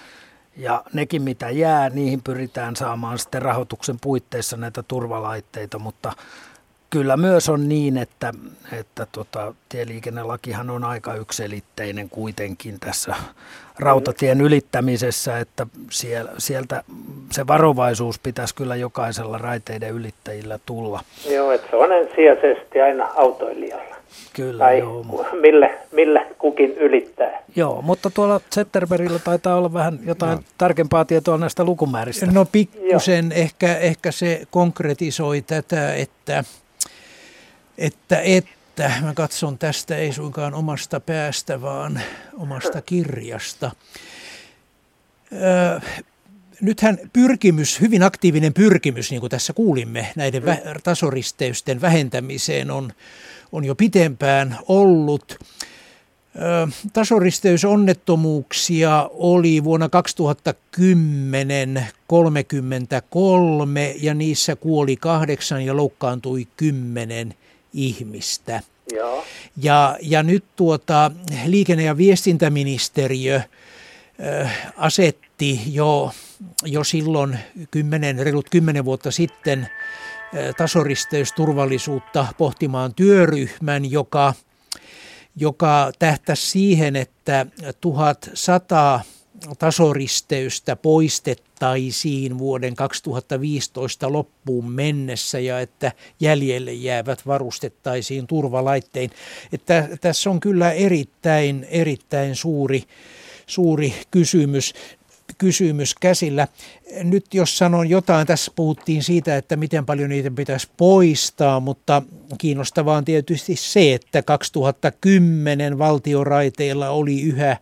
Ja nekin mitä jää, niihin pyritään saamaan sitten rahoituksen puitteissa näitä turvalaitteita, mutta kyllä myös on niin, että, että tota, tieliikennelakihan on aika yksiselitteinen kuitenkin tässä rautatien ylittämisessä, että siellä, sieltä se varovaisuus pitäisi kyllä jokaisella raiteiden ylittäjillä tulla. Joo, että se on ensisijaisesti aina autoilijalla. Kyllä, tai joo. millä, millä kukin ylittää. Joo, mutta tuolla Zetterbergillä taitaa olla vähän jotain no. tarkempaa tietoa näistä lukumääristä. No pikkusen ehkä, ehkä se konkretisoi tätä, että, että, että mä katson tästä ei suinkaan omasta päästä, vaan omasta kirjasta. Öö, Nythän pyrkimys, hyvin aktiivinen pyrkimys, niin kuin tässä kuulimme, näiden vä- tasoristeysten vähentämiseen on, on jo pitempään ollut. Ö, tasoristeysonnettomuuksia oli vuonna kaksituhattakymmenen kolmekymmentäkolme ja niissä kuoli kahdeksan ja loukkaantui kymmenen ihmistä. Joo. Ja, ja nyt tuota, liikenne- ja viestintäministeriö ö, asetti jo jo silloin kymmenen, reilut kymmenen vuotta sitten tasoristeysturvallisuutta pohtimaan työryhmän, joka, joka tähtäsi siihen, että tuhatsata tasoristeystä poistettaisiin vuoden kaksituhattaviisitoista loppuun mennessä ja että jäljelle jäävät varustettaisiin turvalaittein. Että tässä on kyllä erittäin, erittäin suuri, suuri kysymys. kysymys käsillä. Nyt jos sanon jotain, tässä puhuttiin siitä, että miten paljon niitä pitäisi poistaa, mutta kiinnostavaa on tietysti se, että kaksituhattakymmenen valtioraiteilla oli yhä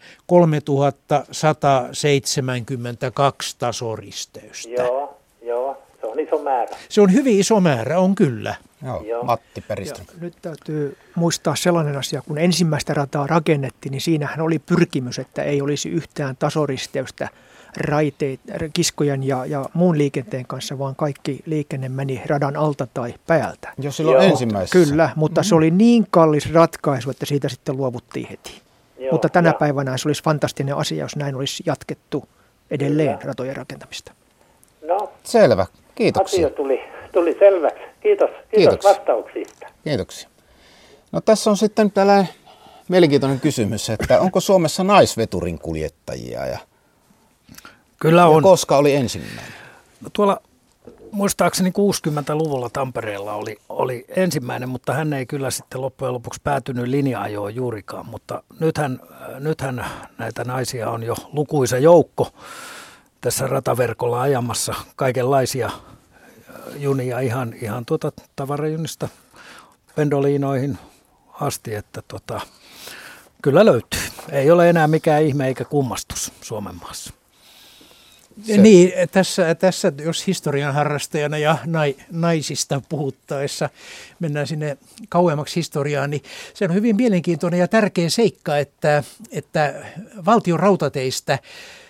kolmetuhattasataseitsemänkymmentäkaksi tasoristeystä. Joo, joo, se on iso määrä. Se on hyvin iso määrä, on kyllä. Joo, joo. Matti Peristö. Nyt täytyy muistaa sellainen asia, kun ensimmäistä rataa rakennettiin, niin siinähän oli pyrkimys, että ei olisi yhtään tasoristeystä raiteet, kiskojen ja, ja muun liikenteen kanssa, vaan kaikki liikenne meni radan alta tai päältä. Jo silloin ensimmäisessä. Kyllä, mutta mm-hmm. se oli niin kallis ratkaisu, että siitä sitten luovuttiin heti. Joo, mutta tänä joo. päivänä se olisi fantastinen asia, jos näin olisi jatkettu edelleen Kyllä. ratojen rakentamista. No, selvä, kiitoksia. Asia tuli, tuli selväksi. Kiitos, kiitos Kiitoksia. vastauksista. Kiitoksia. No tässä on sitten tällainen mielenkiintoinen kysymys, että onko Suomessa naisveturin kuljettajia ja Kyllä on. Ja koska oli ensimmäinen? No tuolla muistaakseni kuusikymmentäluvulla Tampereella oli, oli ensimmäinen, mutta hän ei kyllä sitten loppujen lopuksi päätynyt linja-ajoon juurikaan. Mutta nythän, nythän näitä naisia on jo lukuisa joukko tässä rataverkolla ajamassa kaikenlaisia junia ihan, ihan tuota tavarajunista pendoliinoihin asti, että tota, kyllä löytyy. Ei ole enää mikään ihme eikä kummastus Suomen maassa. Se. Niin, tässä, tässä jos historian harrastajana ja nai, naisista puhuttaessa mennään sinne kauemmaksi historiaan, niin se on hyvin mielenkiintoinen ja tärkeä seikka, että, että valtion rautateistä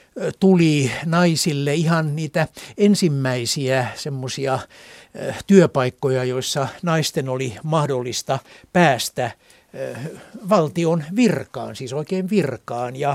tuli naisille ihan niitä ensimmäisiä semmoisia työpaikkoja, joissa naisten oli mahdollista päästä valtion virkaan, siis oikein virkaan. Ja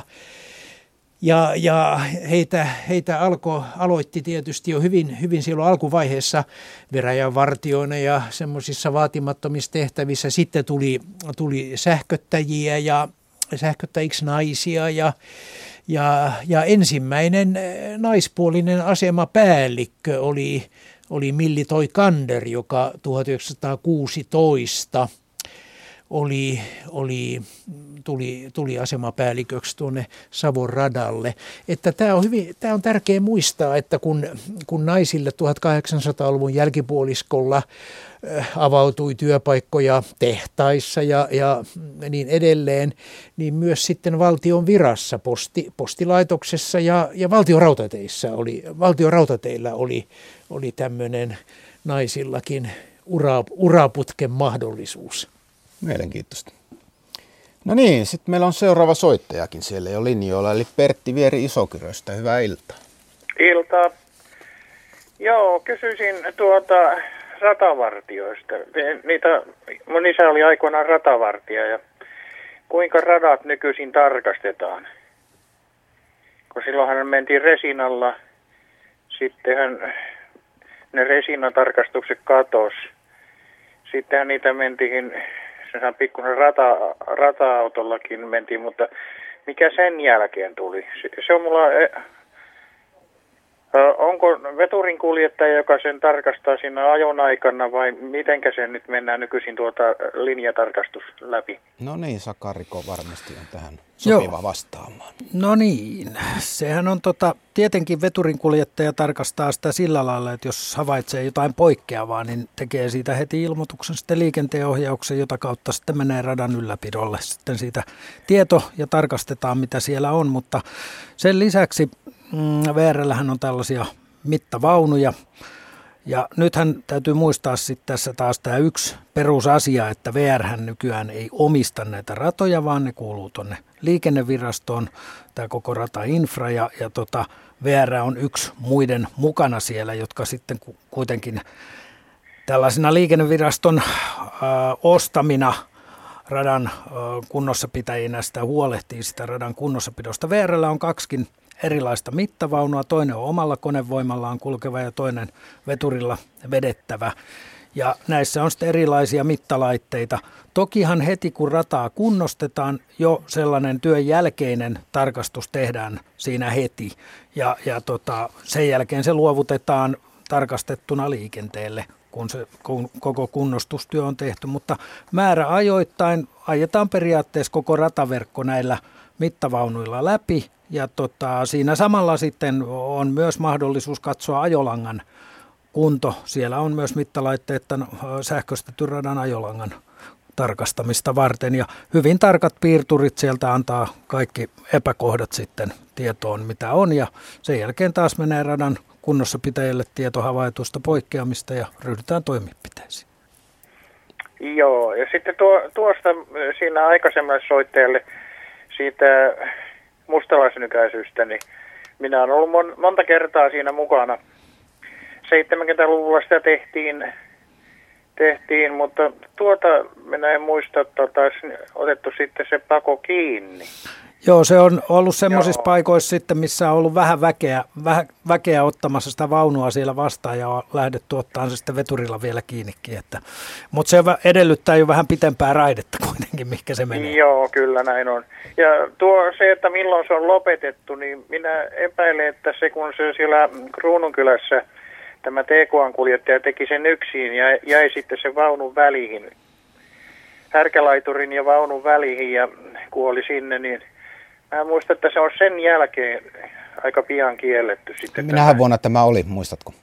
Ja, ja heitä, heitä alko, aloitti tietysti jo hyvin, hyvin silloin alkuvaiheessa veräjänvartijoina ja semmoisissa vaatimattomissa tehtävissä. Sitten tuli, tuli sähköttäjiä ja sähköttäjiksi naisia ja, ja, ja ensimmäinen naispuolinen asemapäällikkö oli, oli Milli Toikander, joka tuhatyhdeksänsataakuusitoista oli, oli, tuli, tuli asemapäälliköksi tuonne Savon radalle. Että tämä on, hyvin, tämä on tärkeää muistaa, että kun, kun naisille tuhatkahdeksansataaluvun jälkipuoliskolla avautui työpaikkoja tehtaissa ja, ja niin edelleen, niin myös sitten valtion virassa, posti, postilaitoksessa ja, ja valtion rautateissa oli, valtion rautateillä oli, oli tämmöinen naisillakin ura, uraputken mahdollisuus. Mielenkiintoista. No niin, sitten meillä on seuraava soittajakin siellä jo linjoilla, eli Pertti Vieri Isokyröstä. Hyvää iltaa. Iltaa. Joo, kysyisin tuota ratavartioista. Niitä, mun isä oli aikoinaan ratavartija ja kuinka radat nykyisin tarkastetaan? kun silloinhan mentiin resinalla, sittenhän ne resinatarkastukset katosi. Sittenhän niitä mentiin, se on pikkuinen rata, rata-autollakin mentiin, mutta mikä sen jälkeen tuli? Se, se on mulla, onko veturin kuljettaja, joka sen tarkastaa siinä ajon aikana vai mitenkä sen nyt mennään nykyisin tuota linjatarkastus läpi? No niin, Sakariko varmasti on tähän sopiva Joo. vastaamaan. No niin, sehän on tota, tietenkin veturin kuljettaja tarkastaa sitä sillä lailla, että jos havaitsee jotain poikkeavaa, niin tekee siitä heti ilmoituksen sitten liikenteenohjauksen, jota kautta sitten menee radan ylläpidolle. Sitten siitä tieto ja tarkastetaan, mitä siellä on, mutta sen lisäksi mm, V R:llähän on tällaisia mittavaunuja. Ja nythän täytyy muistaa sitten tässä taas tämä yksi perusasia, että V R:hän nykyään ei omista näitä ratoja, vaan ne kuuluu tuonne liikennevirastoon, tämä koko ratainfra, ja, ja tota, V R on yksi muiden mukana siellä, jotka sitten kuitenkin tällaisina liikenneviraston äh, ostamina radan äh, kunnossapitäjinä sitä huolehtii sitä radan kunnossapidosta. V R:llä on kaksikin erilaista mittavaunua. Toinen on omalla konevoimallaan kulkeva ja toinen veturilla vedettävä. Ja näissä on sitten erilaisia mittalaitteita. Tokihan heti kun rataa kunnostetaan, jo sellainen työn jälkeinen tarkastus tehdään siinä heti. Ja, ja tota, sen jälkeen se luovutetaan tarkastettuna liikenteelle, kun se kun koko kunnostustyö on tehty. Mutta määräajoittain ajetaan periaatteessa koko rataverkko näillä mittavaunuilla läpi. Ja tota, siinä samalla sitten on myös mahdollisuus katsoa ajolangan kunto. Siellä on myös mittalaitteet sähköistetyn radan ajolangan tarkastamista varten. Ja hyvin tarkat piirturit sieltä antaa kaikki epäkohdat sitten tietoon, mitä on. Ja sen jälkeen taas menee radan kunnossapitäjälle tieto havaitusta poikkeamista ja ryhdytään toimenpiteisiin. Joo, ja sitten tuo, tuosta siinä aikaisemmalle soittajalle siitä mustalaisnykäisyystä, niin minä olen ollut mon, monta kertaa siinä mukana. seitsemänkymmentäluvulla sitä tehtiin, tehtiin mutta tuota minä en muista, että olisi otettu sitten se pako kiinni. Joo, se on ollut semmoisissa paikoissa sitten, missä on ollut vähän väkeä, vähän väkeä ottamassa sitä vaunua siellä vastaan ja on lähdetty ottamaan se sitten veturilla vielä kiinnikin. Että, mutta se edellyttää jo vähän pitempää raidetta kuitenkin, mihinkä se menee. Joo, kyllä näin on. Ja tuo se, että milloin se on lopetettu, niin minä epäilen, että se kun se siellä Kruununkylässä tämä T K A-kuljettaja teki sen yksin ja jäi sitten se vaunun väliin, härkälaiturin ja vaunun väliin ja kuoli sinne, niin mä muistan, että se on sen jälkeen aika pian kielletty sitten. Minähän vuonna tämä oli, muistatko?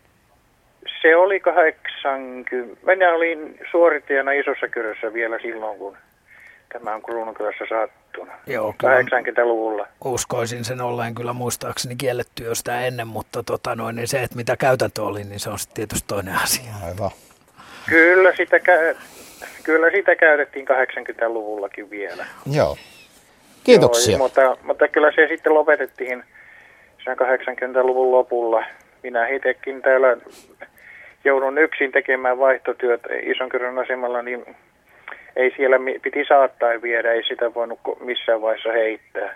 Se oli kahdeksankymmentä. Minä olin suorittajana Isossa Kyrössä vielä silloin, kun tämä on Kruununkylässä sattunut. Joo, kahdeksankymmentäluvulla. Uskoisin sen olleen kyllä muistaakseni kielletty jo sitä ennen, mutta tota noin, niin se, että mitä käytäntö oli, niin se on sitten tietysti toinen asia. Aivan. Kyllä sitä, kä- kyllä sitä käytettiin kahdeksankymmentäluvullakin vielä. Joo. Kiitoksia. Joo, mutta, mutta kyllä se sitten lopetettiin sen kahdeksankymmentäluvun lopulla. Minä itsekin täällä joudun yksin tekemään vaihtotyötä Isonkyrön asemalla, niin ei siellä piti saattaen viedä, ei sitä voinut missään vaiheessa heittää.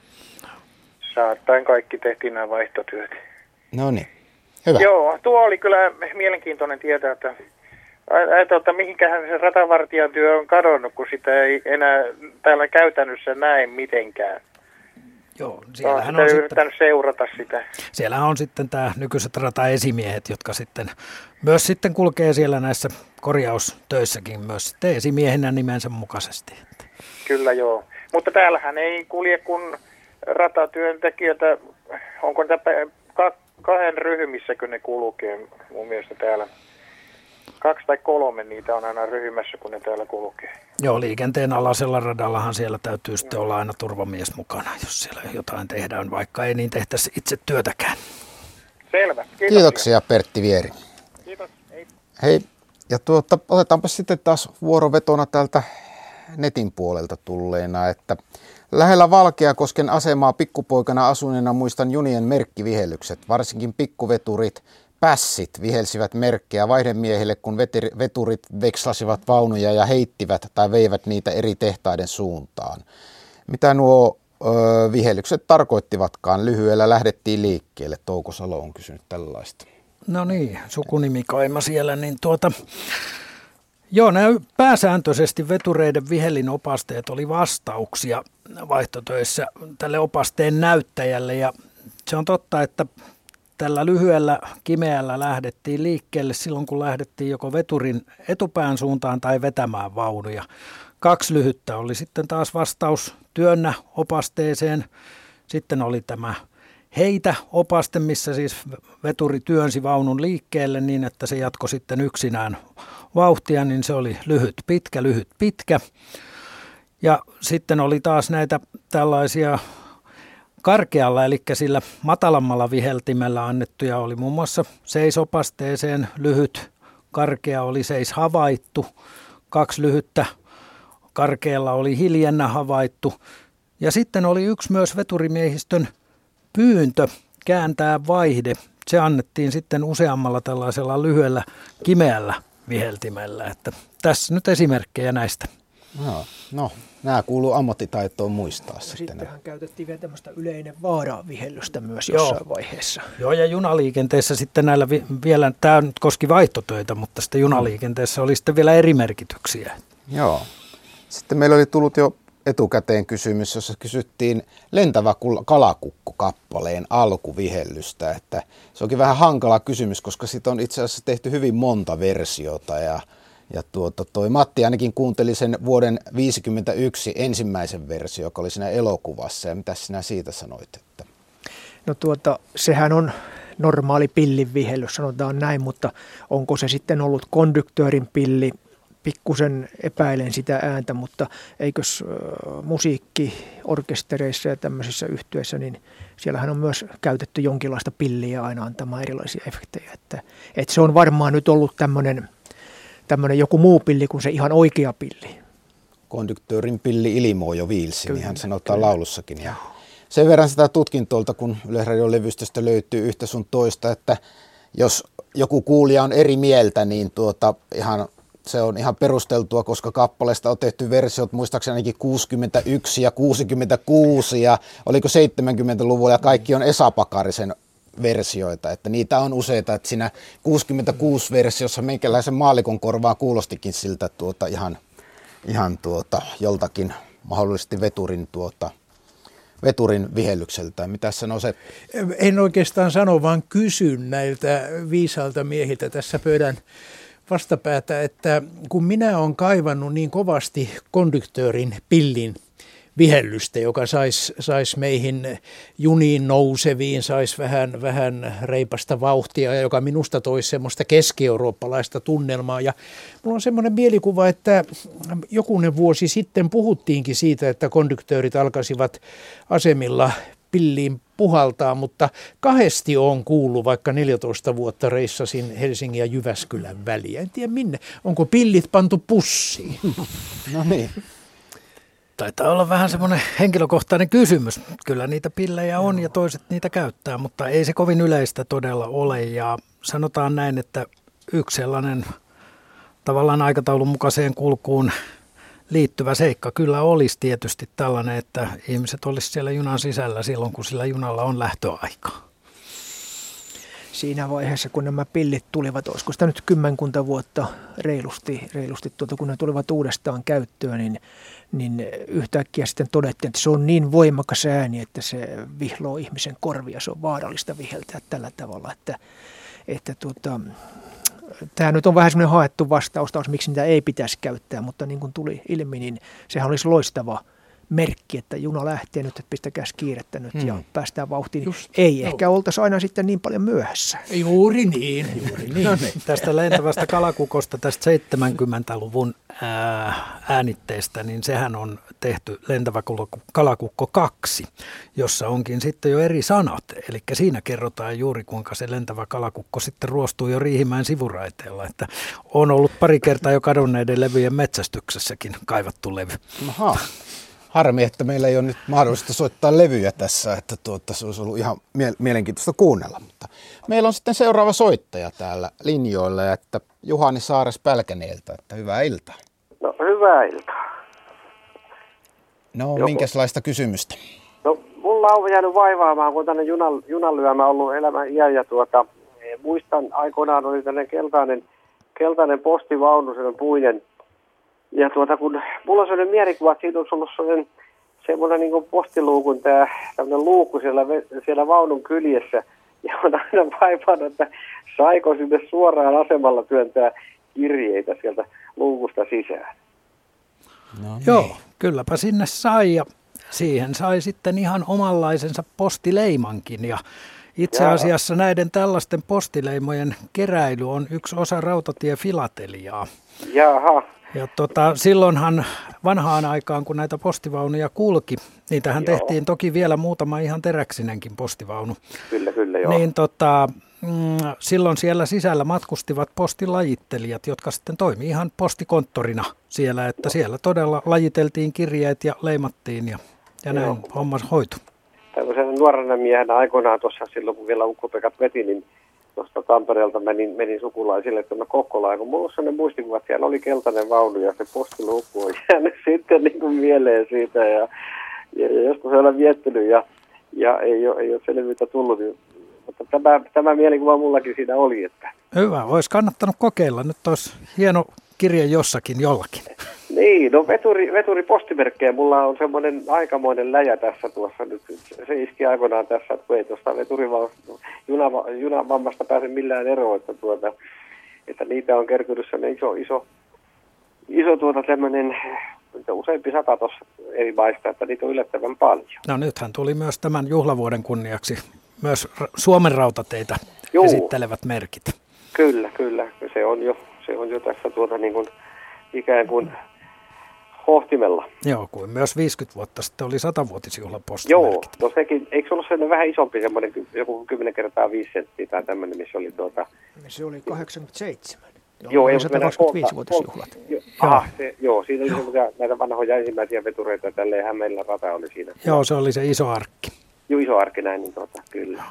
Saattaen kaikki tehtiin nämä vaihtotyöt. No niin, hyvä. Joo, tuo oli kyllä mielenkiintoinen tietää, että Että mihinkähän se ratavartijan työ on kadonnut, kun sitä ei enää täällä käytännössä näe mitenkään. Joo, siellähän on, on yrittänyt sitten, seurata sitä. Siellähän on sitten tämä nykyiset rataesimiehet, jotka sitten myös sitten kulkee siellä näissä korjaustöissäkin myös sitten esimiehenä nimensä mukaisesti. Kyllä joo, mutta täällähän ei kulje kun ratatyöntekijöitä, onko niitä kahden ryhmissäkö ne kulkee mun mielestä täällä? Kaksi tai kolme niitä on aina ryhmässä, kun ne täällä kulkee. Joo, liikenteen alaisella radallahan siellä täytyy sitten olla aina turvamies mukana, jos siellä jotain tehdään, vaikka ei niin tehtäisi itse työtäkään. Selvä. Kiitoksia, Kiitoksia Pertti Vieri. Kiitos. Hei. Hei, ja tuota, otetaanpa sitten taas vuorovetona täältä netin puolelta tulleena, että lähellä Valkeakosken asemaa pikkupoikana asuneena muistan junien merkkivihellykset, varsinkin pikkuveturit. Pässit vihelsivät merkkejä vaihdemiehille, kun veturit vekslasivat vaunuja ja heittivät tai veivät niitä eri tehtaiden suuntaan. Mitä nuo öö, vihellykset tarkoittivatkaan. Lyhyellä lähdettiin liikkeelle. Touko Salo on kysynyt tällaista. No niin, sukunimikaima siellä, niin tuota... Joo, nämä pääsääntöisesti vetureiden vihellin opasteet oli vastauksia vaihtotöissä tälle opasteen näyttäjälle. Ja se on totta, että tällä lyhyellä kimeällä lähdettiin liikkeelle silloin, kun lähdettiin joko veturin etupään suuntaan tai vetämään vaunuja. Kaksi lyhyttä oli sitten taas vastaus työnnä opasteeseen. Sitten oli tämä heitä opaste, missä siis veturi työnsi vaunun liikkeelle niin, että se jatkoi sitten yksinään vauhtia, niin se oli lyhyt pitkä, lyhyt pitkä. Ja sitten oli taas näitä tällaisia karkealla, eli sillä matalammalla viheltimellä annettuja oli muun muassa seisopasteeseen lyhyt, karkea oli seis havaittu, kaksi lyhyttä karkealla oli hiljennä havaittu. Ja sitten oli yksi myös veturimiehistön pyyntö kääntää vaihde. Se annettiin sitten useammalla tällaisella lyhyellä kimeällä viheltimellä. Että tässä nyt esimerkkejä näistä. No, no nämä kuuluu ammattitaitoon muistaa no, sitten. Sittenhän käytettiin vielä tämmöistä yleinen vaaravihellystä myös jossain Joo. vaiheessa. Joo, ja junaliikenteessä sitten näillä vi- vielä, tämä nyt koski vaihtotöitä, mutta sitten junaliikenteessä oli sitten vielä eri merkityksiä. Joo. Sitten meillä oli tullut jo etukäteen kysymys, jossa kysyttiin lentävä kalakukko-kappaleen alkuvihellystä. Että se onkin vähän hankala kysymys, koska siitä on itse asiassa tehty hyvin monta versiota. Ja, ja tuota, toi Matti ainakin kuunteli sen vuoden viisikymmentäyksi ensimmäisen versio, joka oli siinä elokuvassa. Ja mitä sinä siitä sanoit? Että... No tuota, sehän on normaali pillin vihellys, sanotaan näin, mutta onko se sitten ollut konduktöörin pilli? Pikkusen epäilen sitä ääntä, mutta eikös äh, musiikkiorkestereissa ja tämmöisissä yhtyeissä, niin siellähän on myös käytetty jonkinlaista pilliä aina antamaan erilaisia efektejä. Että, että se on varmaan nyt ollut tämmöinen, tämmöinen joku muu pilli kuin se ihan oikea pilli. Konduktöörin pilli ilmoo jo viilsi, niin hän sanotaan kyllä. Laulussakin. Ja sen verran sitä tutkin tuolta, kun Yleisradion levystöstä löytyy yhtä sun toista, että jos joku kuulija on eri mieltä, niin tuota ihan... Se on ihan perusteltua, koska kappaleesta on tehty versiot muistaakseni ainakin kuusikymmentäyksi ja kuusikymmentäkuusi ja oliko seitsemänkymmentäluvulla ja kaikki on Esa Pakarisen versioita. Että niitä on useita, että siinä kuusikymmentäkuusi versiossa meikäläisen maallikon korvaan kuulostikin siltä tuota ihan, ihan tuota joltakin mahdollisesti veturin tuota veturin vihellykseltä. Mitä sanoo se? En oikeastaan sano, vaan kysyn näiltä viisailta miehiltä tässä pöydän vastapäätä, että kun minä olen kaivannut niin kovasti konduktöörin pillin vihellystä, joka saisi sais meihin juniin nouseviin, saisi vähän, vähän reipasta vauhtia ja joka minusta toisi semmoista keski-eurooppalaista tunnelmaa. Ja mulla on semmoinen mielikuva, että jokunen vuosi sitten puhuttiinkin siitä, että konduktöörit alkaisivat asemilla pilliin puhaltaa, mutta kahdesti on kuullut, vaikka neljätoista vuotta reissasin Helsingin ja Jyväskylän väliä. En tiedä minne. Onko pillit pantu pussiin? No niin. Taitaa olla vähän semmoinen henkilökohtainen kysymys. Kyllä niitä pillejä on ja toiset niitä käyttää, mutta ei se kovin yleistä todella ole. Ja sanotaan näin, että yksi sellainen tavallaan aikataulun mukaiseen kulkuun liittyvä seikka kyllä olisi tietysti tällainen, että ihmiset olisi siellä junan sisällä silloin, kun sillä junalla on lähtöaika. Siinä vaiheessa, kun nämä pillit tulivat, olisiko sitä nyt kymmenkunta vuotta reilusti, reilusti tuota, kun ne tulivat uudestaan käyttöön, niin, niin yhtäkkiä sitten todettiin, että se on niin voimakas ääni, että se vihloo ihmisen korvia, se on vaarallista viheltää tällä tavalla, että, että tuota, tämä nyt on vähän semmoinen haettu vastaus taas, miksi niitä ei pitäisi käyttää, mutta niin kuin tuli ilmi, niin sehän olisi loistava merkki, että juna lähtee nyt, että pistäkääs kiirettä nyt hmm. ja päästään vauhtiin. Just, ei no. ehkä oltaisi aina sitten niin paljon myöhässä. Juuri niin. Juuri niin. No niin. Tästä lentävästä kalakukosta, tästä seitsemänkymmentäluvun ää, äänitteestä, niin sehän on tehty lentävä kalakukko kaksi, jossa onkin sitten jo eri sanat. Eli siinä kerrotaan juuri, kuinka se lentävä kalakukko sitten ruostuu jo Riihimäen sivuraiteella. Että on ollut pari kertaa jo kadonneiden levyjen metsästyksessäkin kaivattu levy. Aha. Harmi, että meillä ei ole nyt mahdollista soittaa levyjä tässä, että tuota, se olisi ollut ihan mie- mielenkiintoista kuunnella. Mutta meillä on sitten seuraava soittaja täällä linjoilla, että Juhani Saares Pälkäneeltä, että hyvää iltaa. No hyvää iltaa. No Joku. Minkälaista kysymystä? mulla on jäänyt vaivaamaan, kun tänne junan, junanlyömä on ollut elämän iän ja tuota, muistan aikoinaan oli tällainen keltainen, keltainen postivaunu, sellainen puinen. Ja tuota, kun mulla on sellainen mielikuva, että siitä olisi ollut sellainen, semmoinen niin kuin postiluukun tämä tämmöinen luukku siellä, siellä vaunun kyljessä. Ja on aina vaivannut, että saiko sinne suoraan asemalla työntää kirjeitä sieltä luukusta sisään. No niin. Joo, kylläpä sinne sai ja siihen sai sitten ihan omanlaisensa postileimankin ja itse asiassa näiden tällaisten postileimojen keräily on yksi osa rautatiefilateliaa. Jaha. Ja tota, silloinhan vanhaan aikaan, kun näitä postivaunuja kulki, niitähän joo. tehtiin toki vielä muutama ihan teräksinenkin postivaunu. Kyllä, kyllä, joo. Niin tota, mm, silloin siellä sisällä matkustivat postilajittelijat, jotka sitten toimi ihan postikonttorina siellä, että joo. siellä todella lajiteltiin kirjeet ja leimattiin ja, ja näin homma hoitu. Tällaisen nuorena miehenä aikoinaan tuossa silloin, kun vielä ukkopekat veti, niin tuosta Tampereelta menin, menin sukulaisille tuonne Kokkolaan. Kun mulla on sellainen muistikuva, että siellä oli keltainen vaunu ja se postiluukku on jäänyt sitten niin kuin mieleen siitä. Ja, ja, ja joskus olen viettänyt ja, ja ei, ole, ei ole selvyyttä tullut. Niin, mutta tämä, tämä mielikuva mullakin siinä oli. Että. Hyvä, olisi kannattanut kokeilla. Nyt olisi hieno kirje jossakin jollakin. Niin, no veturi, veturi postimerkkejä. Mulla on semmoinen aikamoinen läjä tässä tuossa nyt. Se iski aikoinaan tässä, että ei tuosta veturivammastajunan pääse millään eroon, että, tuota, että niitä on kertynyt semmoinen iso, iso, iso tuota tämmöinen, useampi sata tuossa eri maista, että niitä on yllättävän paljon. No nythän tuli myös tämän juhlavuoden kunniaksi myös Suomen rautateitä Juu. esittelevät merkit. Kyllä, kyllä. Se on jo, se on jo tässä tuota niin kuin ikään kuin hohtimella. Joo, kuin myös viisikymmentä vuotta sitten oli satavuotisjuhlapostimerkit. Joo, no sekin, eikö se ollut sellainen vähän isompi, semmoinen joku kymmenen kertaa viisi senttiä tai tämmöinen, missä oli tuota... Se oli kahdeksankymmentäseitsemän. Joo, ei satakaksikymmentäviisi-vuotisjuhlat. Aha, se, joo, siinä oli semmoisia näitä vanhoja ensimmäisiä vetureita ja tälleen Hämeenlinnan rata oli siinä. Joo, se oli se iso arkki. Joo, iso arkki näin, niin tuota, kyllä.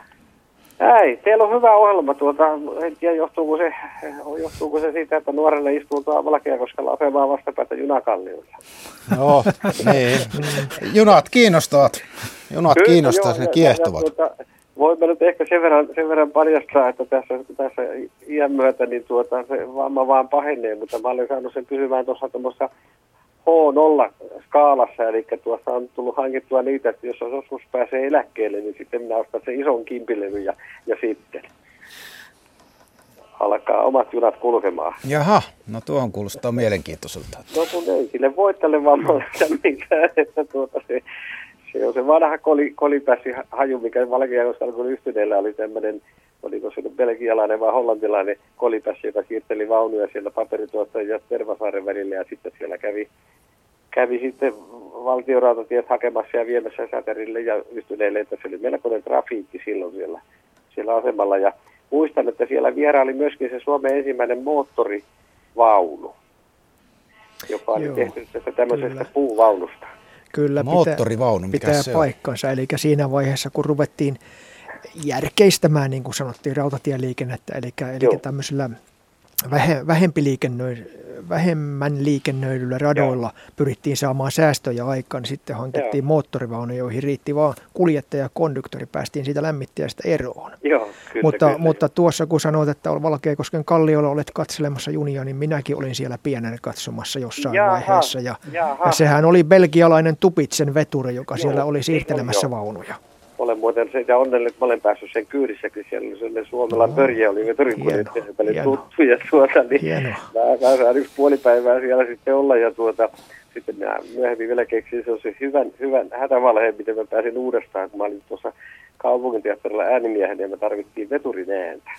Ei, teillä on hyvä ohjelma, tuota, en tiedä johtuuko se, johtuuko se siitä, että nuorena istuu tuolla Valkeakoskella asemaa vastapäätä junakalliolla. Joo, niin. Junat kiinnostavat, junat Kyllä, kiinnostavat, ne kiehtovat. Ja, tuota, voimme nyt ehkä sen verran, sen verran paljastaa, että tässä, tässä iän myötä niin tuota, se vamma vaan pahenee, mutta mä olen saanut sen pysymään tuossa tuommoissa H nolla skaalassa, eli tuossa on tullut hankittua niitä, että jos joskus pääsee eläkkeelle, niin sitten minä ostan sen ison kimpilevyn ja, ja sitten alkaa omat junat kulkemaan. Jaha, no tuohon kuulostaa mielenkiintoiselta. No kun ei sille voi tälle vammalle mitään, että tuota se, se on se vanha koli, kolipässi haju, mikä Valkeakoskella yhtyneellä oli tämmöinen, oliko se belgialainen vai hollantilainen kolipässi, joka siirteli vaunuja siellä paperituottajien ja Tervasaaren välillä ja sitten siellä kävi Kävi sitten valtionrautatiet hakemassa ja viemässä Säterille ja yhtyneille, että se oli melkoinen trafiikki silloin siellä, siellä asemalla. Ja muistan, että siellä vieraili myöskin se Suomen ensimmäinen moottorivaunu, joka oli Joo, tehty tästä tämmöisestä kyllä. puuvaunusta. Kyllä, moottorivaunu, mikä pitää se paikkansa. Eli siinä vaiheessa, kun ruvettiin järkeistämään, niin kuin sanottiin, rautatieliikennettä, eli, eli tämmöisellä vähempi liikennöi, vähemmän liikennöidyllä radoilla Joo. pyrittiin saamaan säästöjä aikaan, niin sitten hankittiin Joo. moottorivaunuja, joihin riitti vaan kuljettaja ja konduktori, päästiin siitä lämmittäjästä eroon. Joo, kyllä, mutta, kyllä, mutta tuossa kun sanoit, että Valkeakosken kalliolla olet katselemassa junia, niin minäkin olin siellä pienenä katsomassa jossain Jaha, vaiheessa. Ja, ja sehän oli belgialainen Tupitsen veturi, joka Joo, siellä oli siirtelemässä vaunuja. Olen muuten siitä onnellinen, että mä olen päässyt sen kyydissäkin. Siellä oli sellainen Suomelan pörjä, oli veturinkuljettaja, joka oli tuttu. Ja tuota, niin mä sain yksi puoli päivää siellä sitten olla. Ja tuota, sitten mä myöhemmin vielä keksin, se on se hyvän, hyvän hätävalheen, miten mä pääsin uudestaan. Kun mä olin tuossa kaupunginteatterilla äänimiehen ja me tarvittiin veturin ääntä.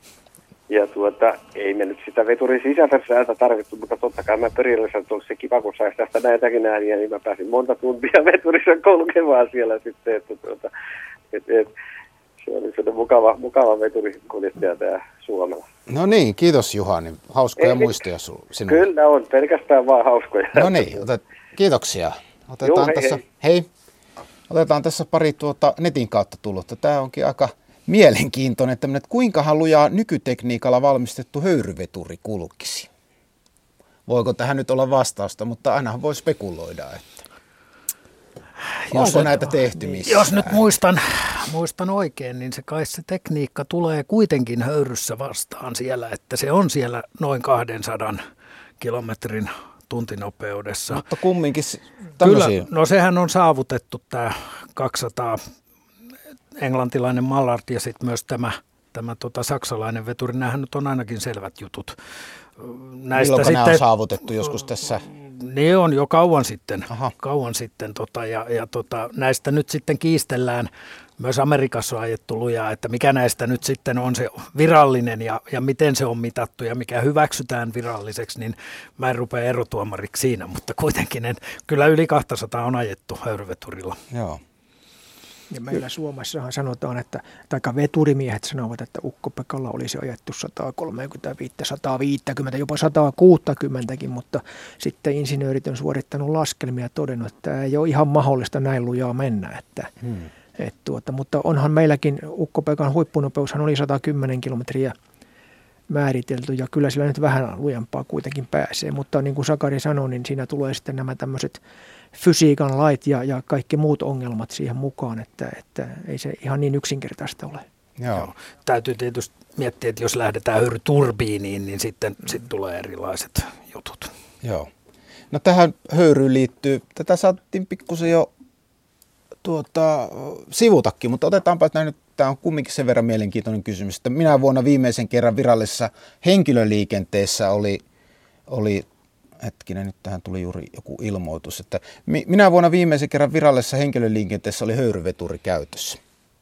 Ja tuota, ei me nyt sitä veturin sisältä tarvittu, mutta totta kai mä perillisellä tullut se kiva, kun saisi tästä näitäkin ääniä, niin mä pääsin monta tuntia veturissa kulkemaan siellä sitten, että tuota, et, et, se oli sellainen mukava, mukava veturikuljettaja tää Suomella. No niin, kiitos Juhani. Hauskoja ei, muistoja sinulle. Kyllä on, pelkästään vaan hauskoja. No niin, otet, kiitoksia. Otetaan Joo, hei, tässä, hei. hei. Otetaan tässä pari tuota netin kautta tullutta. Tämä onkin aika mielenkiintoinen, että kuinkahan lujaa nykytekniikalla valmistettu höyryveturi kulkisi. Voiko tähän nyt olla vastausta, mutta ainahan voi spekuloida. Että. Onko näitä tehty missään? Jos nyt muistan, muistan oikein, niin se kai se tekniikka tulee kuitenkin höyryssä vastaan siellä, että se on siellä noin kahdensadan kilometrin tuntinopeudessa. Mutta kumminkin tämmöisiä. Kyllä, no sehän on saavutettu tämä kaksisataa englantilainen Mallard ja sitten myös tämä, tämä tota, saksalainen veturi. Nämähän nyt on ainakin selvät jutut. Näistä Milloinko sitten, nämä on saavutettu joskus tässä? Ne on jo kauan sitten, kauan sitten tota, ja, ja tota, näistä nyt sitten kiistellään. Myös Amerikassa on ajettu lujaa, että mikä näistä nyt sitten on se virallinen ja, ja miten se on mitattu ja mikä hyväksytään viralliseksi, niin mä en rupea erotuomariksi siinä, mutta kuitenkin en, kyllä yli kaksisataa on ajettu höyryveturilla. Joo. Ja meillä Suomessahan sanotaan, että taika veturimiehet sanovat, että Ukko-Pekalla olisi ajettu sata kolmekymmentäviisi, sata viisikymmentä, jopa sata kuusikymmentäkin, mutta sitten insinöörit on suorittanut laskelmia ja todennut, että tämä ei ole ihan mahdollista näin lujaa mennä. Että, hmm. et tuota, mutta onhan meilläkin Ukko-Pekan huippunopeushan oli sata kymmenen kilometriä määritelty ja kyllä sillä nyt vähän lujempaa kuitenkin pääsee, mutta niin kuin Sakari sanoi, niin siinä tulee sitten nämä tämmöiset fysiikan lait ja, ja kaikki muut ongelmat siihen mukaan, että, että ei se ihan niin yksinkertaista ole. Joo. Joo. Täytyy tietysti miettiä, että jos lähdetään höyryturbiiniin, niin sitten sit tulee erilaiset jutut. Joo. No tähän höyryyn liittyy, tätä saatiin pikkusen jo tuota, sivutakin, mutta otetaanpa näin nyt. Tämä on kumminkin sen verran mielenkiintoinen kysymys, että minä vuonna viimeisen kerran virallisessa henkilöliikenteessä oli, oli hetkinen, nyt tähän tuli juuri joku ilmoitus, että minä vuonna viimeisen kerran virallisessa henkilöliikenteessä oli höyryveturi käytössä.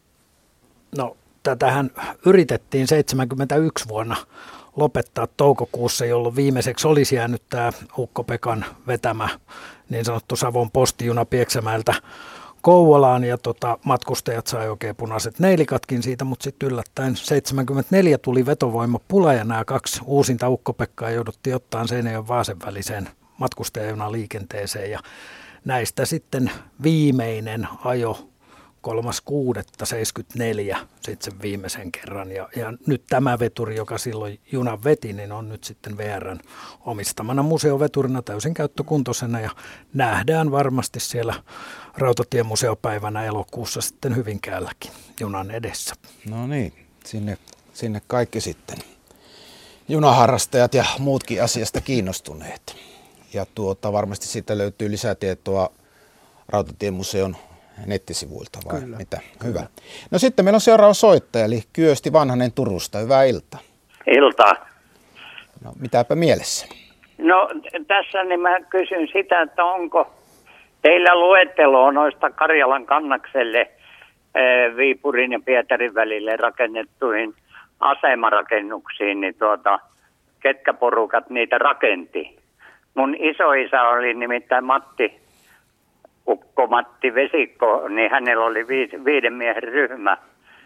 No, tätähän yritettiin seitsemänkymmentäyksi vuonna lopettaa toukokuussa, jolloin viimeiseksi olisi jäänyt tämä Ukko-Pekan vetämä niin sanottu Savon postijuna Pieksämäeltä Kouvolaan ja tota, matkustajat sai oikein punaiset neilikatkin siitä, mutta sitten yllättäen seitsemänkymmentäneljä tuli vetovoimapula ja nämä kaksi uusinta Ukko-Pekkaa jouduttiin ottaa Seinäjoen Vaasan väliseen matkustajajunan liikenteeseen ja näistä sitten viimeinen ajo kolmas kuudetta seitsemänkymmentäneljä sitten sen viimeisen kerran ja, ja nyt tämä veturi, joka silloin junan veti, niin on nyt sitten V R:n omistamana museoveturina täysin käyttökuntoisena ja nähdään varmasti siellä Rautatiemuseopäivänä elokuussa sitten Hyvinkäälläkin junan edessä. No niin, sinne, sinne kaikki sitten junaharrastajat ja muutkin asiasta kiinnostuneet. Ja tuota, varmasti siitä löytyy lisätietoa Rautatiemuseon nettisivuilta vai Kyllä. mitä? Hyvä. Kyllä. No sitten meillä on seuraava soittaja, eli Kyösti Vanhanen Turusta. Hyvää iltaa. Iltaa. No mitäpä mielessä? No tässä niin mä kysyn sitä, että onko teillä luetteloa noista Karjalan kannakselle Viipurin ja Pietarin välille rakennettuihin asemarakennuksiin, niin tuota, ketkä porukat niitä rakenti? Mun isoisä oli nimittäin Matti Ukko Matti Vesikko, niin hänellä oli viisi, viiden miehen ryhmä,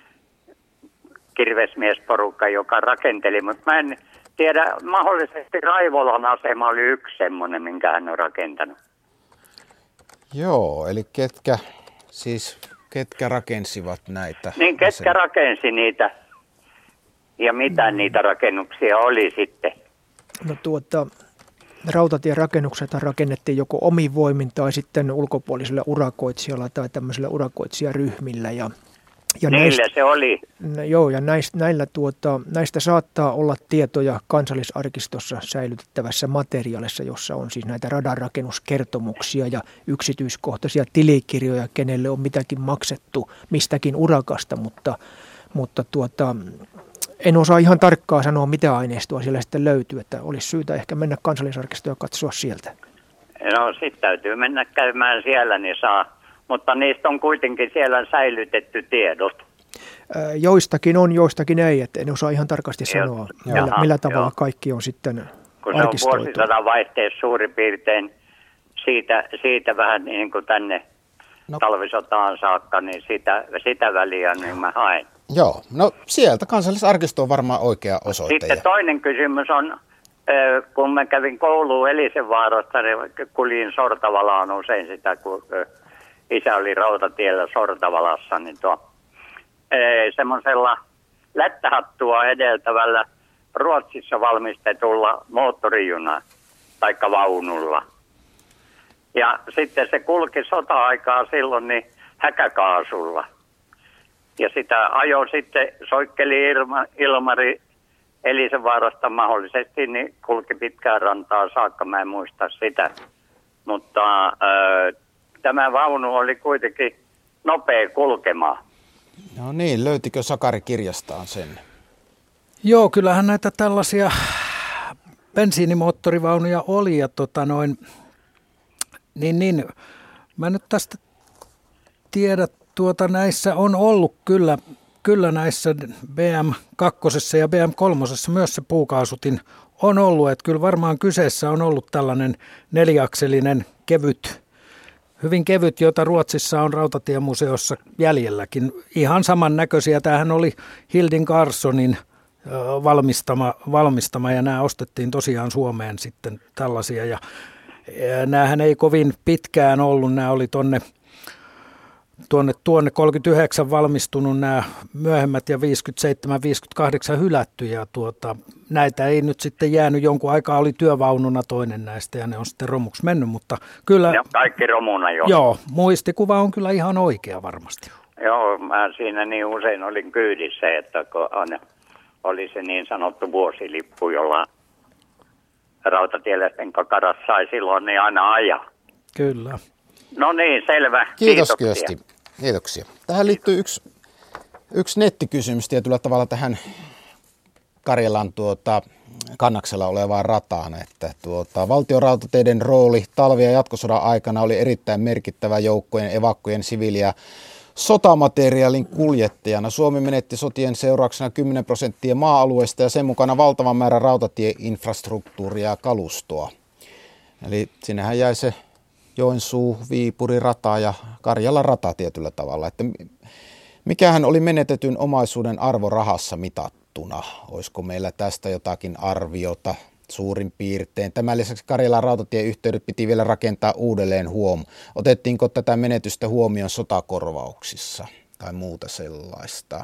kirvesmiesporukka, joka rakenteli, mutta mä en tiedä, mahdollisesti Raivolan asema oli yksi semmoinen, minkä hän on rakentanut. Joo, eli ketkä, siis ketkä rakensivat näitä? Niin, ketkä asemia? Rakensi niitä ja mitä mm. niitä rakennuksia oli sitten? No tuota... Rautatierakennukset rakennettiin joko omin voimin tai sitten ulkopuolisilla urakoitsijalla tai tämmöisillä urakoitsijaryhmillä. Ja, ja Niillä näistä, se oli. Joo, ja näistä, näillä tuota, näistä saattaa olla tietoja Kansallisarkistossa säilytettävässä materiaalissa, jossa on siis näitä radanrakennuskertomuksia ja yksityiskohtaisia tilikirjoja, kenelle on mitäkin maksettu mistäkin urakasta, mutta, mutta tuota... En osaa ihan tarkkaan sanoa, mitä aineistoa siellä sitten löytyy, että olisi syytä ehkä mennä Kansallisarkistoon ja katsoa sieltä. No sitten täytyy mennä käymään siellä, niin saa, mutta niistä on kuitenkin siellä säilytetty tiedot. Joistakin on, joistakin ei, että en osaa ihan tarkasti sanoa, jo, millä, millä tavalla jo. Kaikki on sitten kun arkistoitu. Kun se on vuosisadan vaihteessa suurin piirtein siitä, siitä vähän niin kuin tänne no. talvisotaan saakka, niin sitä, sitä väliä niin mä haen. Joo, no sieltä Kansallisarkisto on varmaan oikea osoite. Sitten toinen kysymys on, kun mä kävin kouluun Elisenvaarasta, niin kuljin Sortavalaan usein sitä, kun isä oli rautatiellä Sortavalassa, niin tuo semmoisella lättähattua edeltävällä Ruotsissa valmistetulla moottorijuna taikka vaunulla. Ja sitten se kulki sota-aikaa silloin niin häkäkaasulla. Ja sitä ajoi sitten, soikkeli Ilma, Ilmari Elisenvaarasta mahdollisesti, niin kulki pitkään rantaa saakka, mä en muista sitä. Mutta äh, tämä vaunu oli kuitenkin nopea kulkemaan. No niin, löytikö Sakari kirjastaan sen? Joo, kyllähän näitä tällaisia bensiinimoottorivaunuja oli ja tota noin, niin, niin mä nyt tästä tiedä, tuota näissä on ollut kyllä, kyllä näissä B M kaksi ja B M kolme myös se puukaasutin on ollut, että kyllä varmaan kyseessä on ollut tällainen neljäakselinen kevyt, hyvin kevyt, jota Ruotsissa on Rautatiemuseossa jäljelläkin. Ihan samannäköisiä. Tämähän oli Hilding Carsonin valmistama, valmistama ja nämä ostettiin tosiaan Suomeen sitten tällaisia. Ja, ja näähän ei kovin pitkään ollut. Nämä oli tonne, tuonne, tuonne kolmekymmentäyhdeksän valmistunut nämä myöhemmät ja viisikymmentäseitsemän viisikymmentäkahdeksan hylätty. Ja tuota, näitä ei nyt sitten jäänyt, jonkun aikaa oli työvaununa toinen näistä ja ne on sitten romuksi mennyt, mutta kyllä... Ja kaikki romuna jo. Joo, muistikuva on kyllä ihan oikea varmasti. Joo, mä siinä niin usein olin kyydissä, että kun on, oli se niin sanottu vuosilippu, jolla rautatieläisten kakaras sai silloin niin aina ajaa. Kyllä. No niin, selvä. Kiitos Kyösti. Kiitoksia. Tähän liittyy yksi, yksi nettikysymys tietyllä tavalla tähän Karjalan tuota, Kannaksella olevaan rataan, että tuota, valtionrautateiden rooli talvi- ja jatkosodan aikana oli erittäin merkittävä joukkojen, evakkojen, siviili- ja sotamateriaalin kuljettajana. Suomi menetti sotien seurauksena kymmenen prosenttia maa-alueista ja sen mukana valtavan määrän rautatieinfrastruktuuria ja kalustoa. Eli sinnehän jäi se Joensuu, Viipuri rata ja Karjalan rata tietyllä tavalla. Että mikähän oli menetetyn omaisuuden arvo rahassa mitattuna? Olisiko meillä tästä jotakin arviota suurin piirtein? Tämän lisäksi Karjalan rautatieyhteydet piti vielä rakentaa uudelleen huom. Otettiinko tätä menetystä huomioon sotakorvauksissa tai muuta sellaista?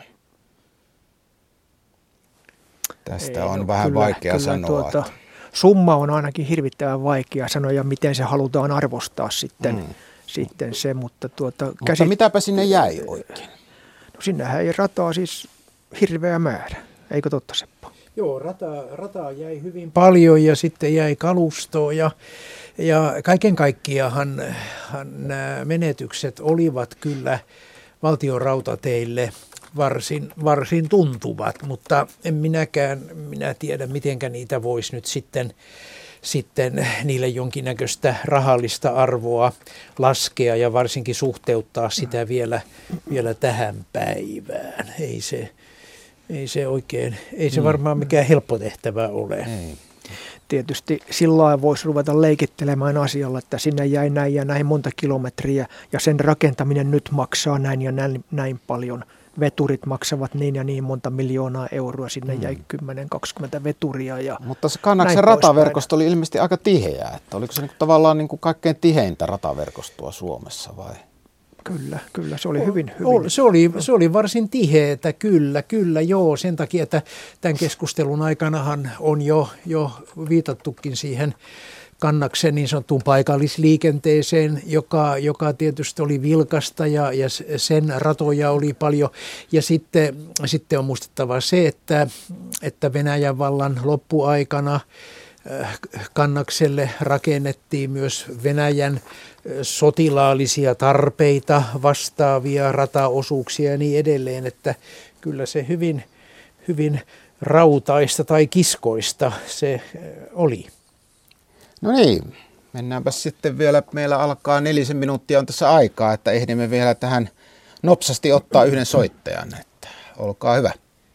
Tästä Ei, on no, vähän kyllä, vaikea kyllä sanoa. Tuota, että... Summa on ainakin hirvittävän vaikea sanoa ja miten se halutaan arvostaa sitten, mm. sitten se. Mutta, tuota, mutta käsit... mitäpä sinne jäi oikein? No sinnehän ei rataa siis hirveä määrä, eikö totta Seppo? Joo, rata, rataa jäi hyvin paljon ja sitten jäi kalustoa ja, ja kaiken kaikkiaan nämä menetykset olivat kyllä valtion rautateille varsin, varsin tuntuvat, mutta en minäkään minä tiedä, mitenkä niitä voisi nyt sitten, sitten niille jonkinnäköistä rahallista arvoa laskea ja varsinkin suhteuttaa sitä vielä, vielä tähän päivään. Ei se... Ei se oikein, ei se varmaan mikään helppo tehtävä ole. Ei. Tietysti sillä lailla voisi ruveta leikittelemään asialla, että sinne jäi näin ja näin monta kilometriä ja sen rakentaminen nyt maksaa näin ja näin, näin paljon. Veturit maksavat niin ja niin monta miljoonaa euroa, sinne hmm. jäi kymmenen kaksikymmentä veturia. Ja mutta se Kannaksen rataverkosto oli ilmeisesti aika tiheä, että oliko se niin kuin tavallaan niin kuin kaikkein tiheintä rataverkostoa Suomessa vai? Kyllä, kyllä, se oli hyvin, hyvin. Se oli, se oli varsin tiheätä, kyllä, kyllä, joo, sen takia, että tämän keskustelun aikanahan on jo, jo viitattukin siihen Kannaksen niin sanottuun paikallisliikenteeseen, joka, joka tietysti oli vilkasta ja, ja sen ratoja oli paljon. Ja sitten, sitten on muistettava se, että, että Venäjän vallan loppuaikana Kannakselle rakennettiin myös Venäjän sotilaallisia tarpeita, vastaavia rataosuuksia ja niin edelleen, että kyllä se hyvin, hyvin rautaista tai kiskoista se oli. No niin, mennäänpä sitten vielä, meillä alkaa nelisen minuuttia on tässä aikaa, että ehdimme vielä tähän nopsasti ottaa yhden soittajan, että olkaa hyvä.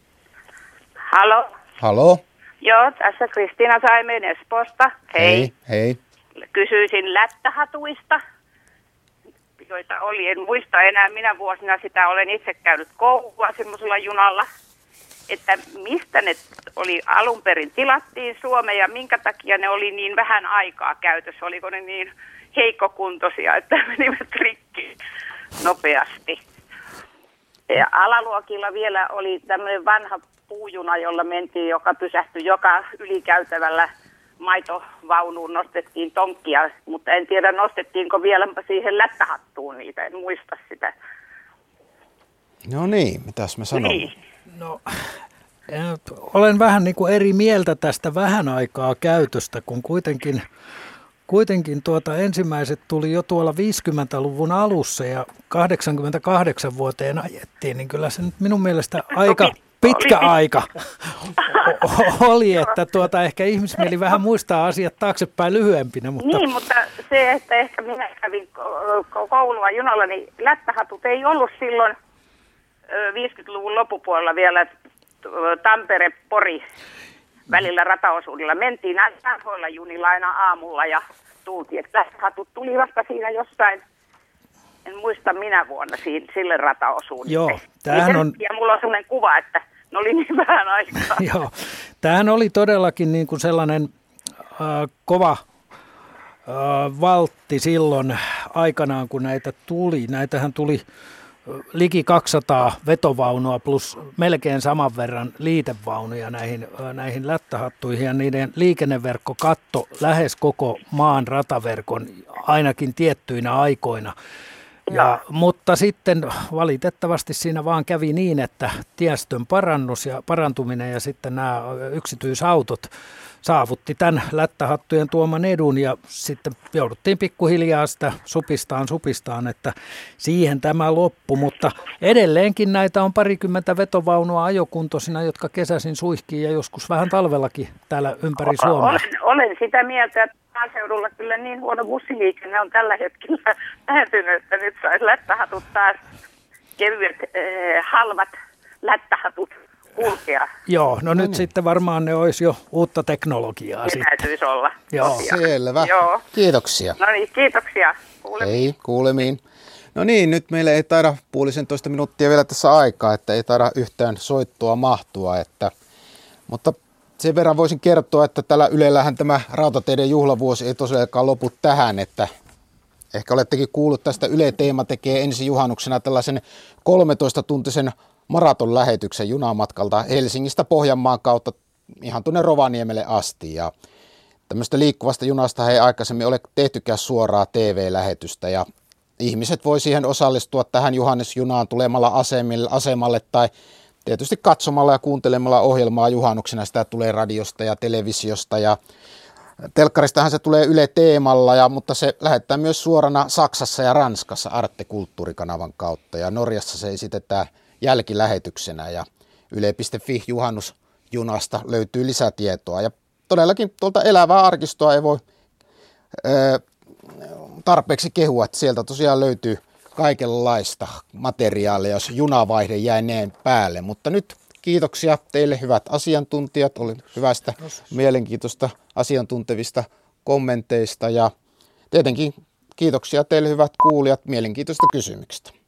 Halo. Halo. Joo, tässä Kristiina Saimeen Espoosta. Hei. Hei, hei. Kysyisin lättähatuista, joita oli. En muista enää minä vuosina sitä. Olen itse käynyt koulua semmoisella junalla. Että mistä ne oli alun perin tilattiin Suomeen ja minkä takia ne oli niin vähän aikaa käytössä. Oliko ne niin heikkokuntoisia, että menivät rikki nopeasti. Ja alaluokilla vielä oli tämmöinen vanha puujuna, jolla mentiin, joka pysähtyi joka ylikäytävällä maitovaunuun nostettiin tonkkia, mutta en tiedä nostettiinko vielä siihen lättähattuun niitä, en muista sitä. No niin, mitäs me sanomme? Niin. No, olen vähän niin kuin eri mieltä tästä vähän aikaa käytöstä, kun kuitenkin, kuitenkin tuota ensimmäiset tuli jo tuolla viisikymmentäluvun alussa ja kahdeksankymmentäkahdeksan vuoteen ajettiin, niin kyllä se nyt minun mielestä aika pitkä aika oli, että tuota ehkä ihmismieli vähän muistaa asiat taaksepäin lyhyempinä. Mutta... Niin, mutta se, että ehkä minä kävin koulua junalla, niin lättähatut ei ollut silloin viisikymmentäluvun loppupuolella vielä Tampere-Pori välillä rataosuudella. Mentiin näillä junilla aina aamulla ja tultiin, että lättähatut tuli vasta siinä jossain, en muista minä vuonna siinä, sille rataosuudelle. Joo, tämähän on... Ja mulla on sellainen kuva, että ne oli niin vähän aikaa. Joo, tämähän oli todellakin niin kuin sellainen äh, kova äh, valtti silloin aikanaan, kun näitä tuli. Näitähän tuli liki kaksisataa vetovaunua plus melkein saman verran liitevaunuja näihin, näihin lättähattuihin ja niiden liikenneverkko katto lähes koko maan rataverkon ainakin tiettyinä aikoina. Ja, mutta sitten valitettavasti siinä vaan kävi niin, että tiestön parannus ja parantuminen ja sitten nämä yksityisautot saavutti tämän lättähattujen tuoman edun ja sitten jouduttiin pikkuhiljaa sitä supistaan supistaan, että siihen tämä loppu, mutta edelleenkin näitä on parikymmentä vetovaunua ajokuntoisina, jotka kesäisin suihkii ja joskus vähän talvellakin täällä ympäri Suomea. Olen, olen sitä mieltä, että maaseudulla kyllä niin huono bussiliikenne on tällä hetkellä lähentynyt, että nyt saisi lättähatut taas kevyet, eh, halvat lättähatut kulkea. Joo, no nyt no niin. Sitten varmaan ne olisi jo uutta teknologiaa. Se täytyisi olla. Joo. Selvä. Joo. Kiitoksia. No niin, kiitoksia. Kuulemiin. Hei, kuulemiin. No niin, nyt meillä ei taida puolisentoista minuuttia vielä tässä aikaa, että ei taida yhtään soittoa mahtua. Että, mutta sen verran voisin kertoa, että tällä Ylellähän tämä rautateiden juhlavuosi ei tosiaankaan lopu tähän, että ehkä olettekin kuullut tästä, Yle Teema tekee ensi juhannuksena tällaisen kolmetoista-tuntisen maratonlähetyksen junamatkalta Helsingistä Pohjanmaan kautta ihan tuonne Rovaniemelle asti. Ja tämmöistä liikkuvasta junasta ei aikaisemmin ole tehtykään suoraa T V-lähetystä ja ihmiset voi siihen osallistua tähän juhannesjunaan tulemalla asemille, asemalle tai tietysti katsomalla ja kuuntelemalla ohjelmaa juhannuksena. Sitä tulee radiosta ja televisiosta ja telkkaristahan se tulee Yle Teemalla, ja, mutta se lähettää myös suorana Saksassa ja Ranskassa Arte Kulttuurikanavan kautta ja Norjassa se esitetään jälkilähetyksenä ja yle piste fi juhannusjunasta löytyy lisätietoa. Ja todellakin tuolta elävää arkistoa ei voi ö, tarpeeksi kehua, että sieltä tosiaan löytyy kaikenlaista materiaalia, jos junavaihde jäi neen päälle. Mutta nyt kiitoksia teille hyvät asiantuntijat, oli hyvästä, mielenkiintoista asiantuntevista kommenteista ja tietenkin kiitoksia teille hyvät kuulijat mielenkiintoista kysymyksistä.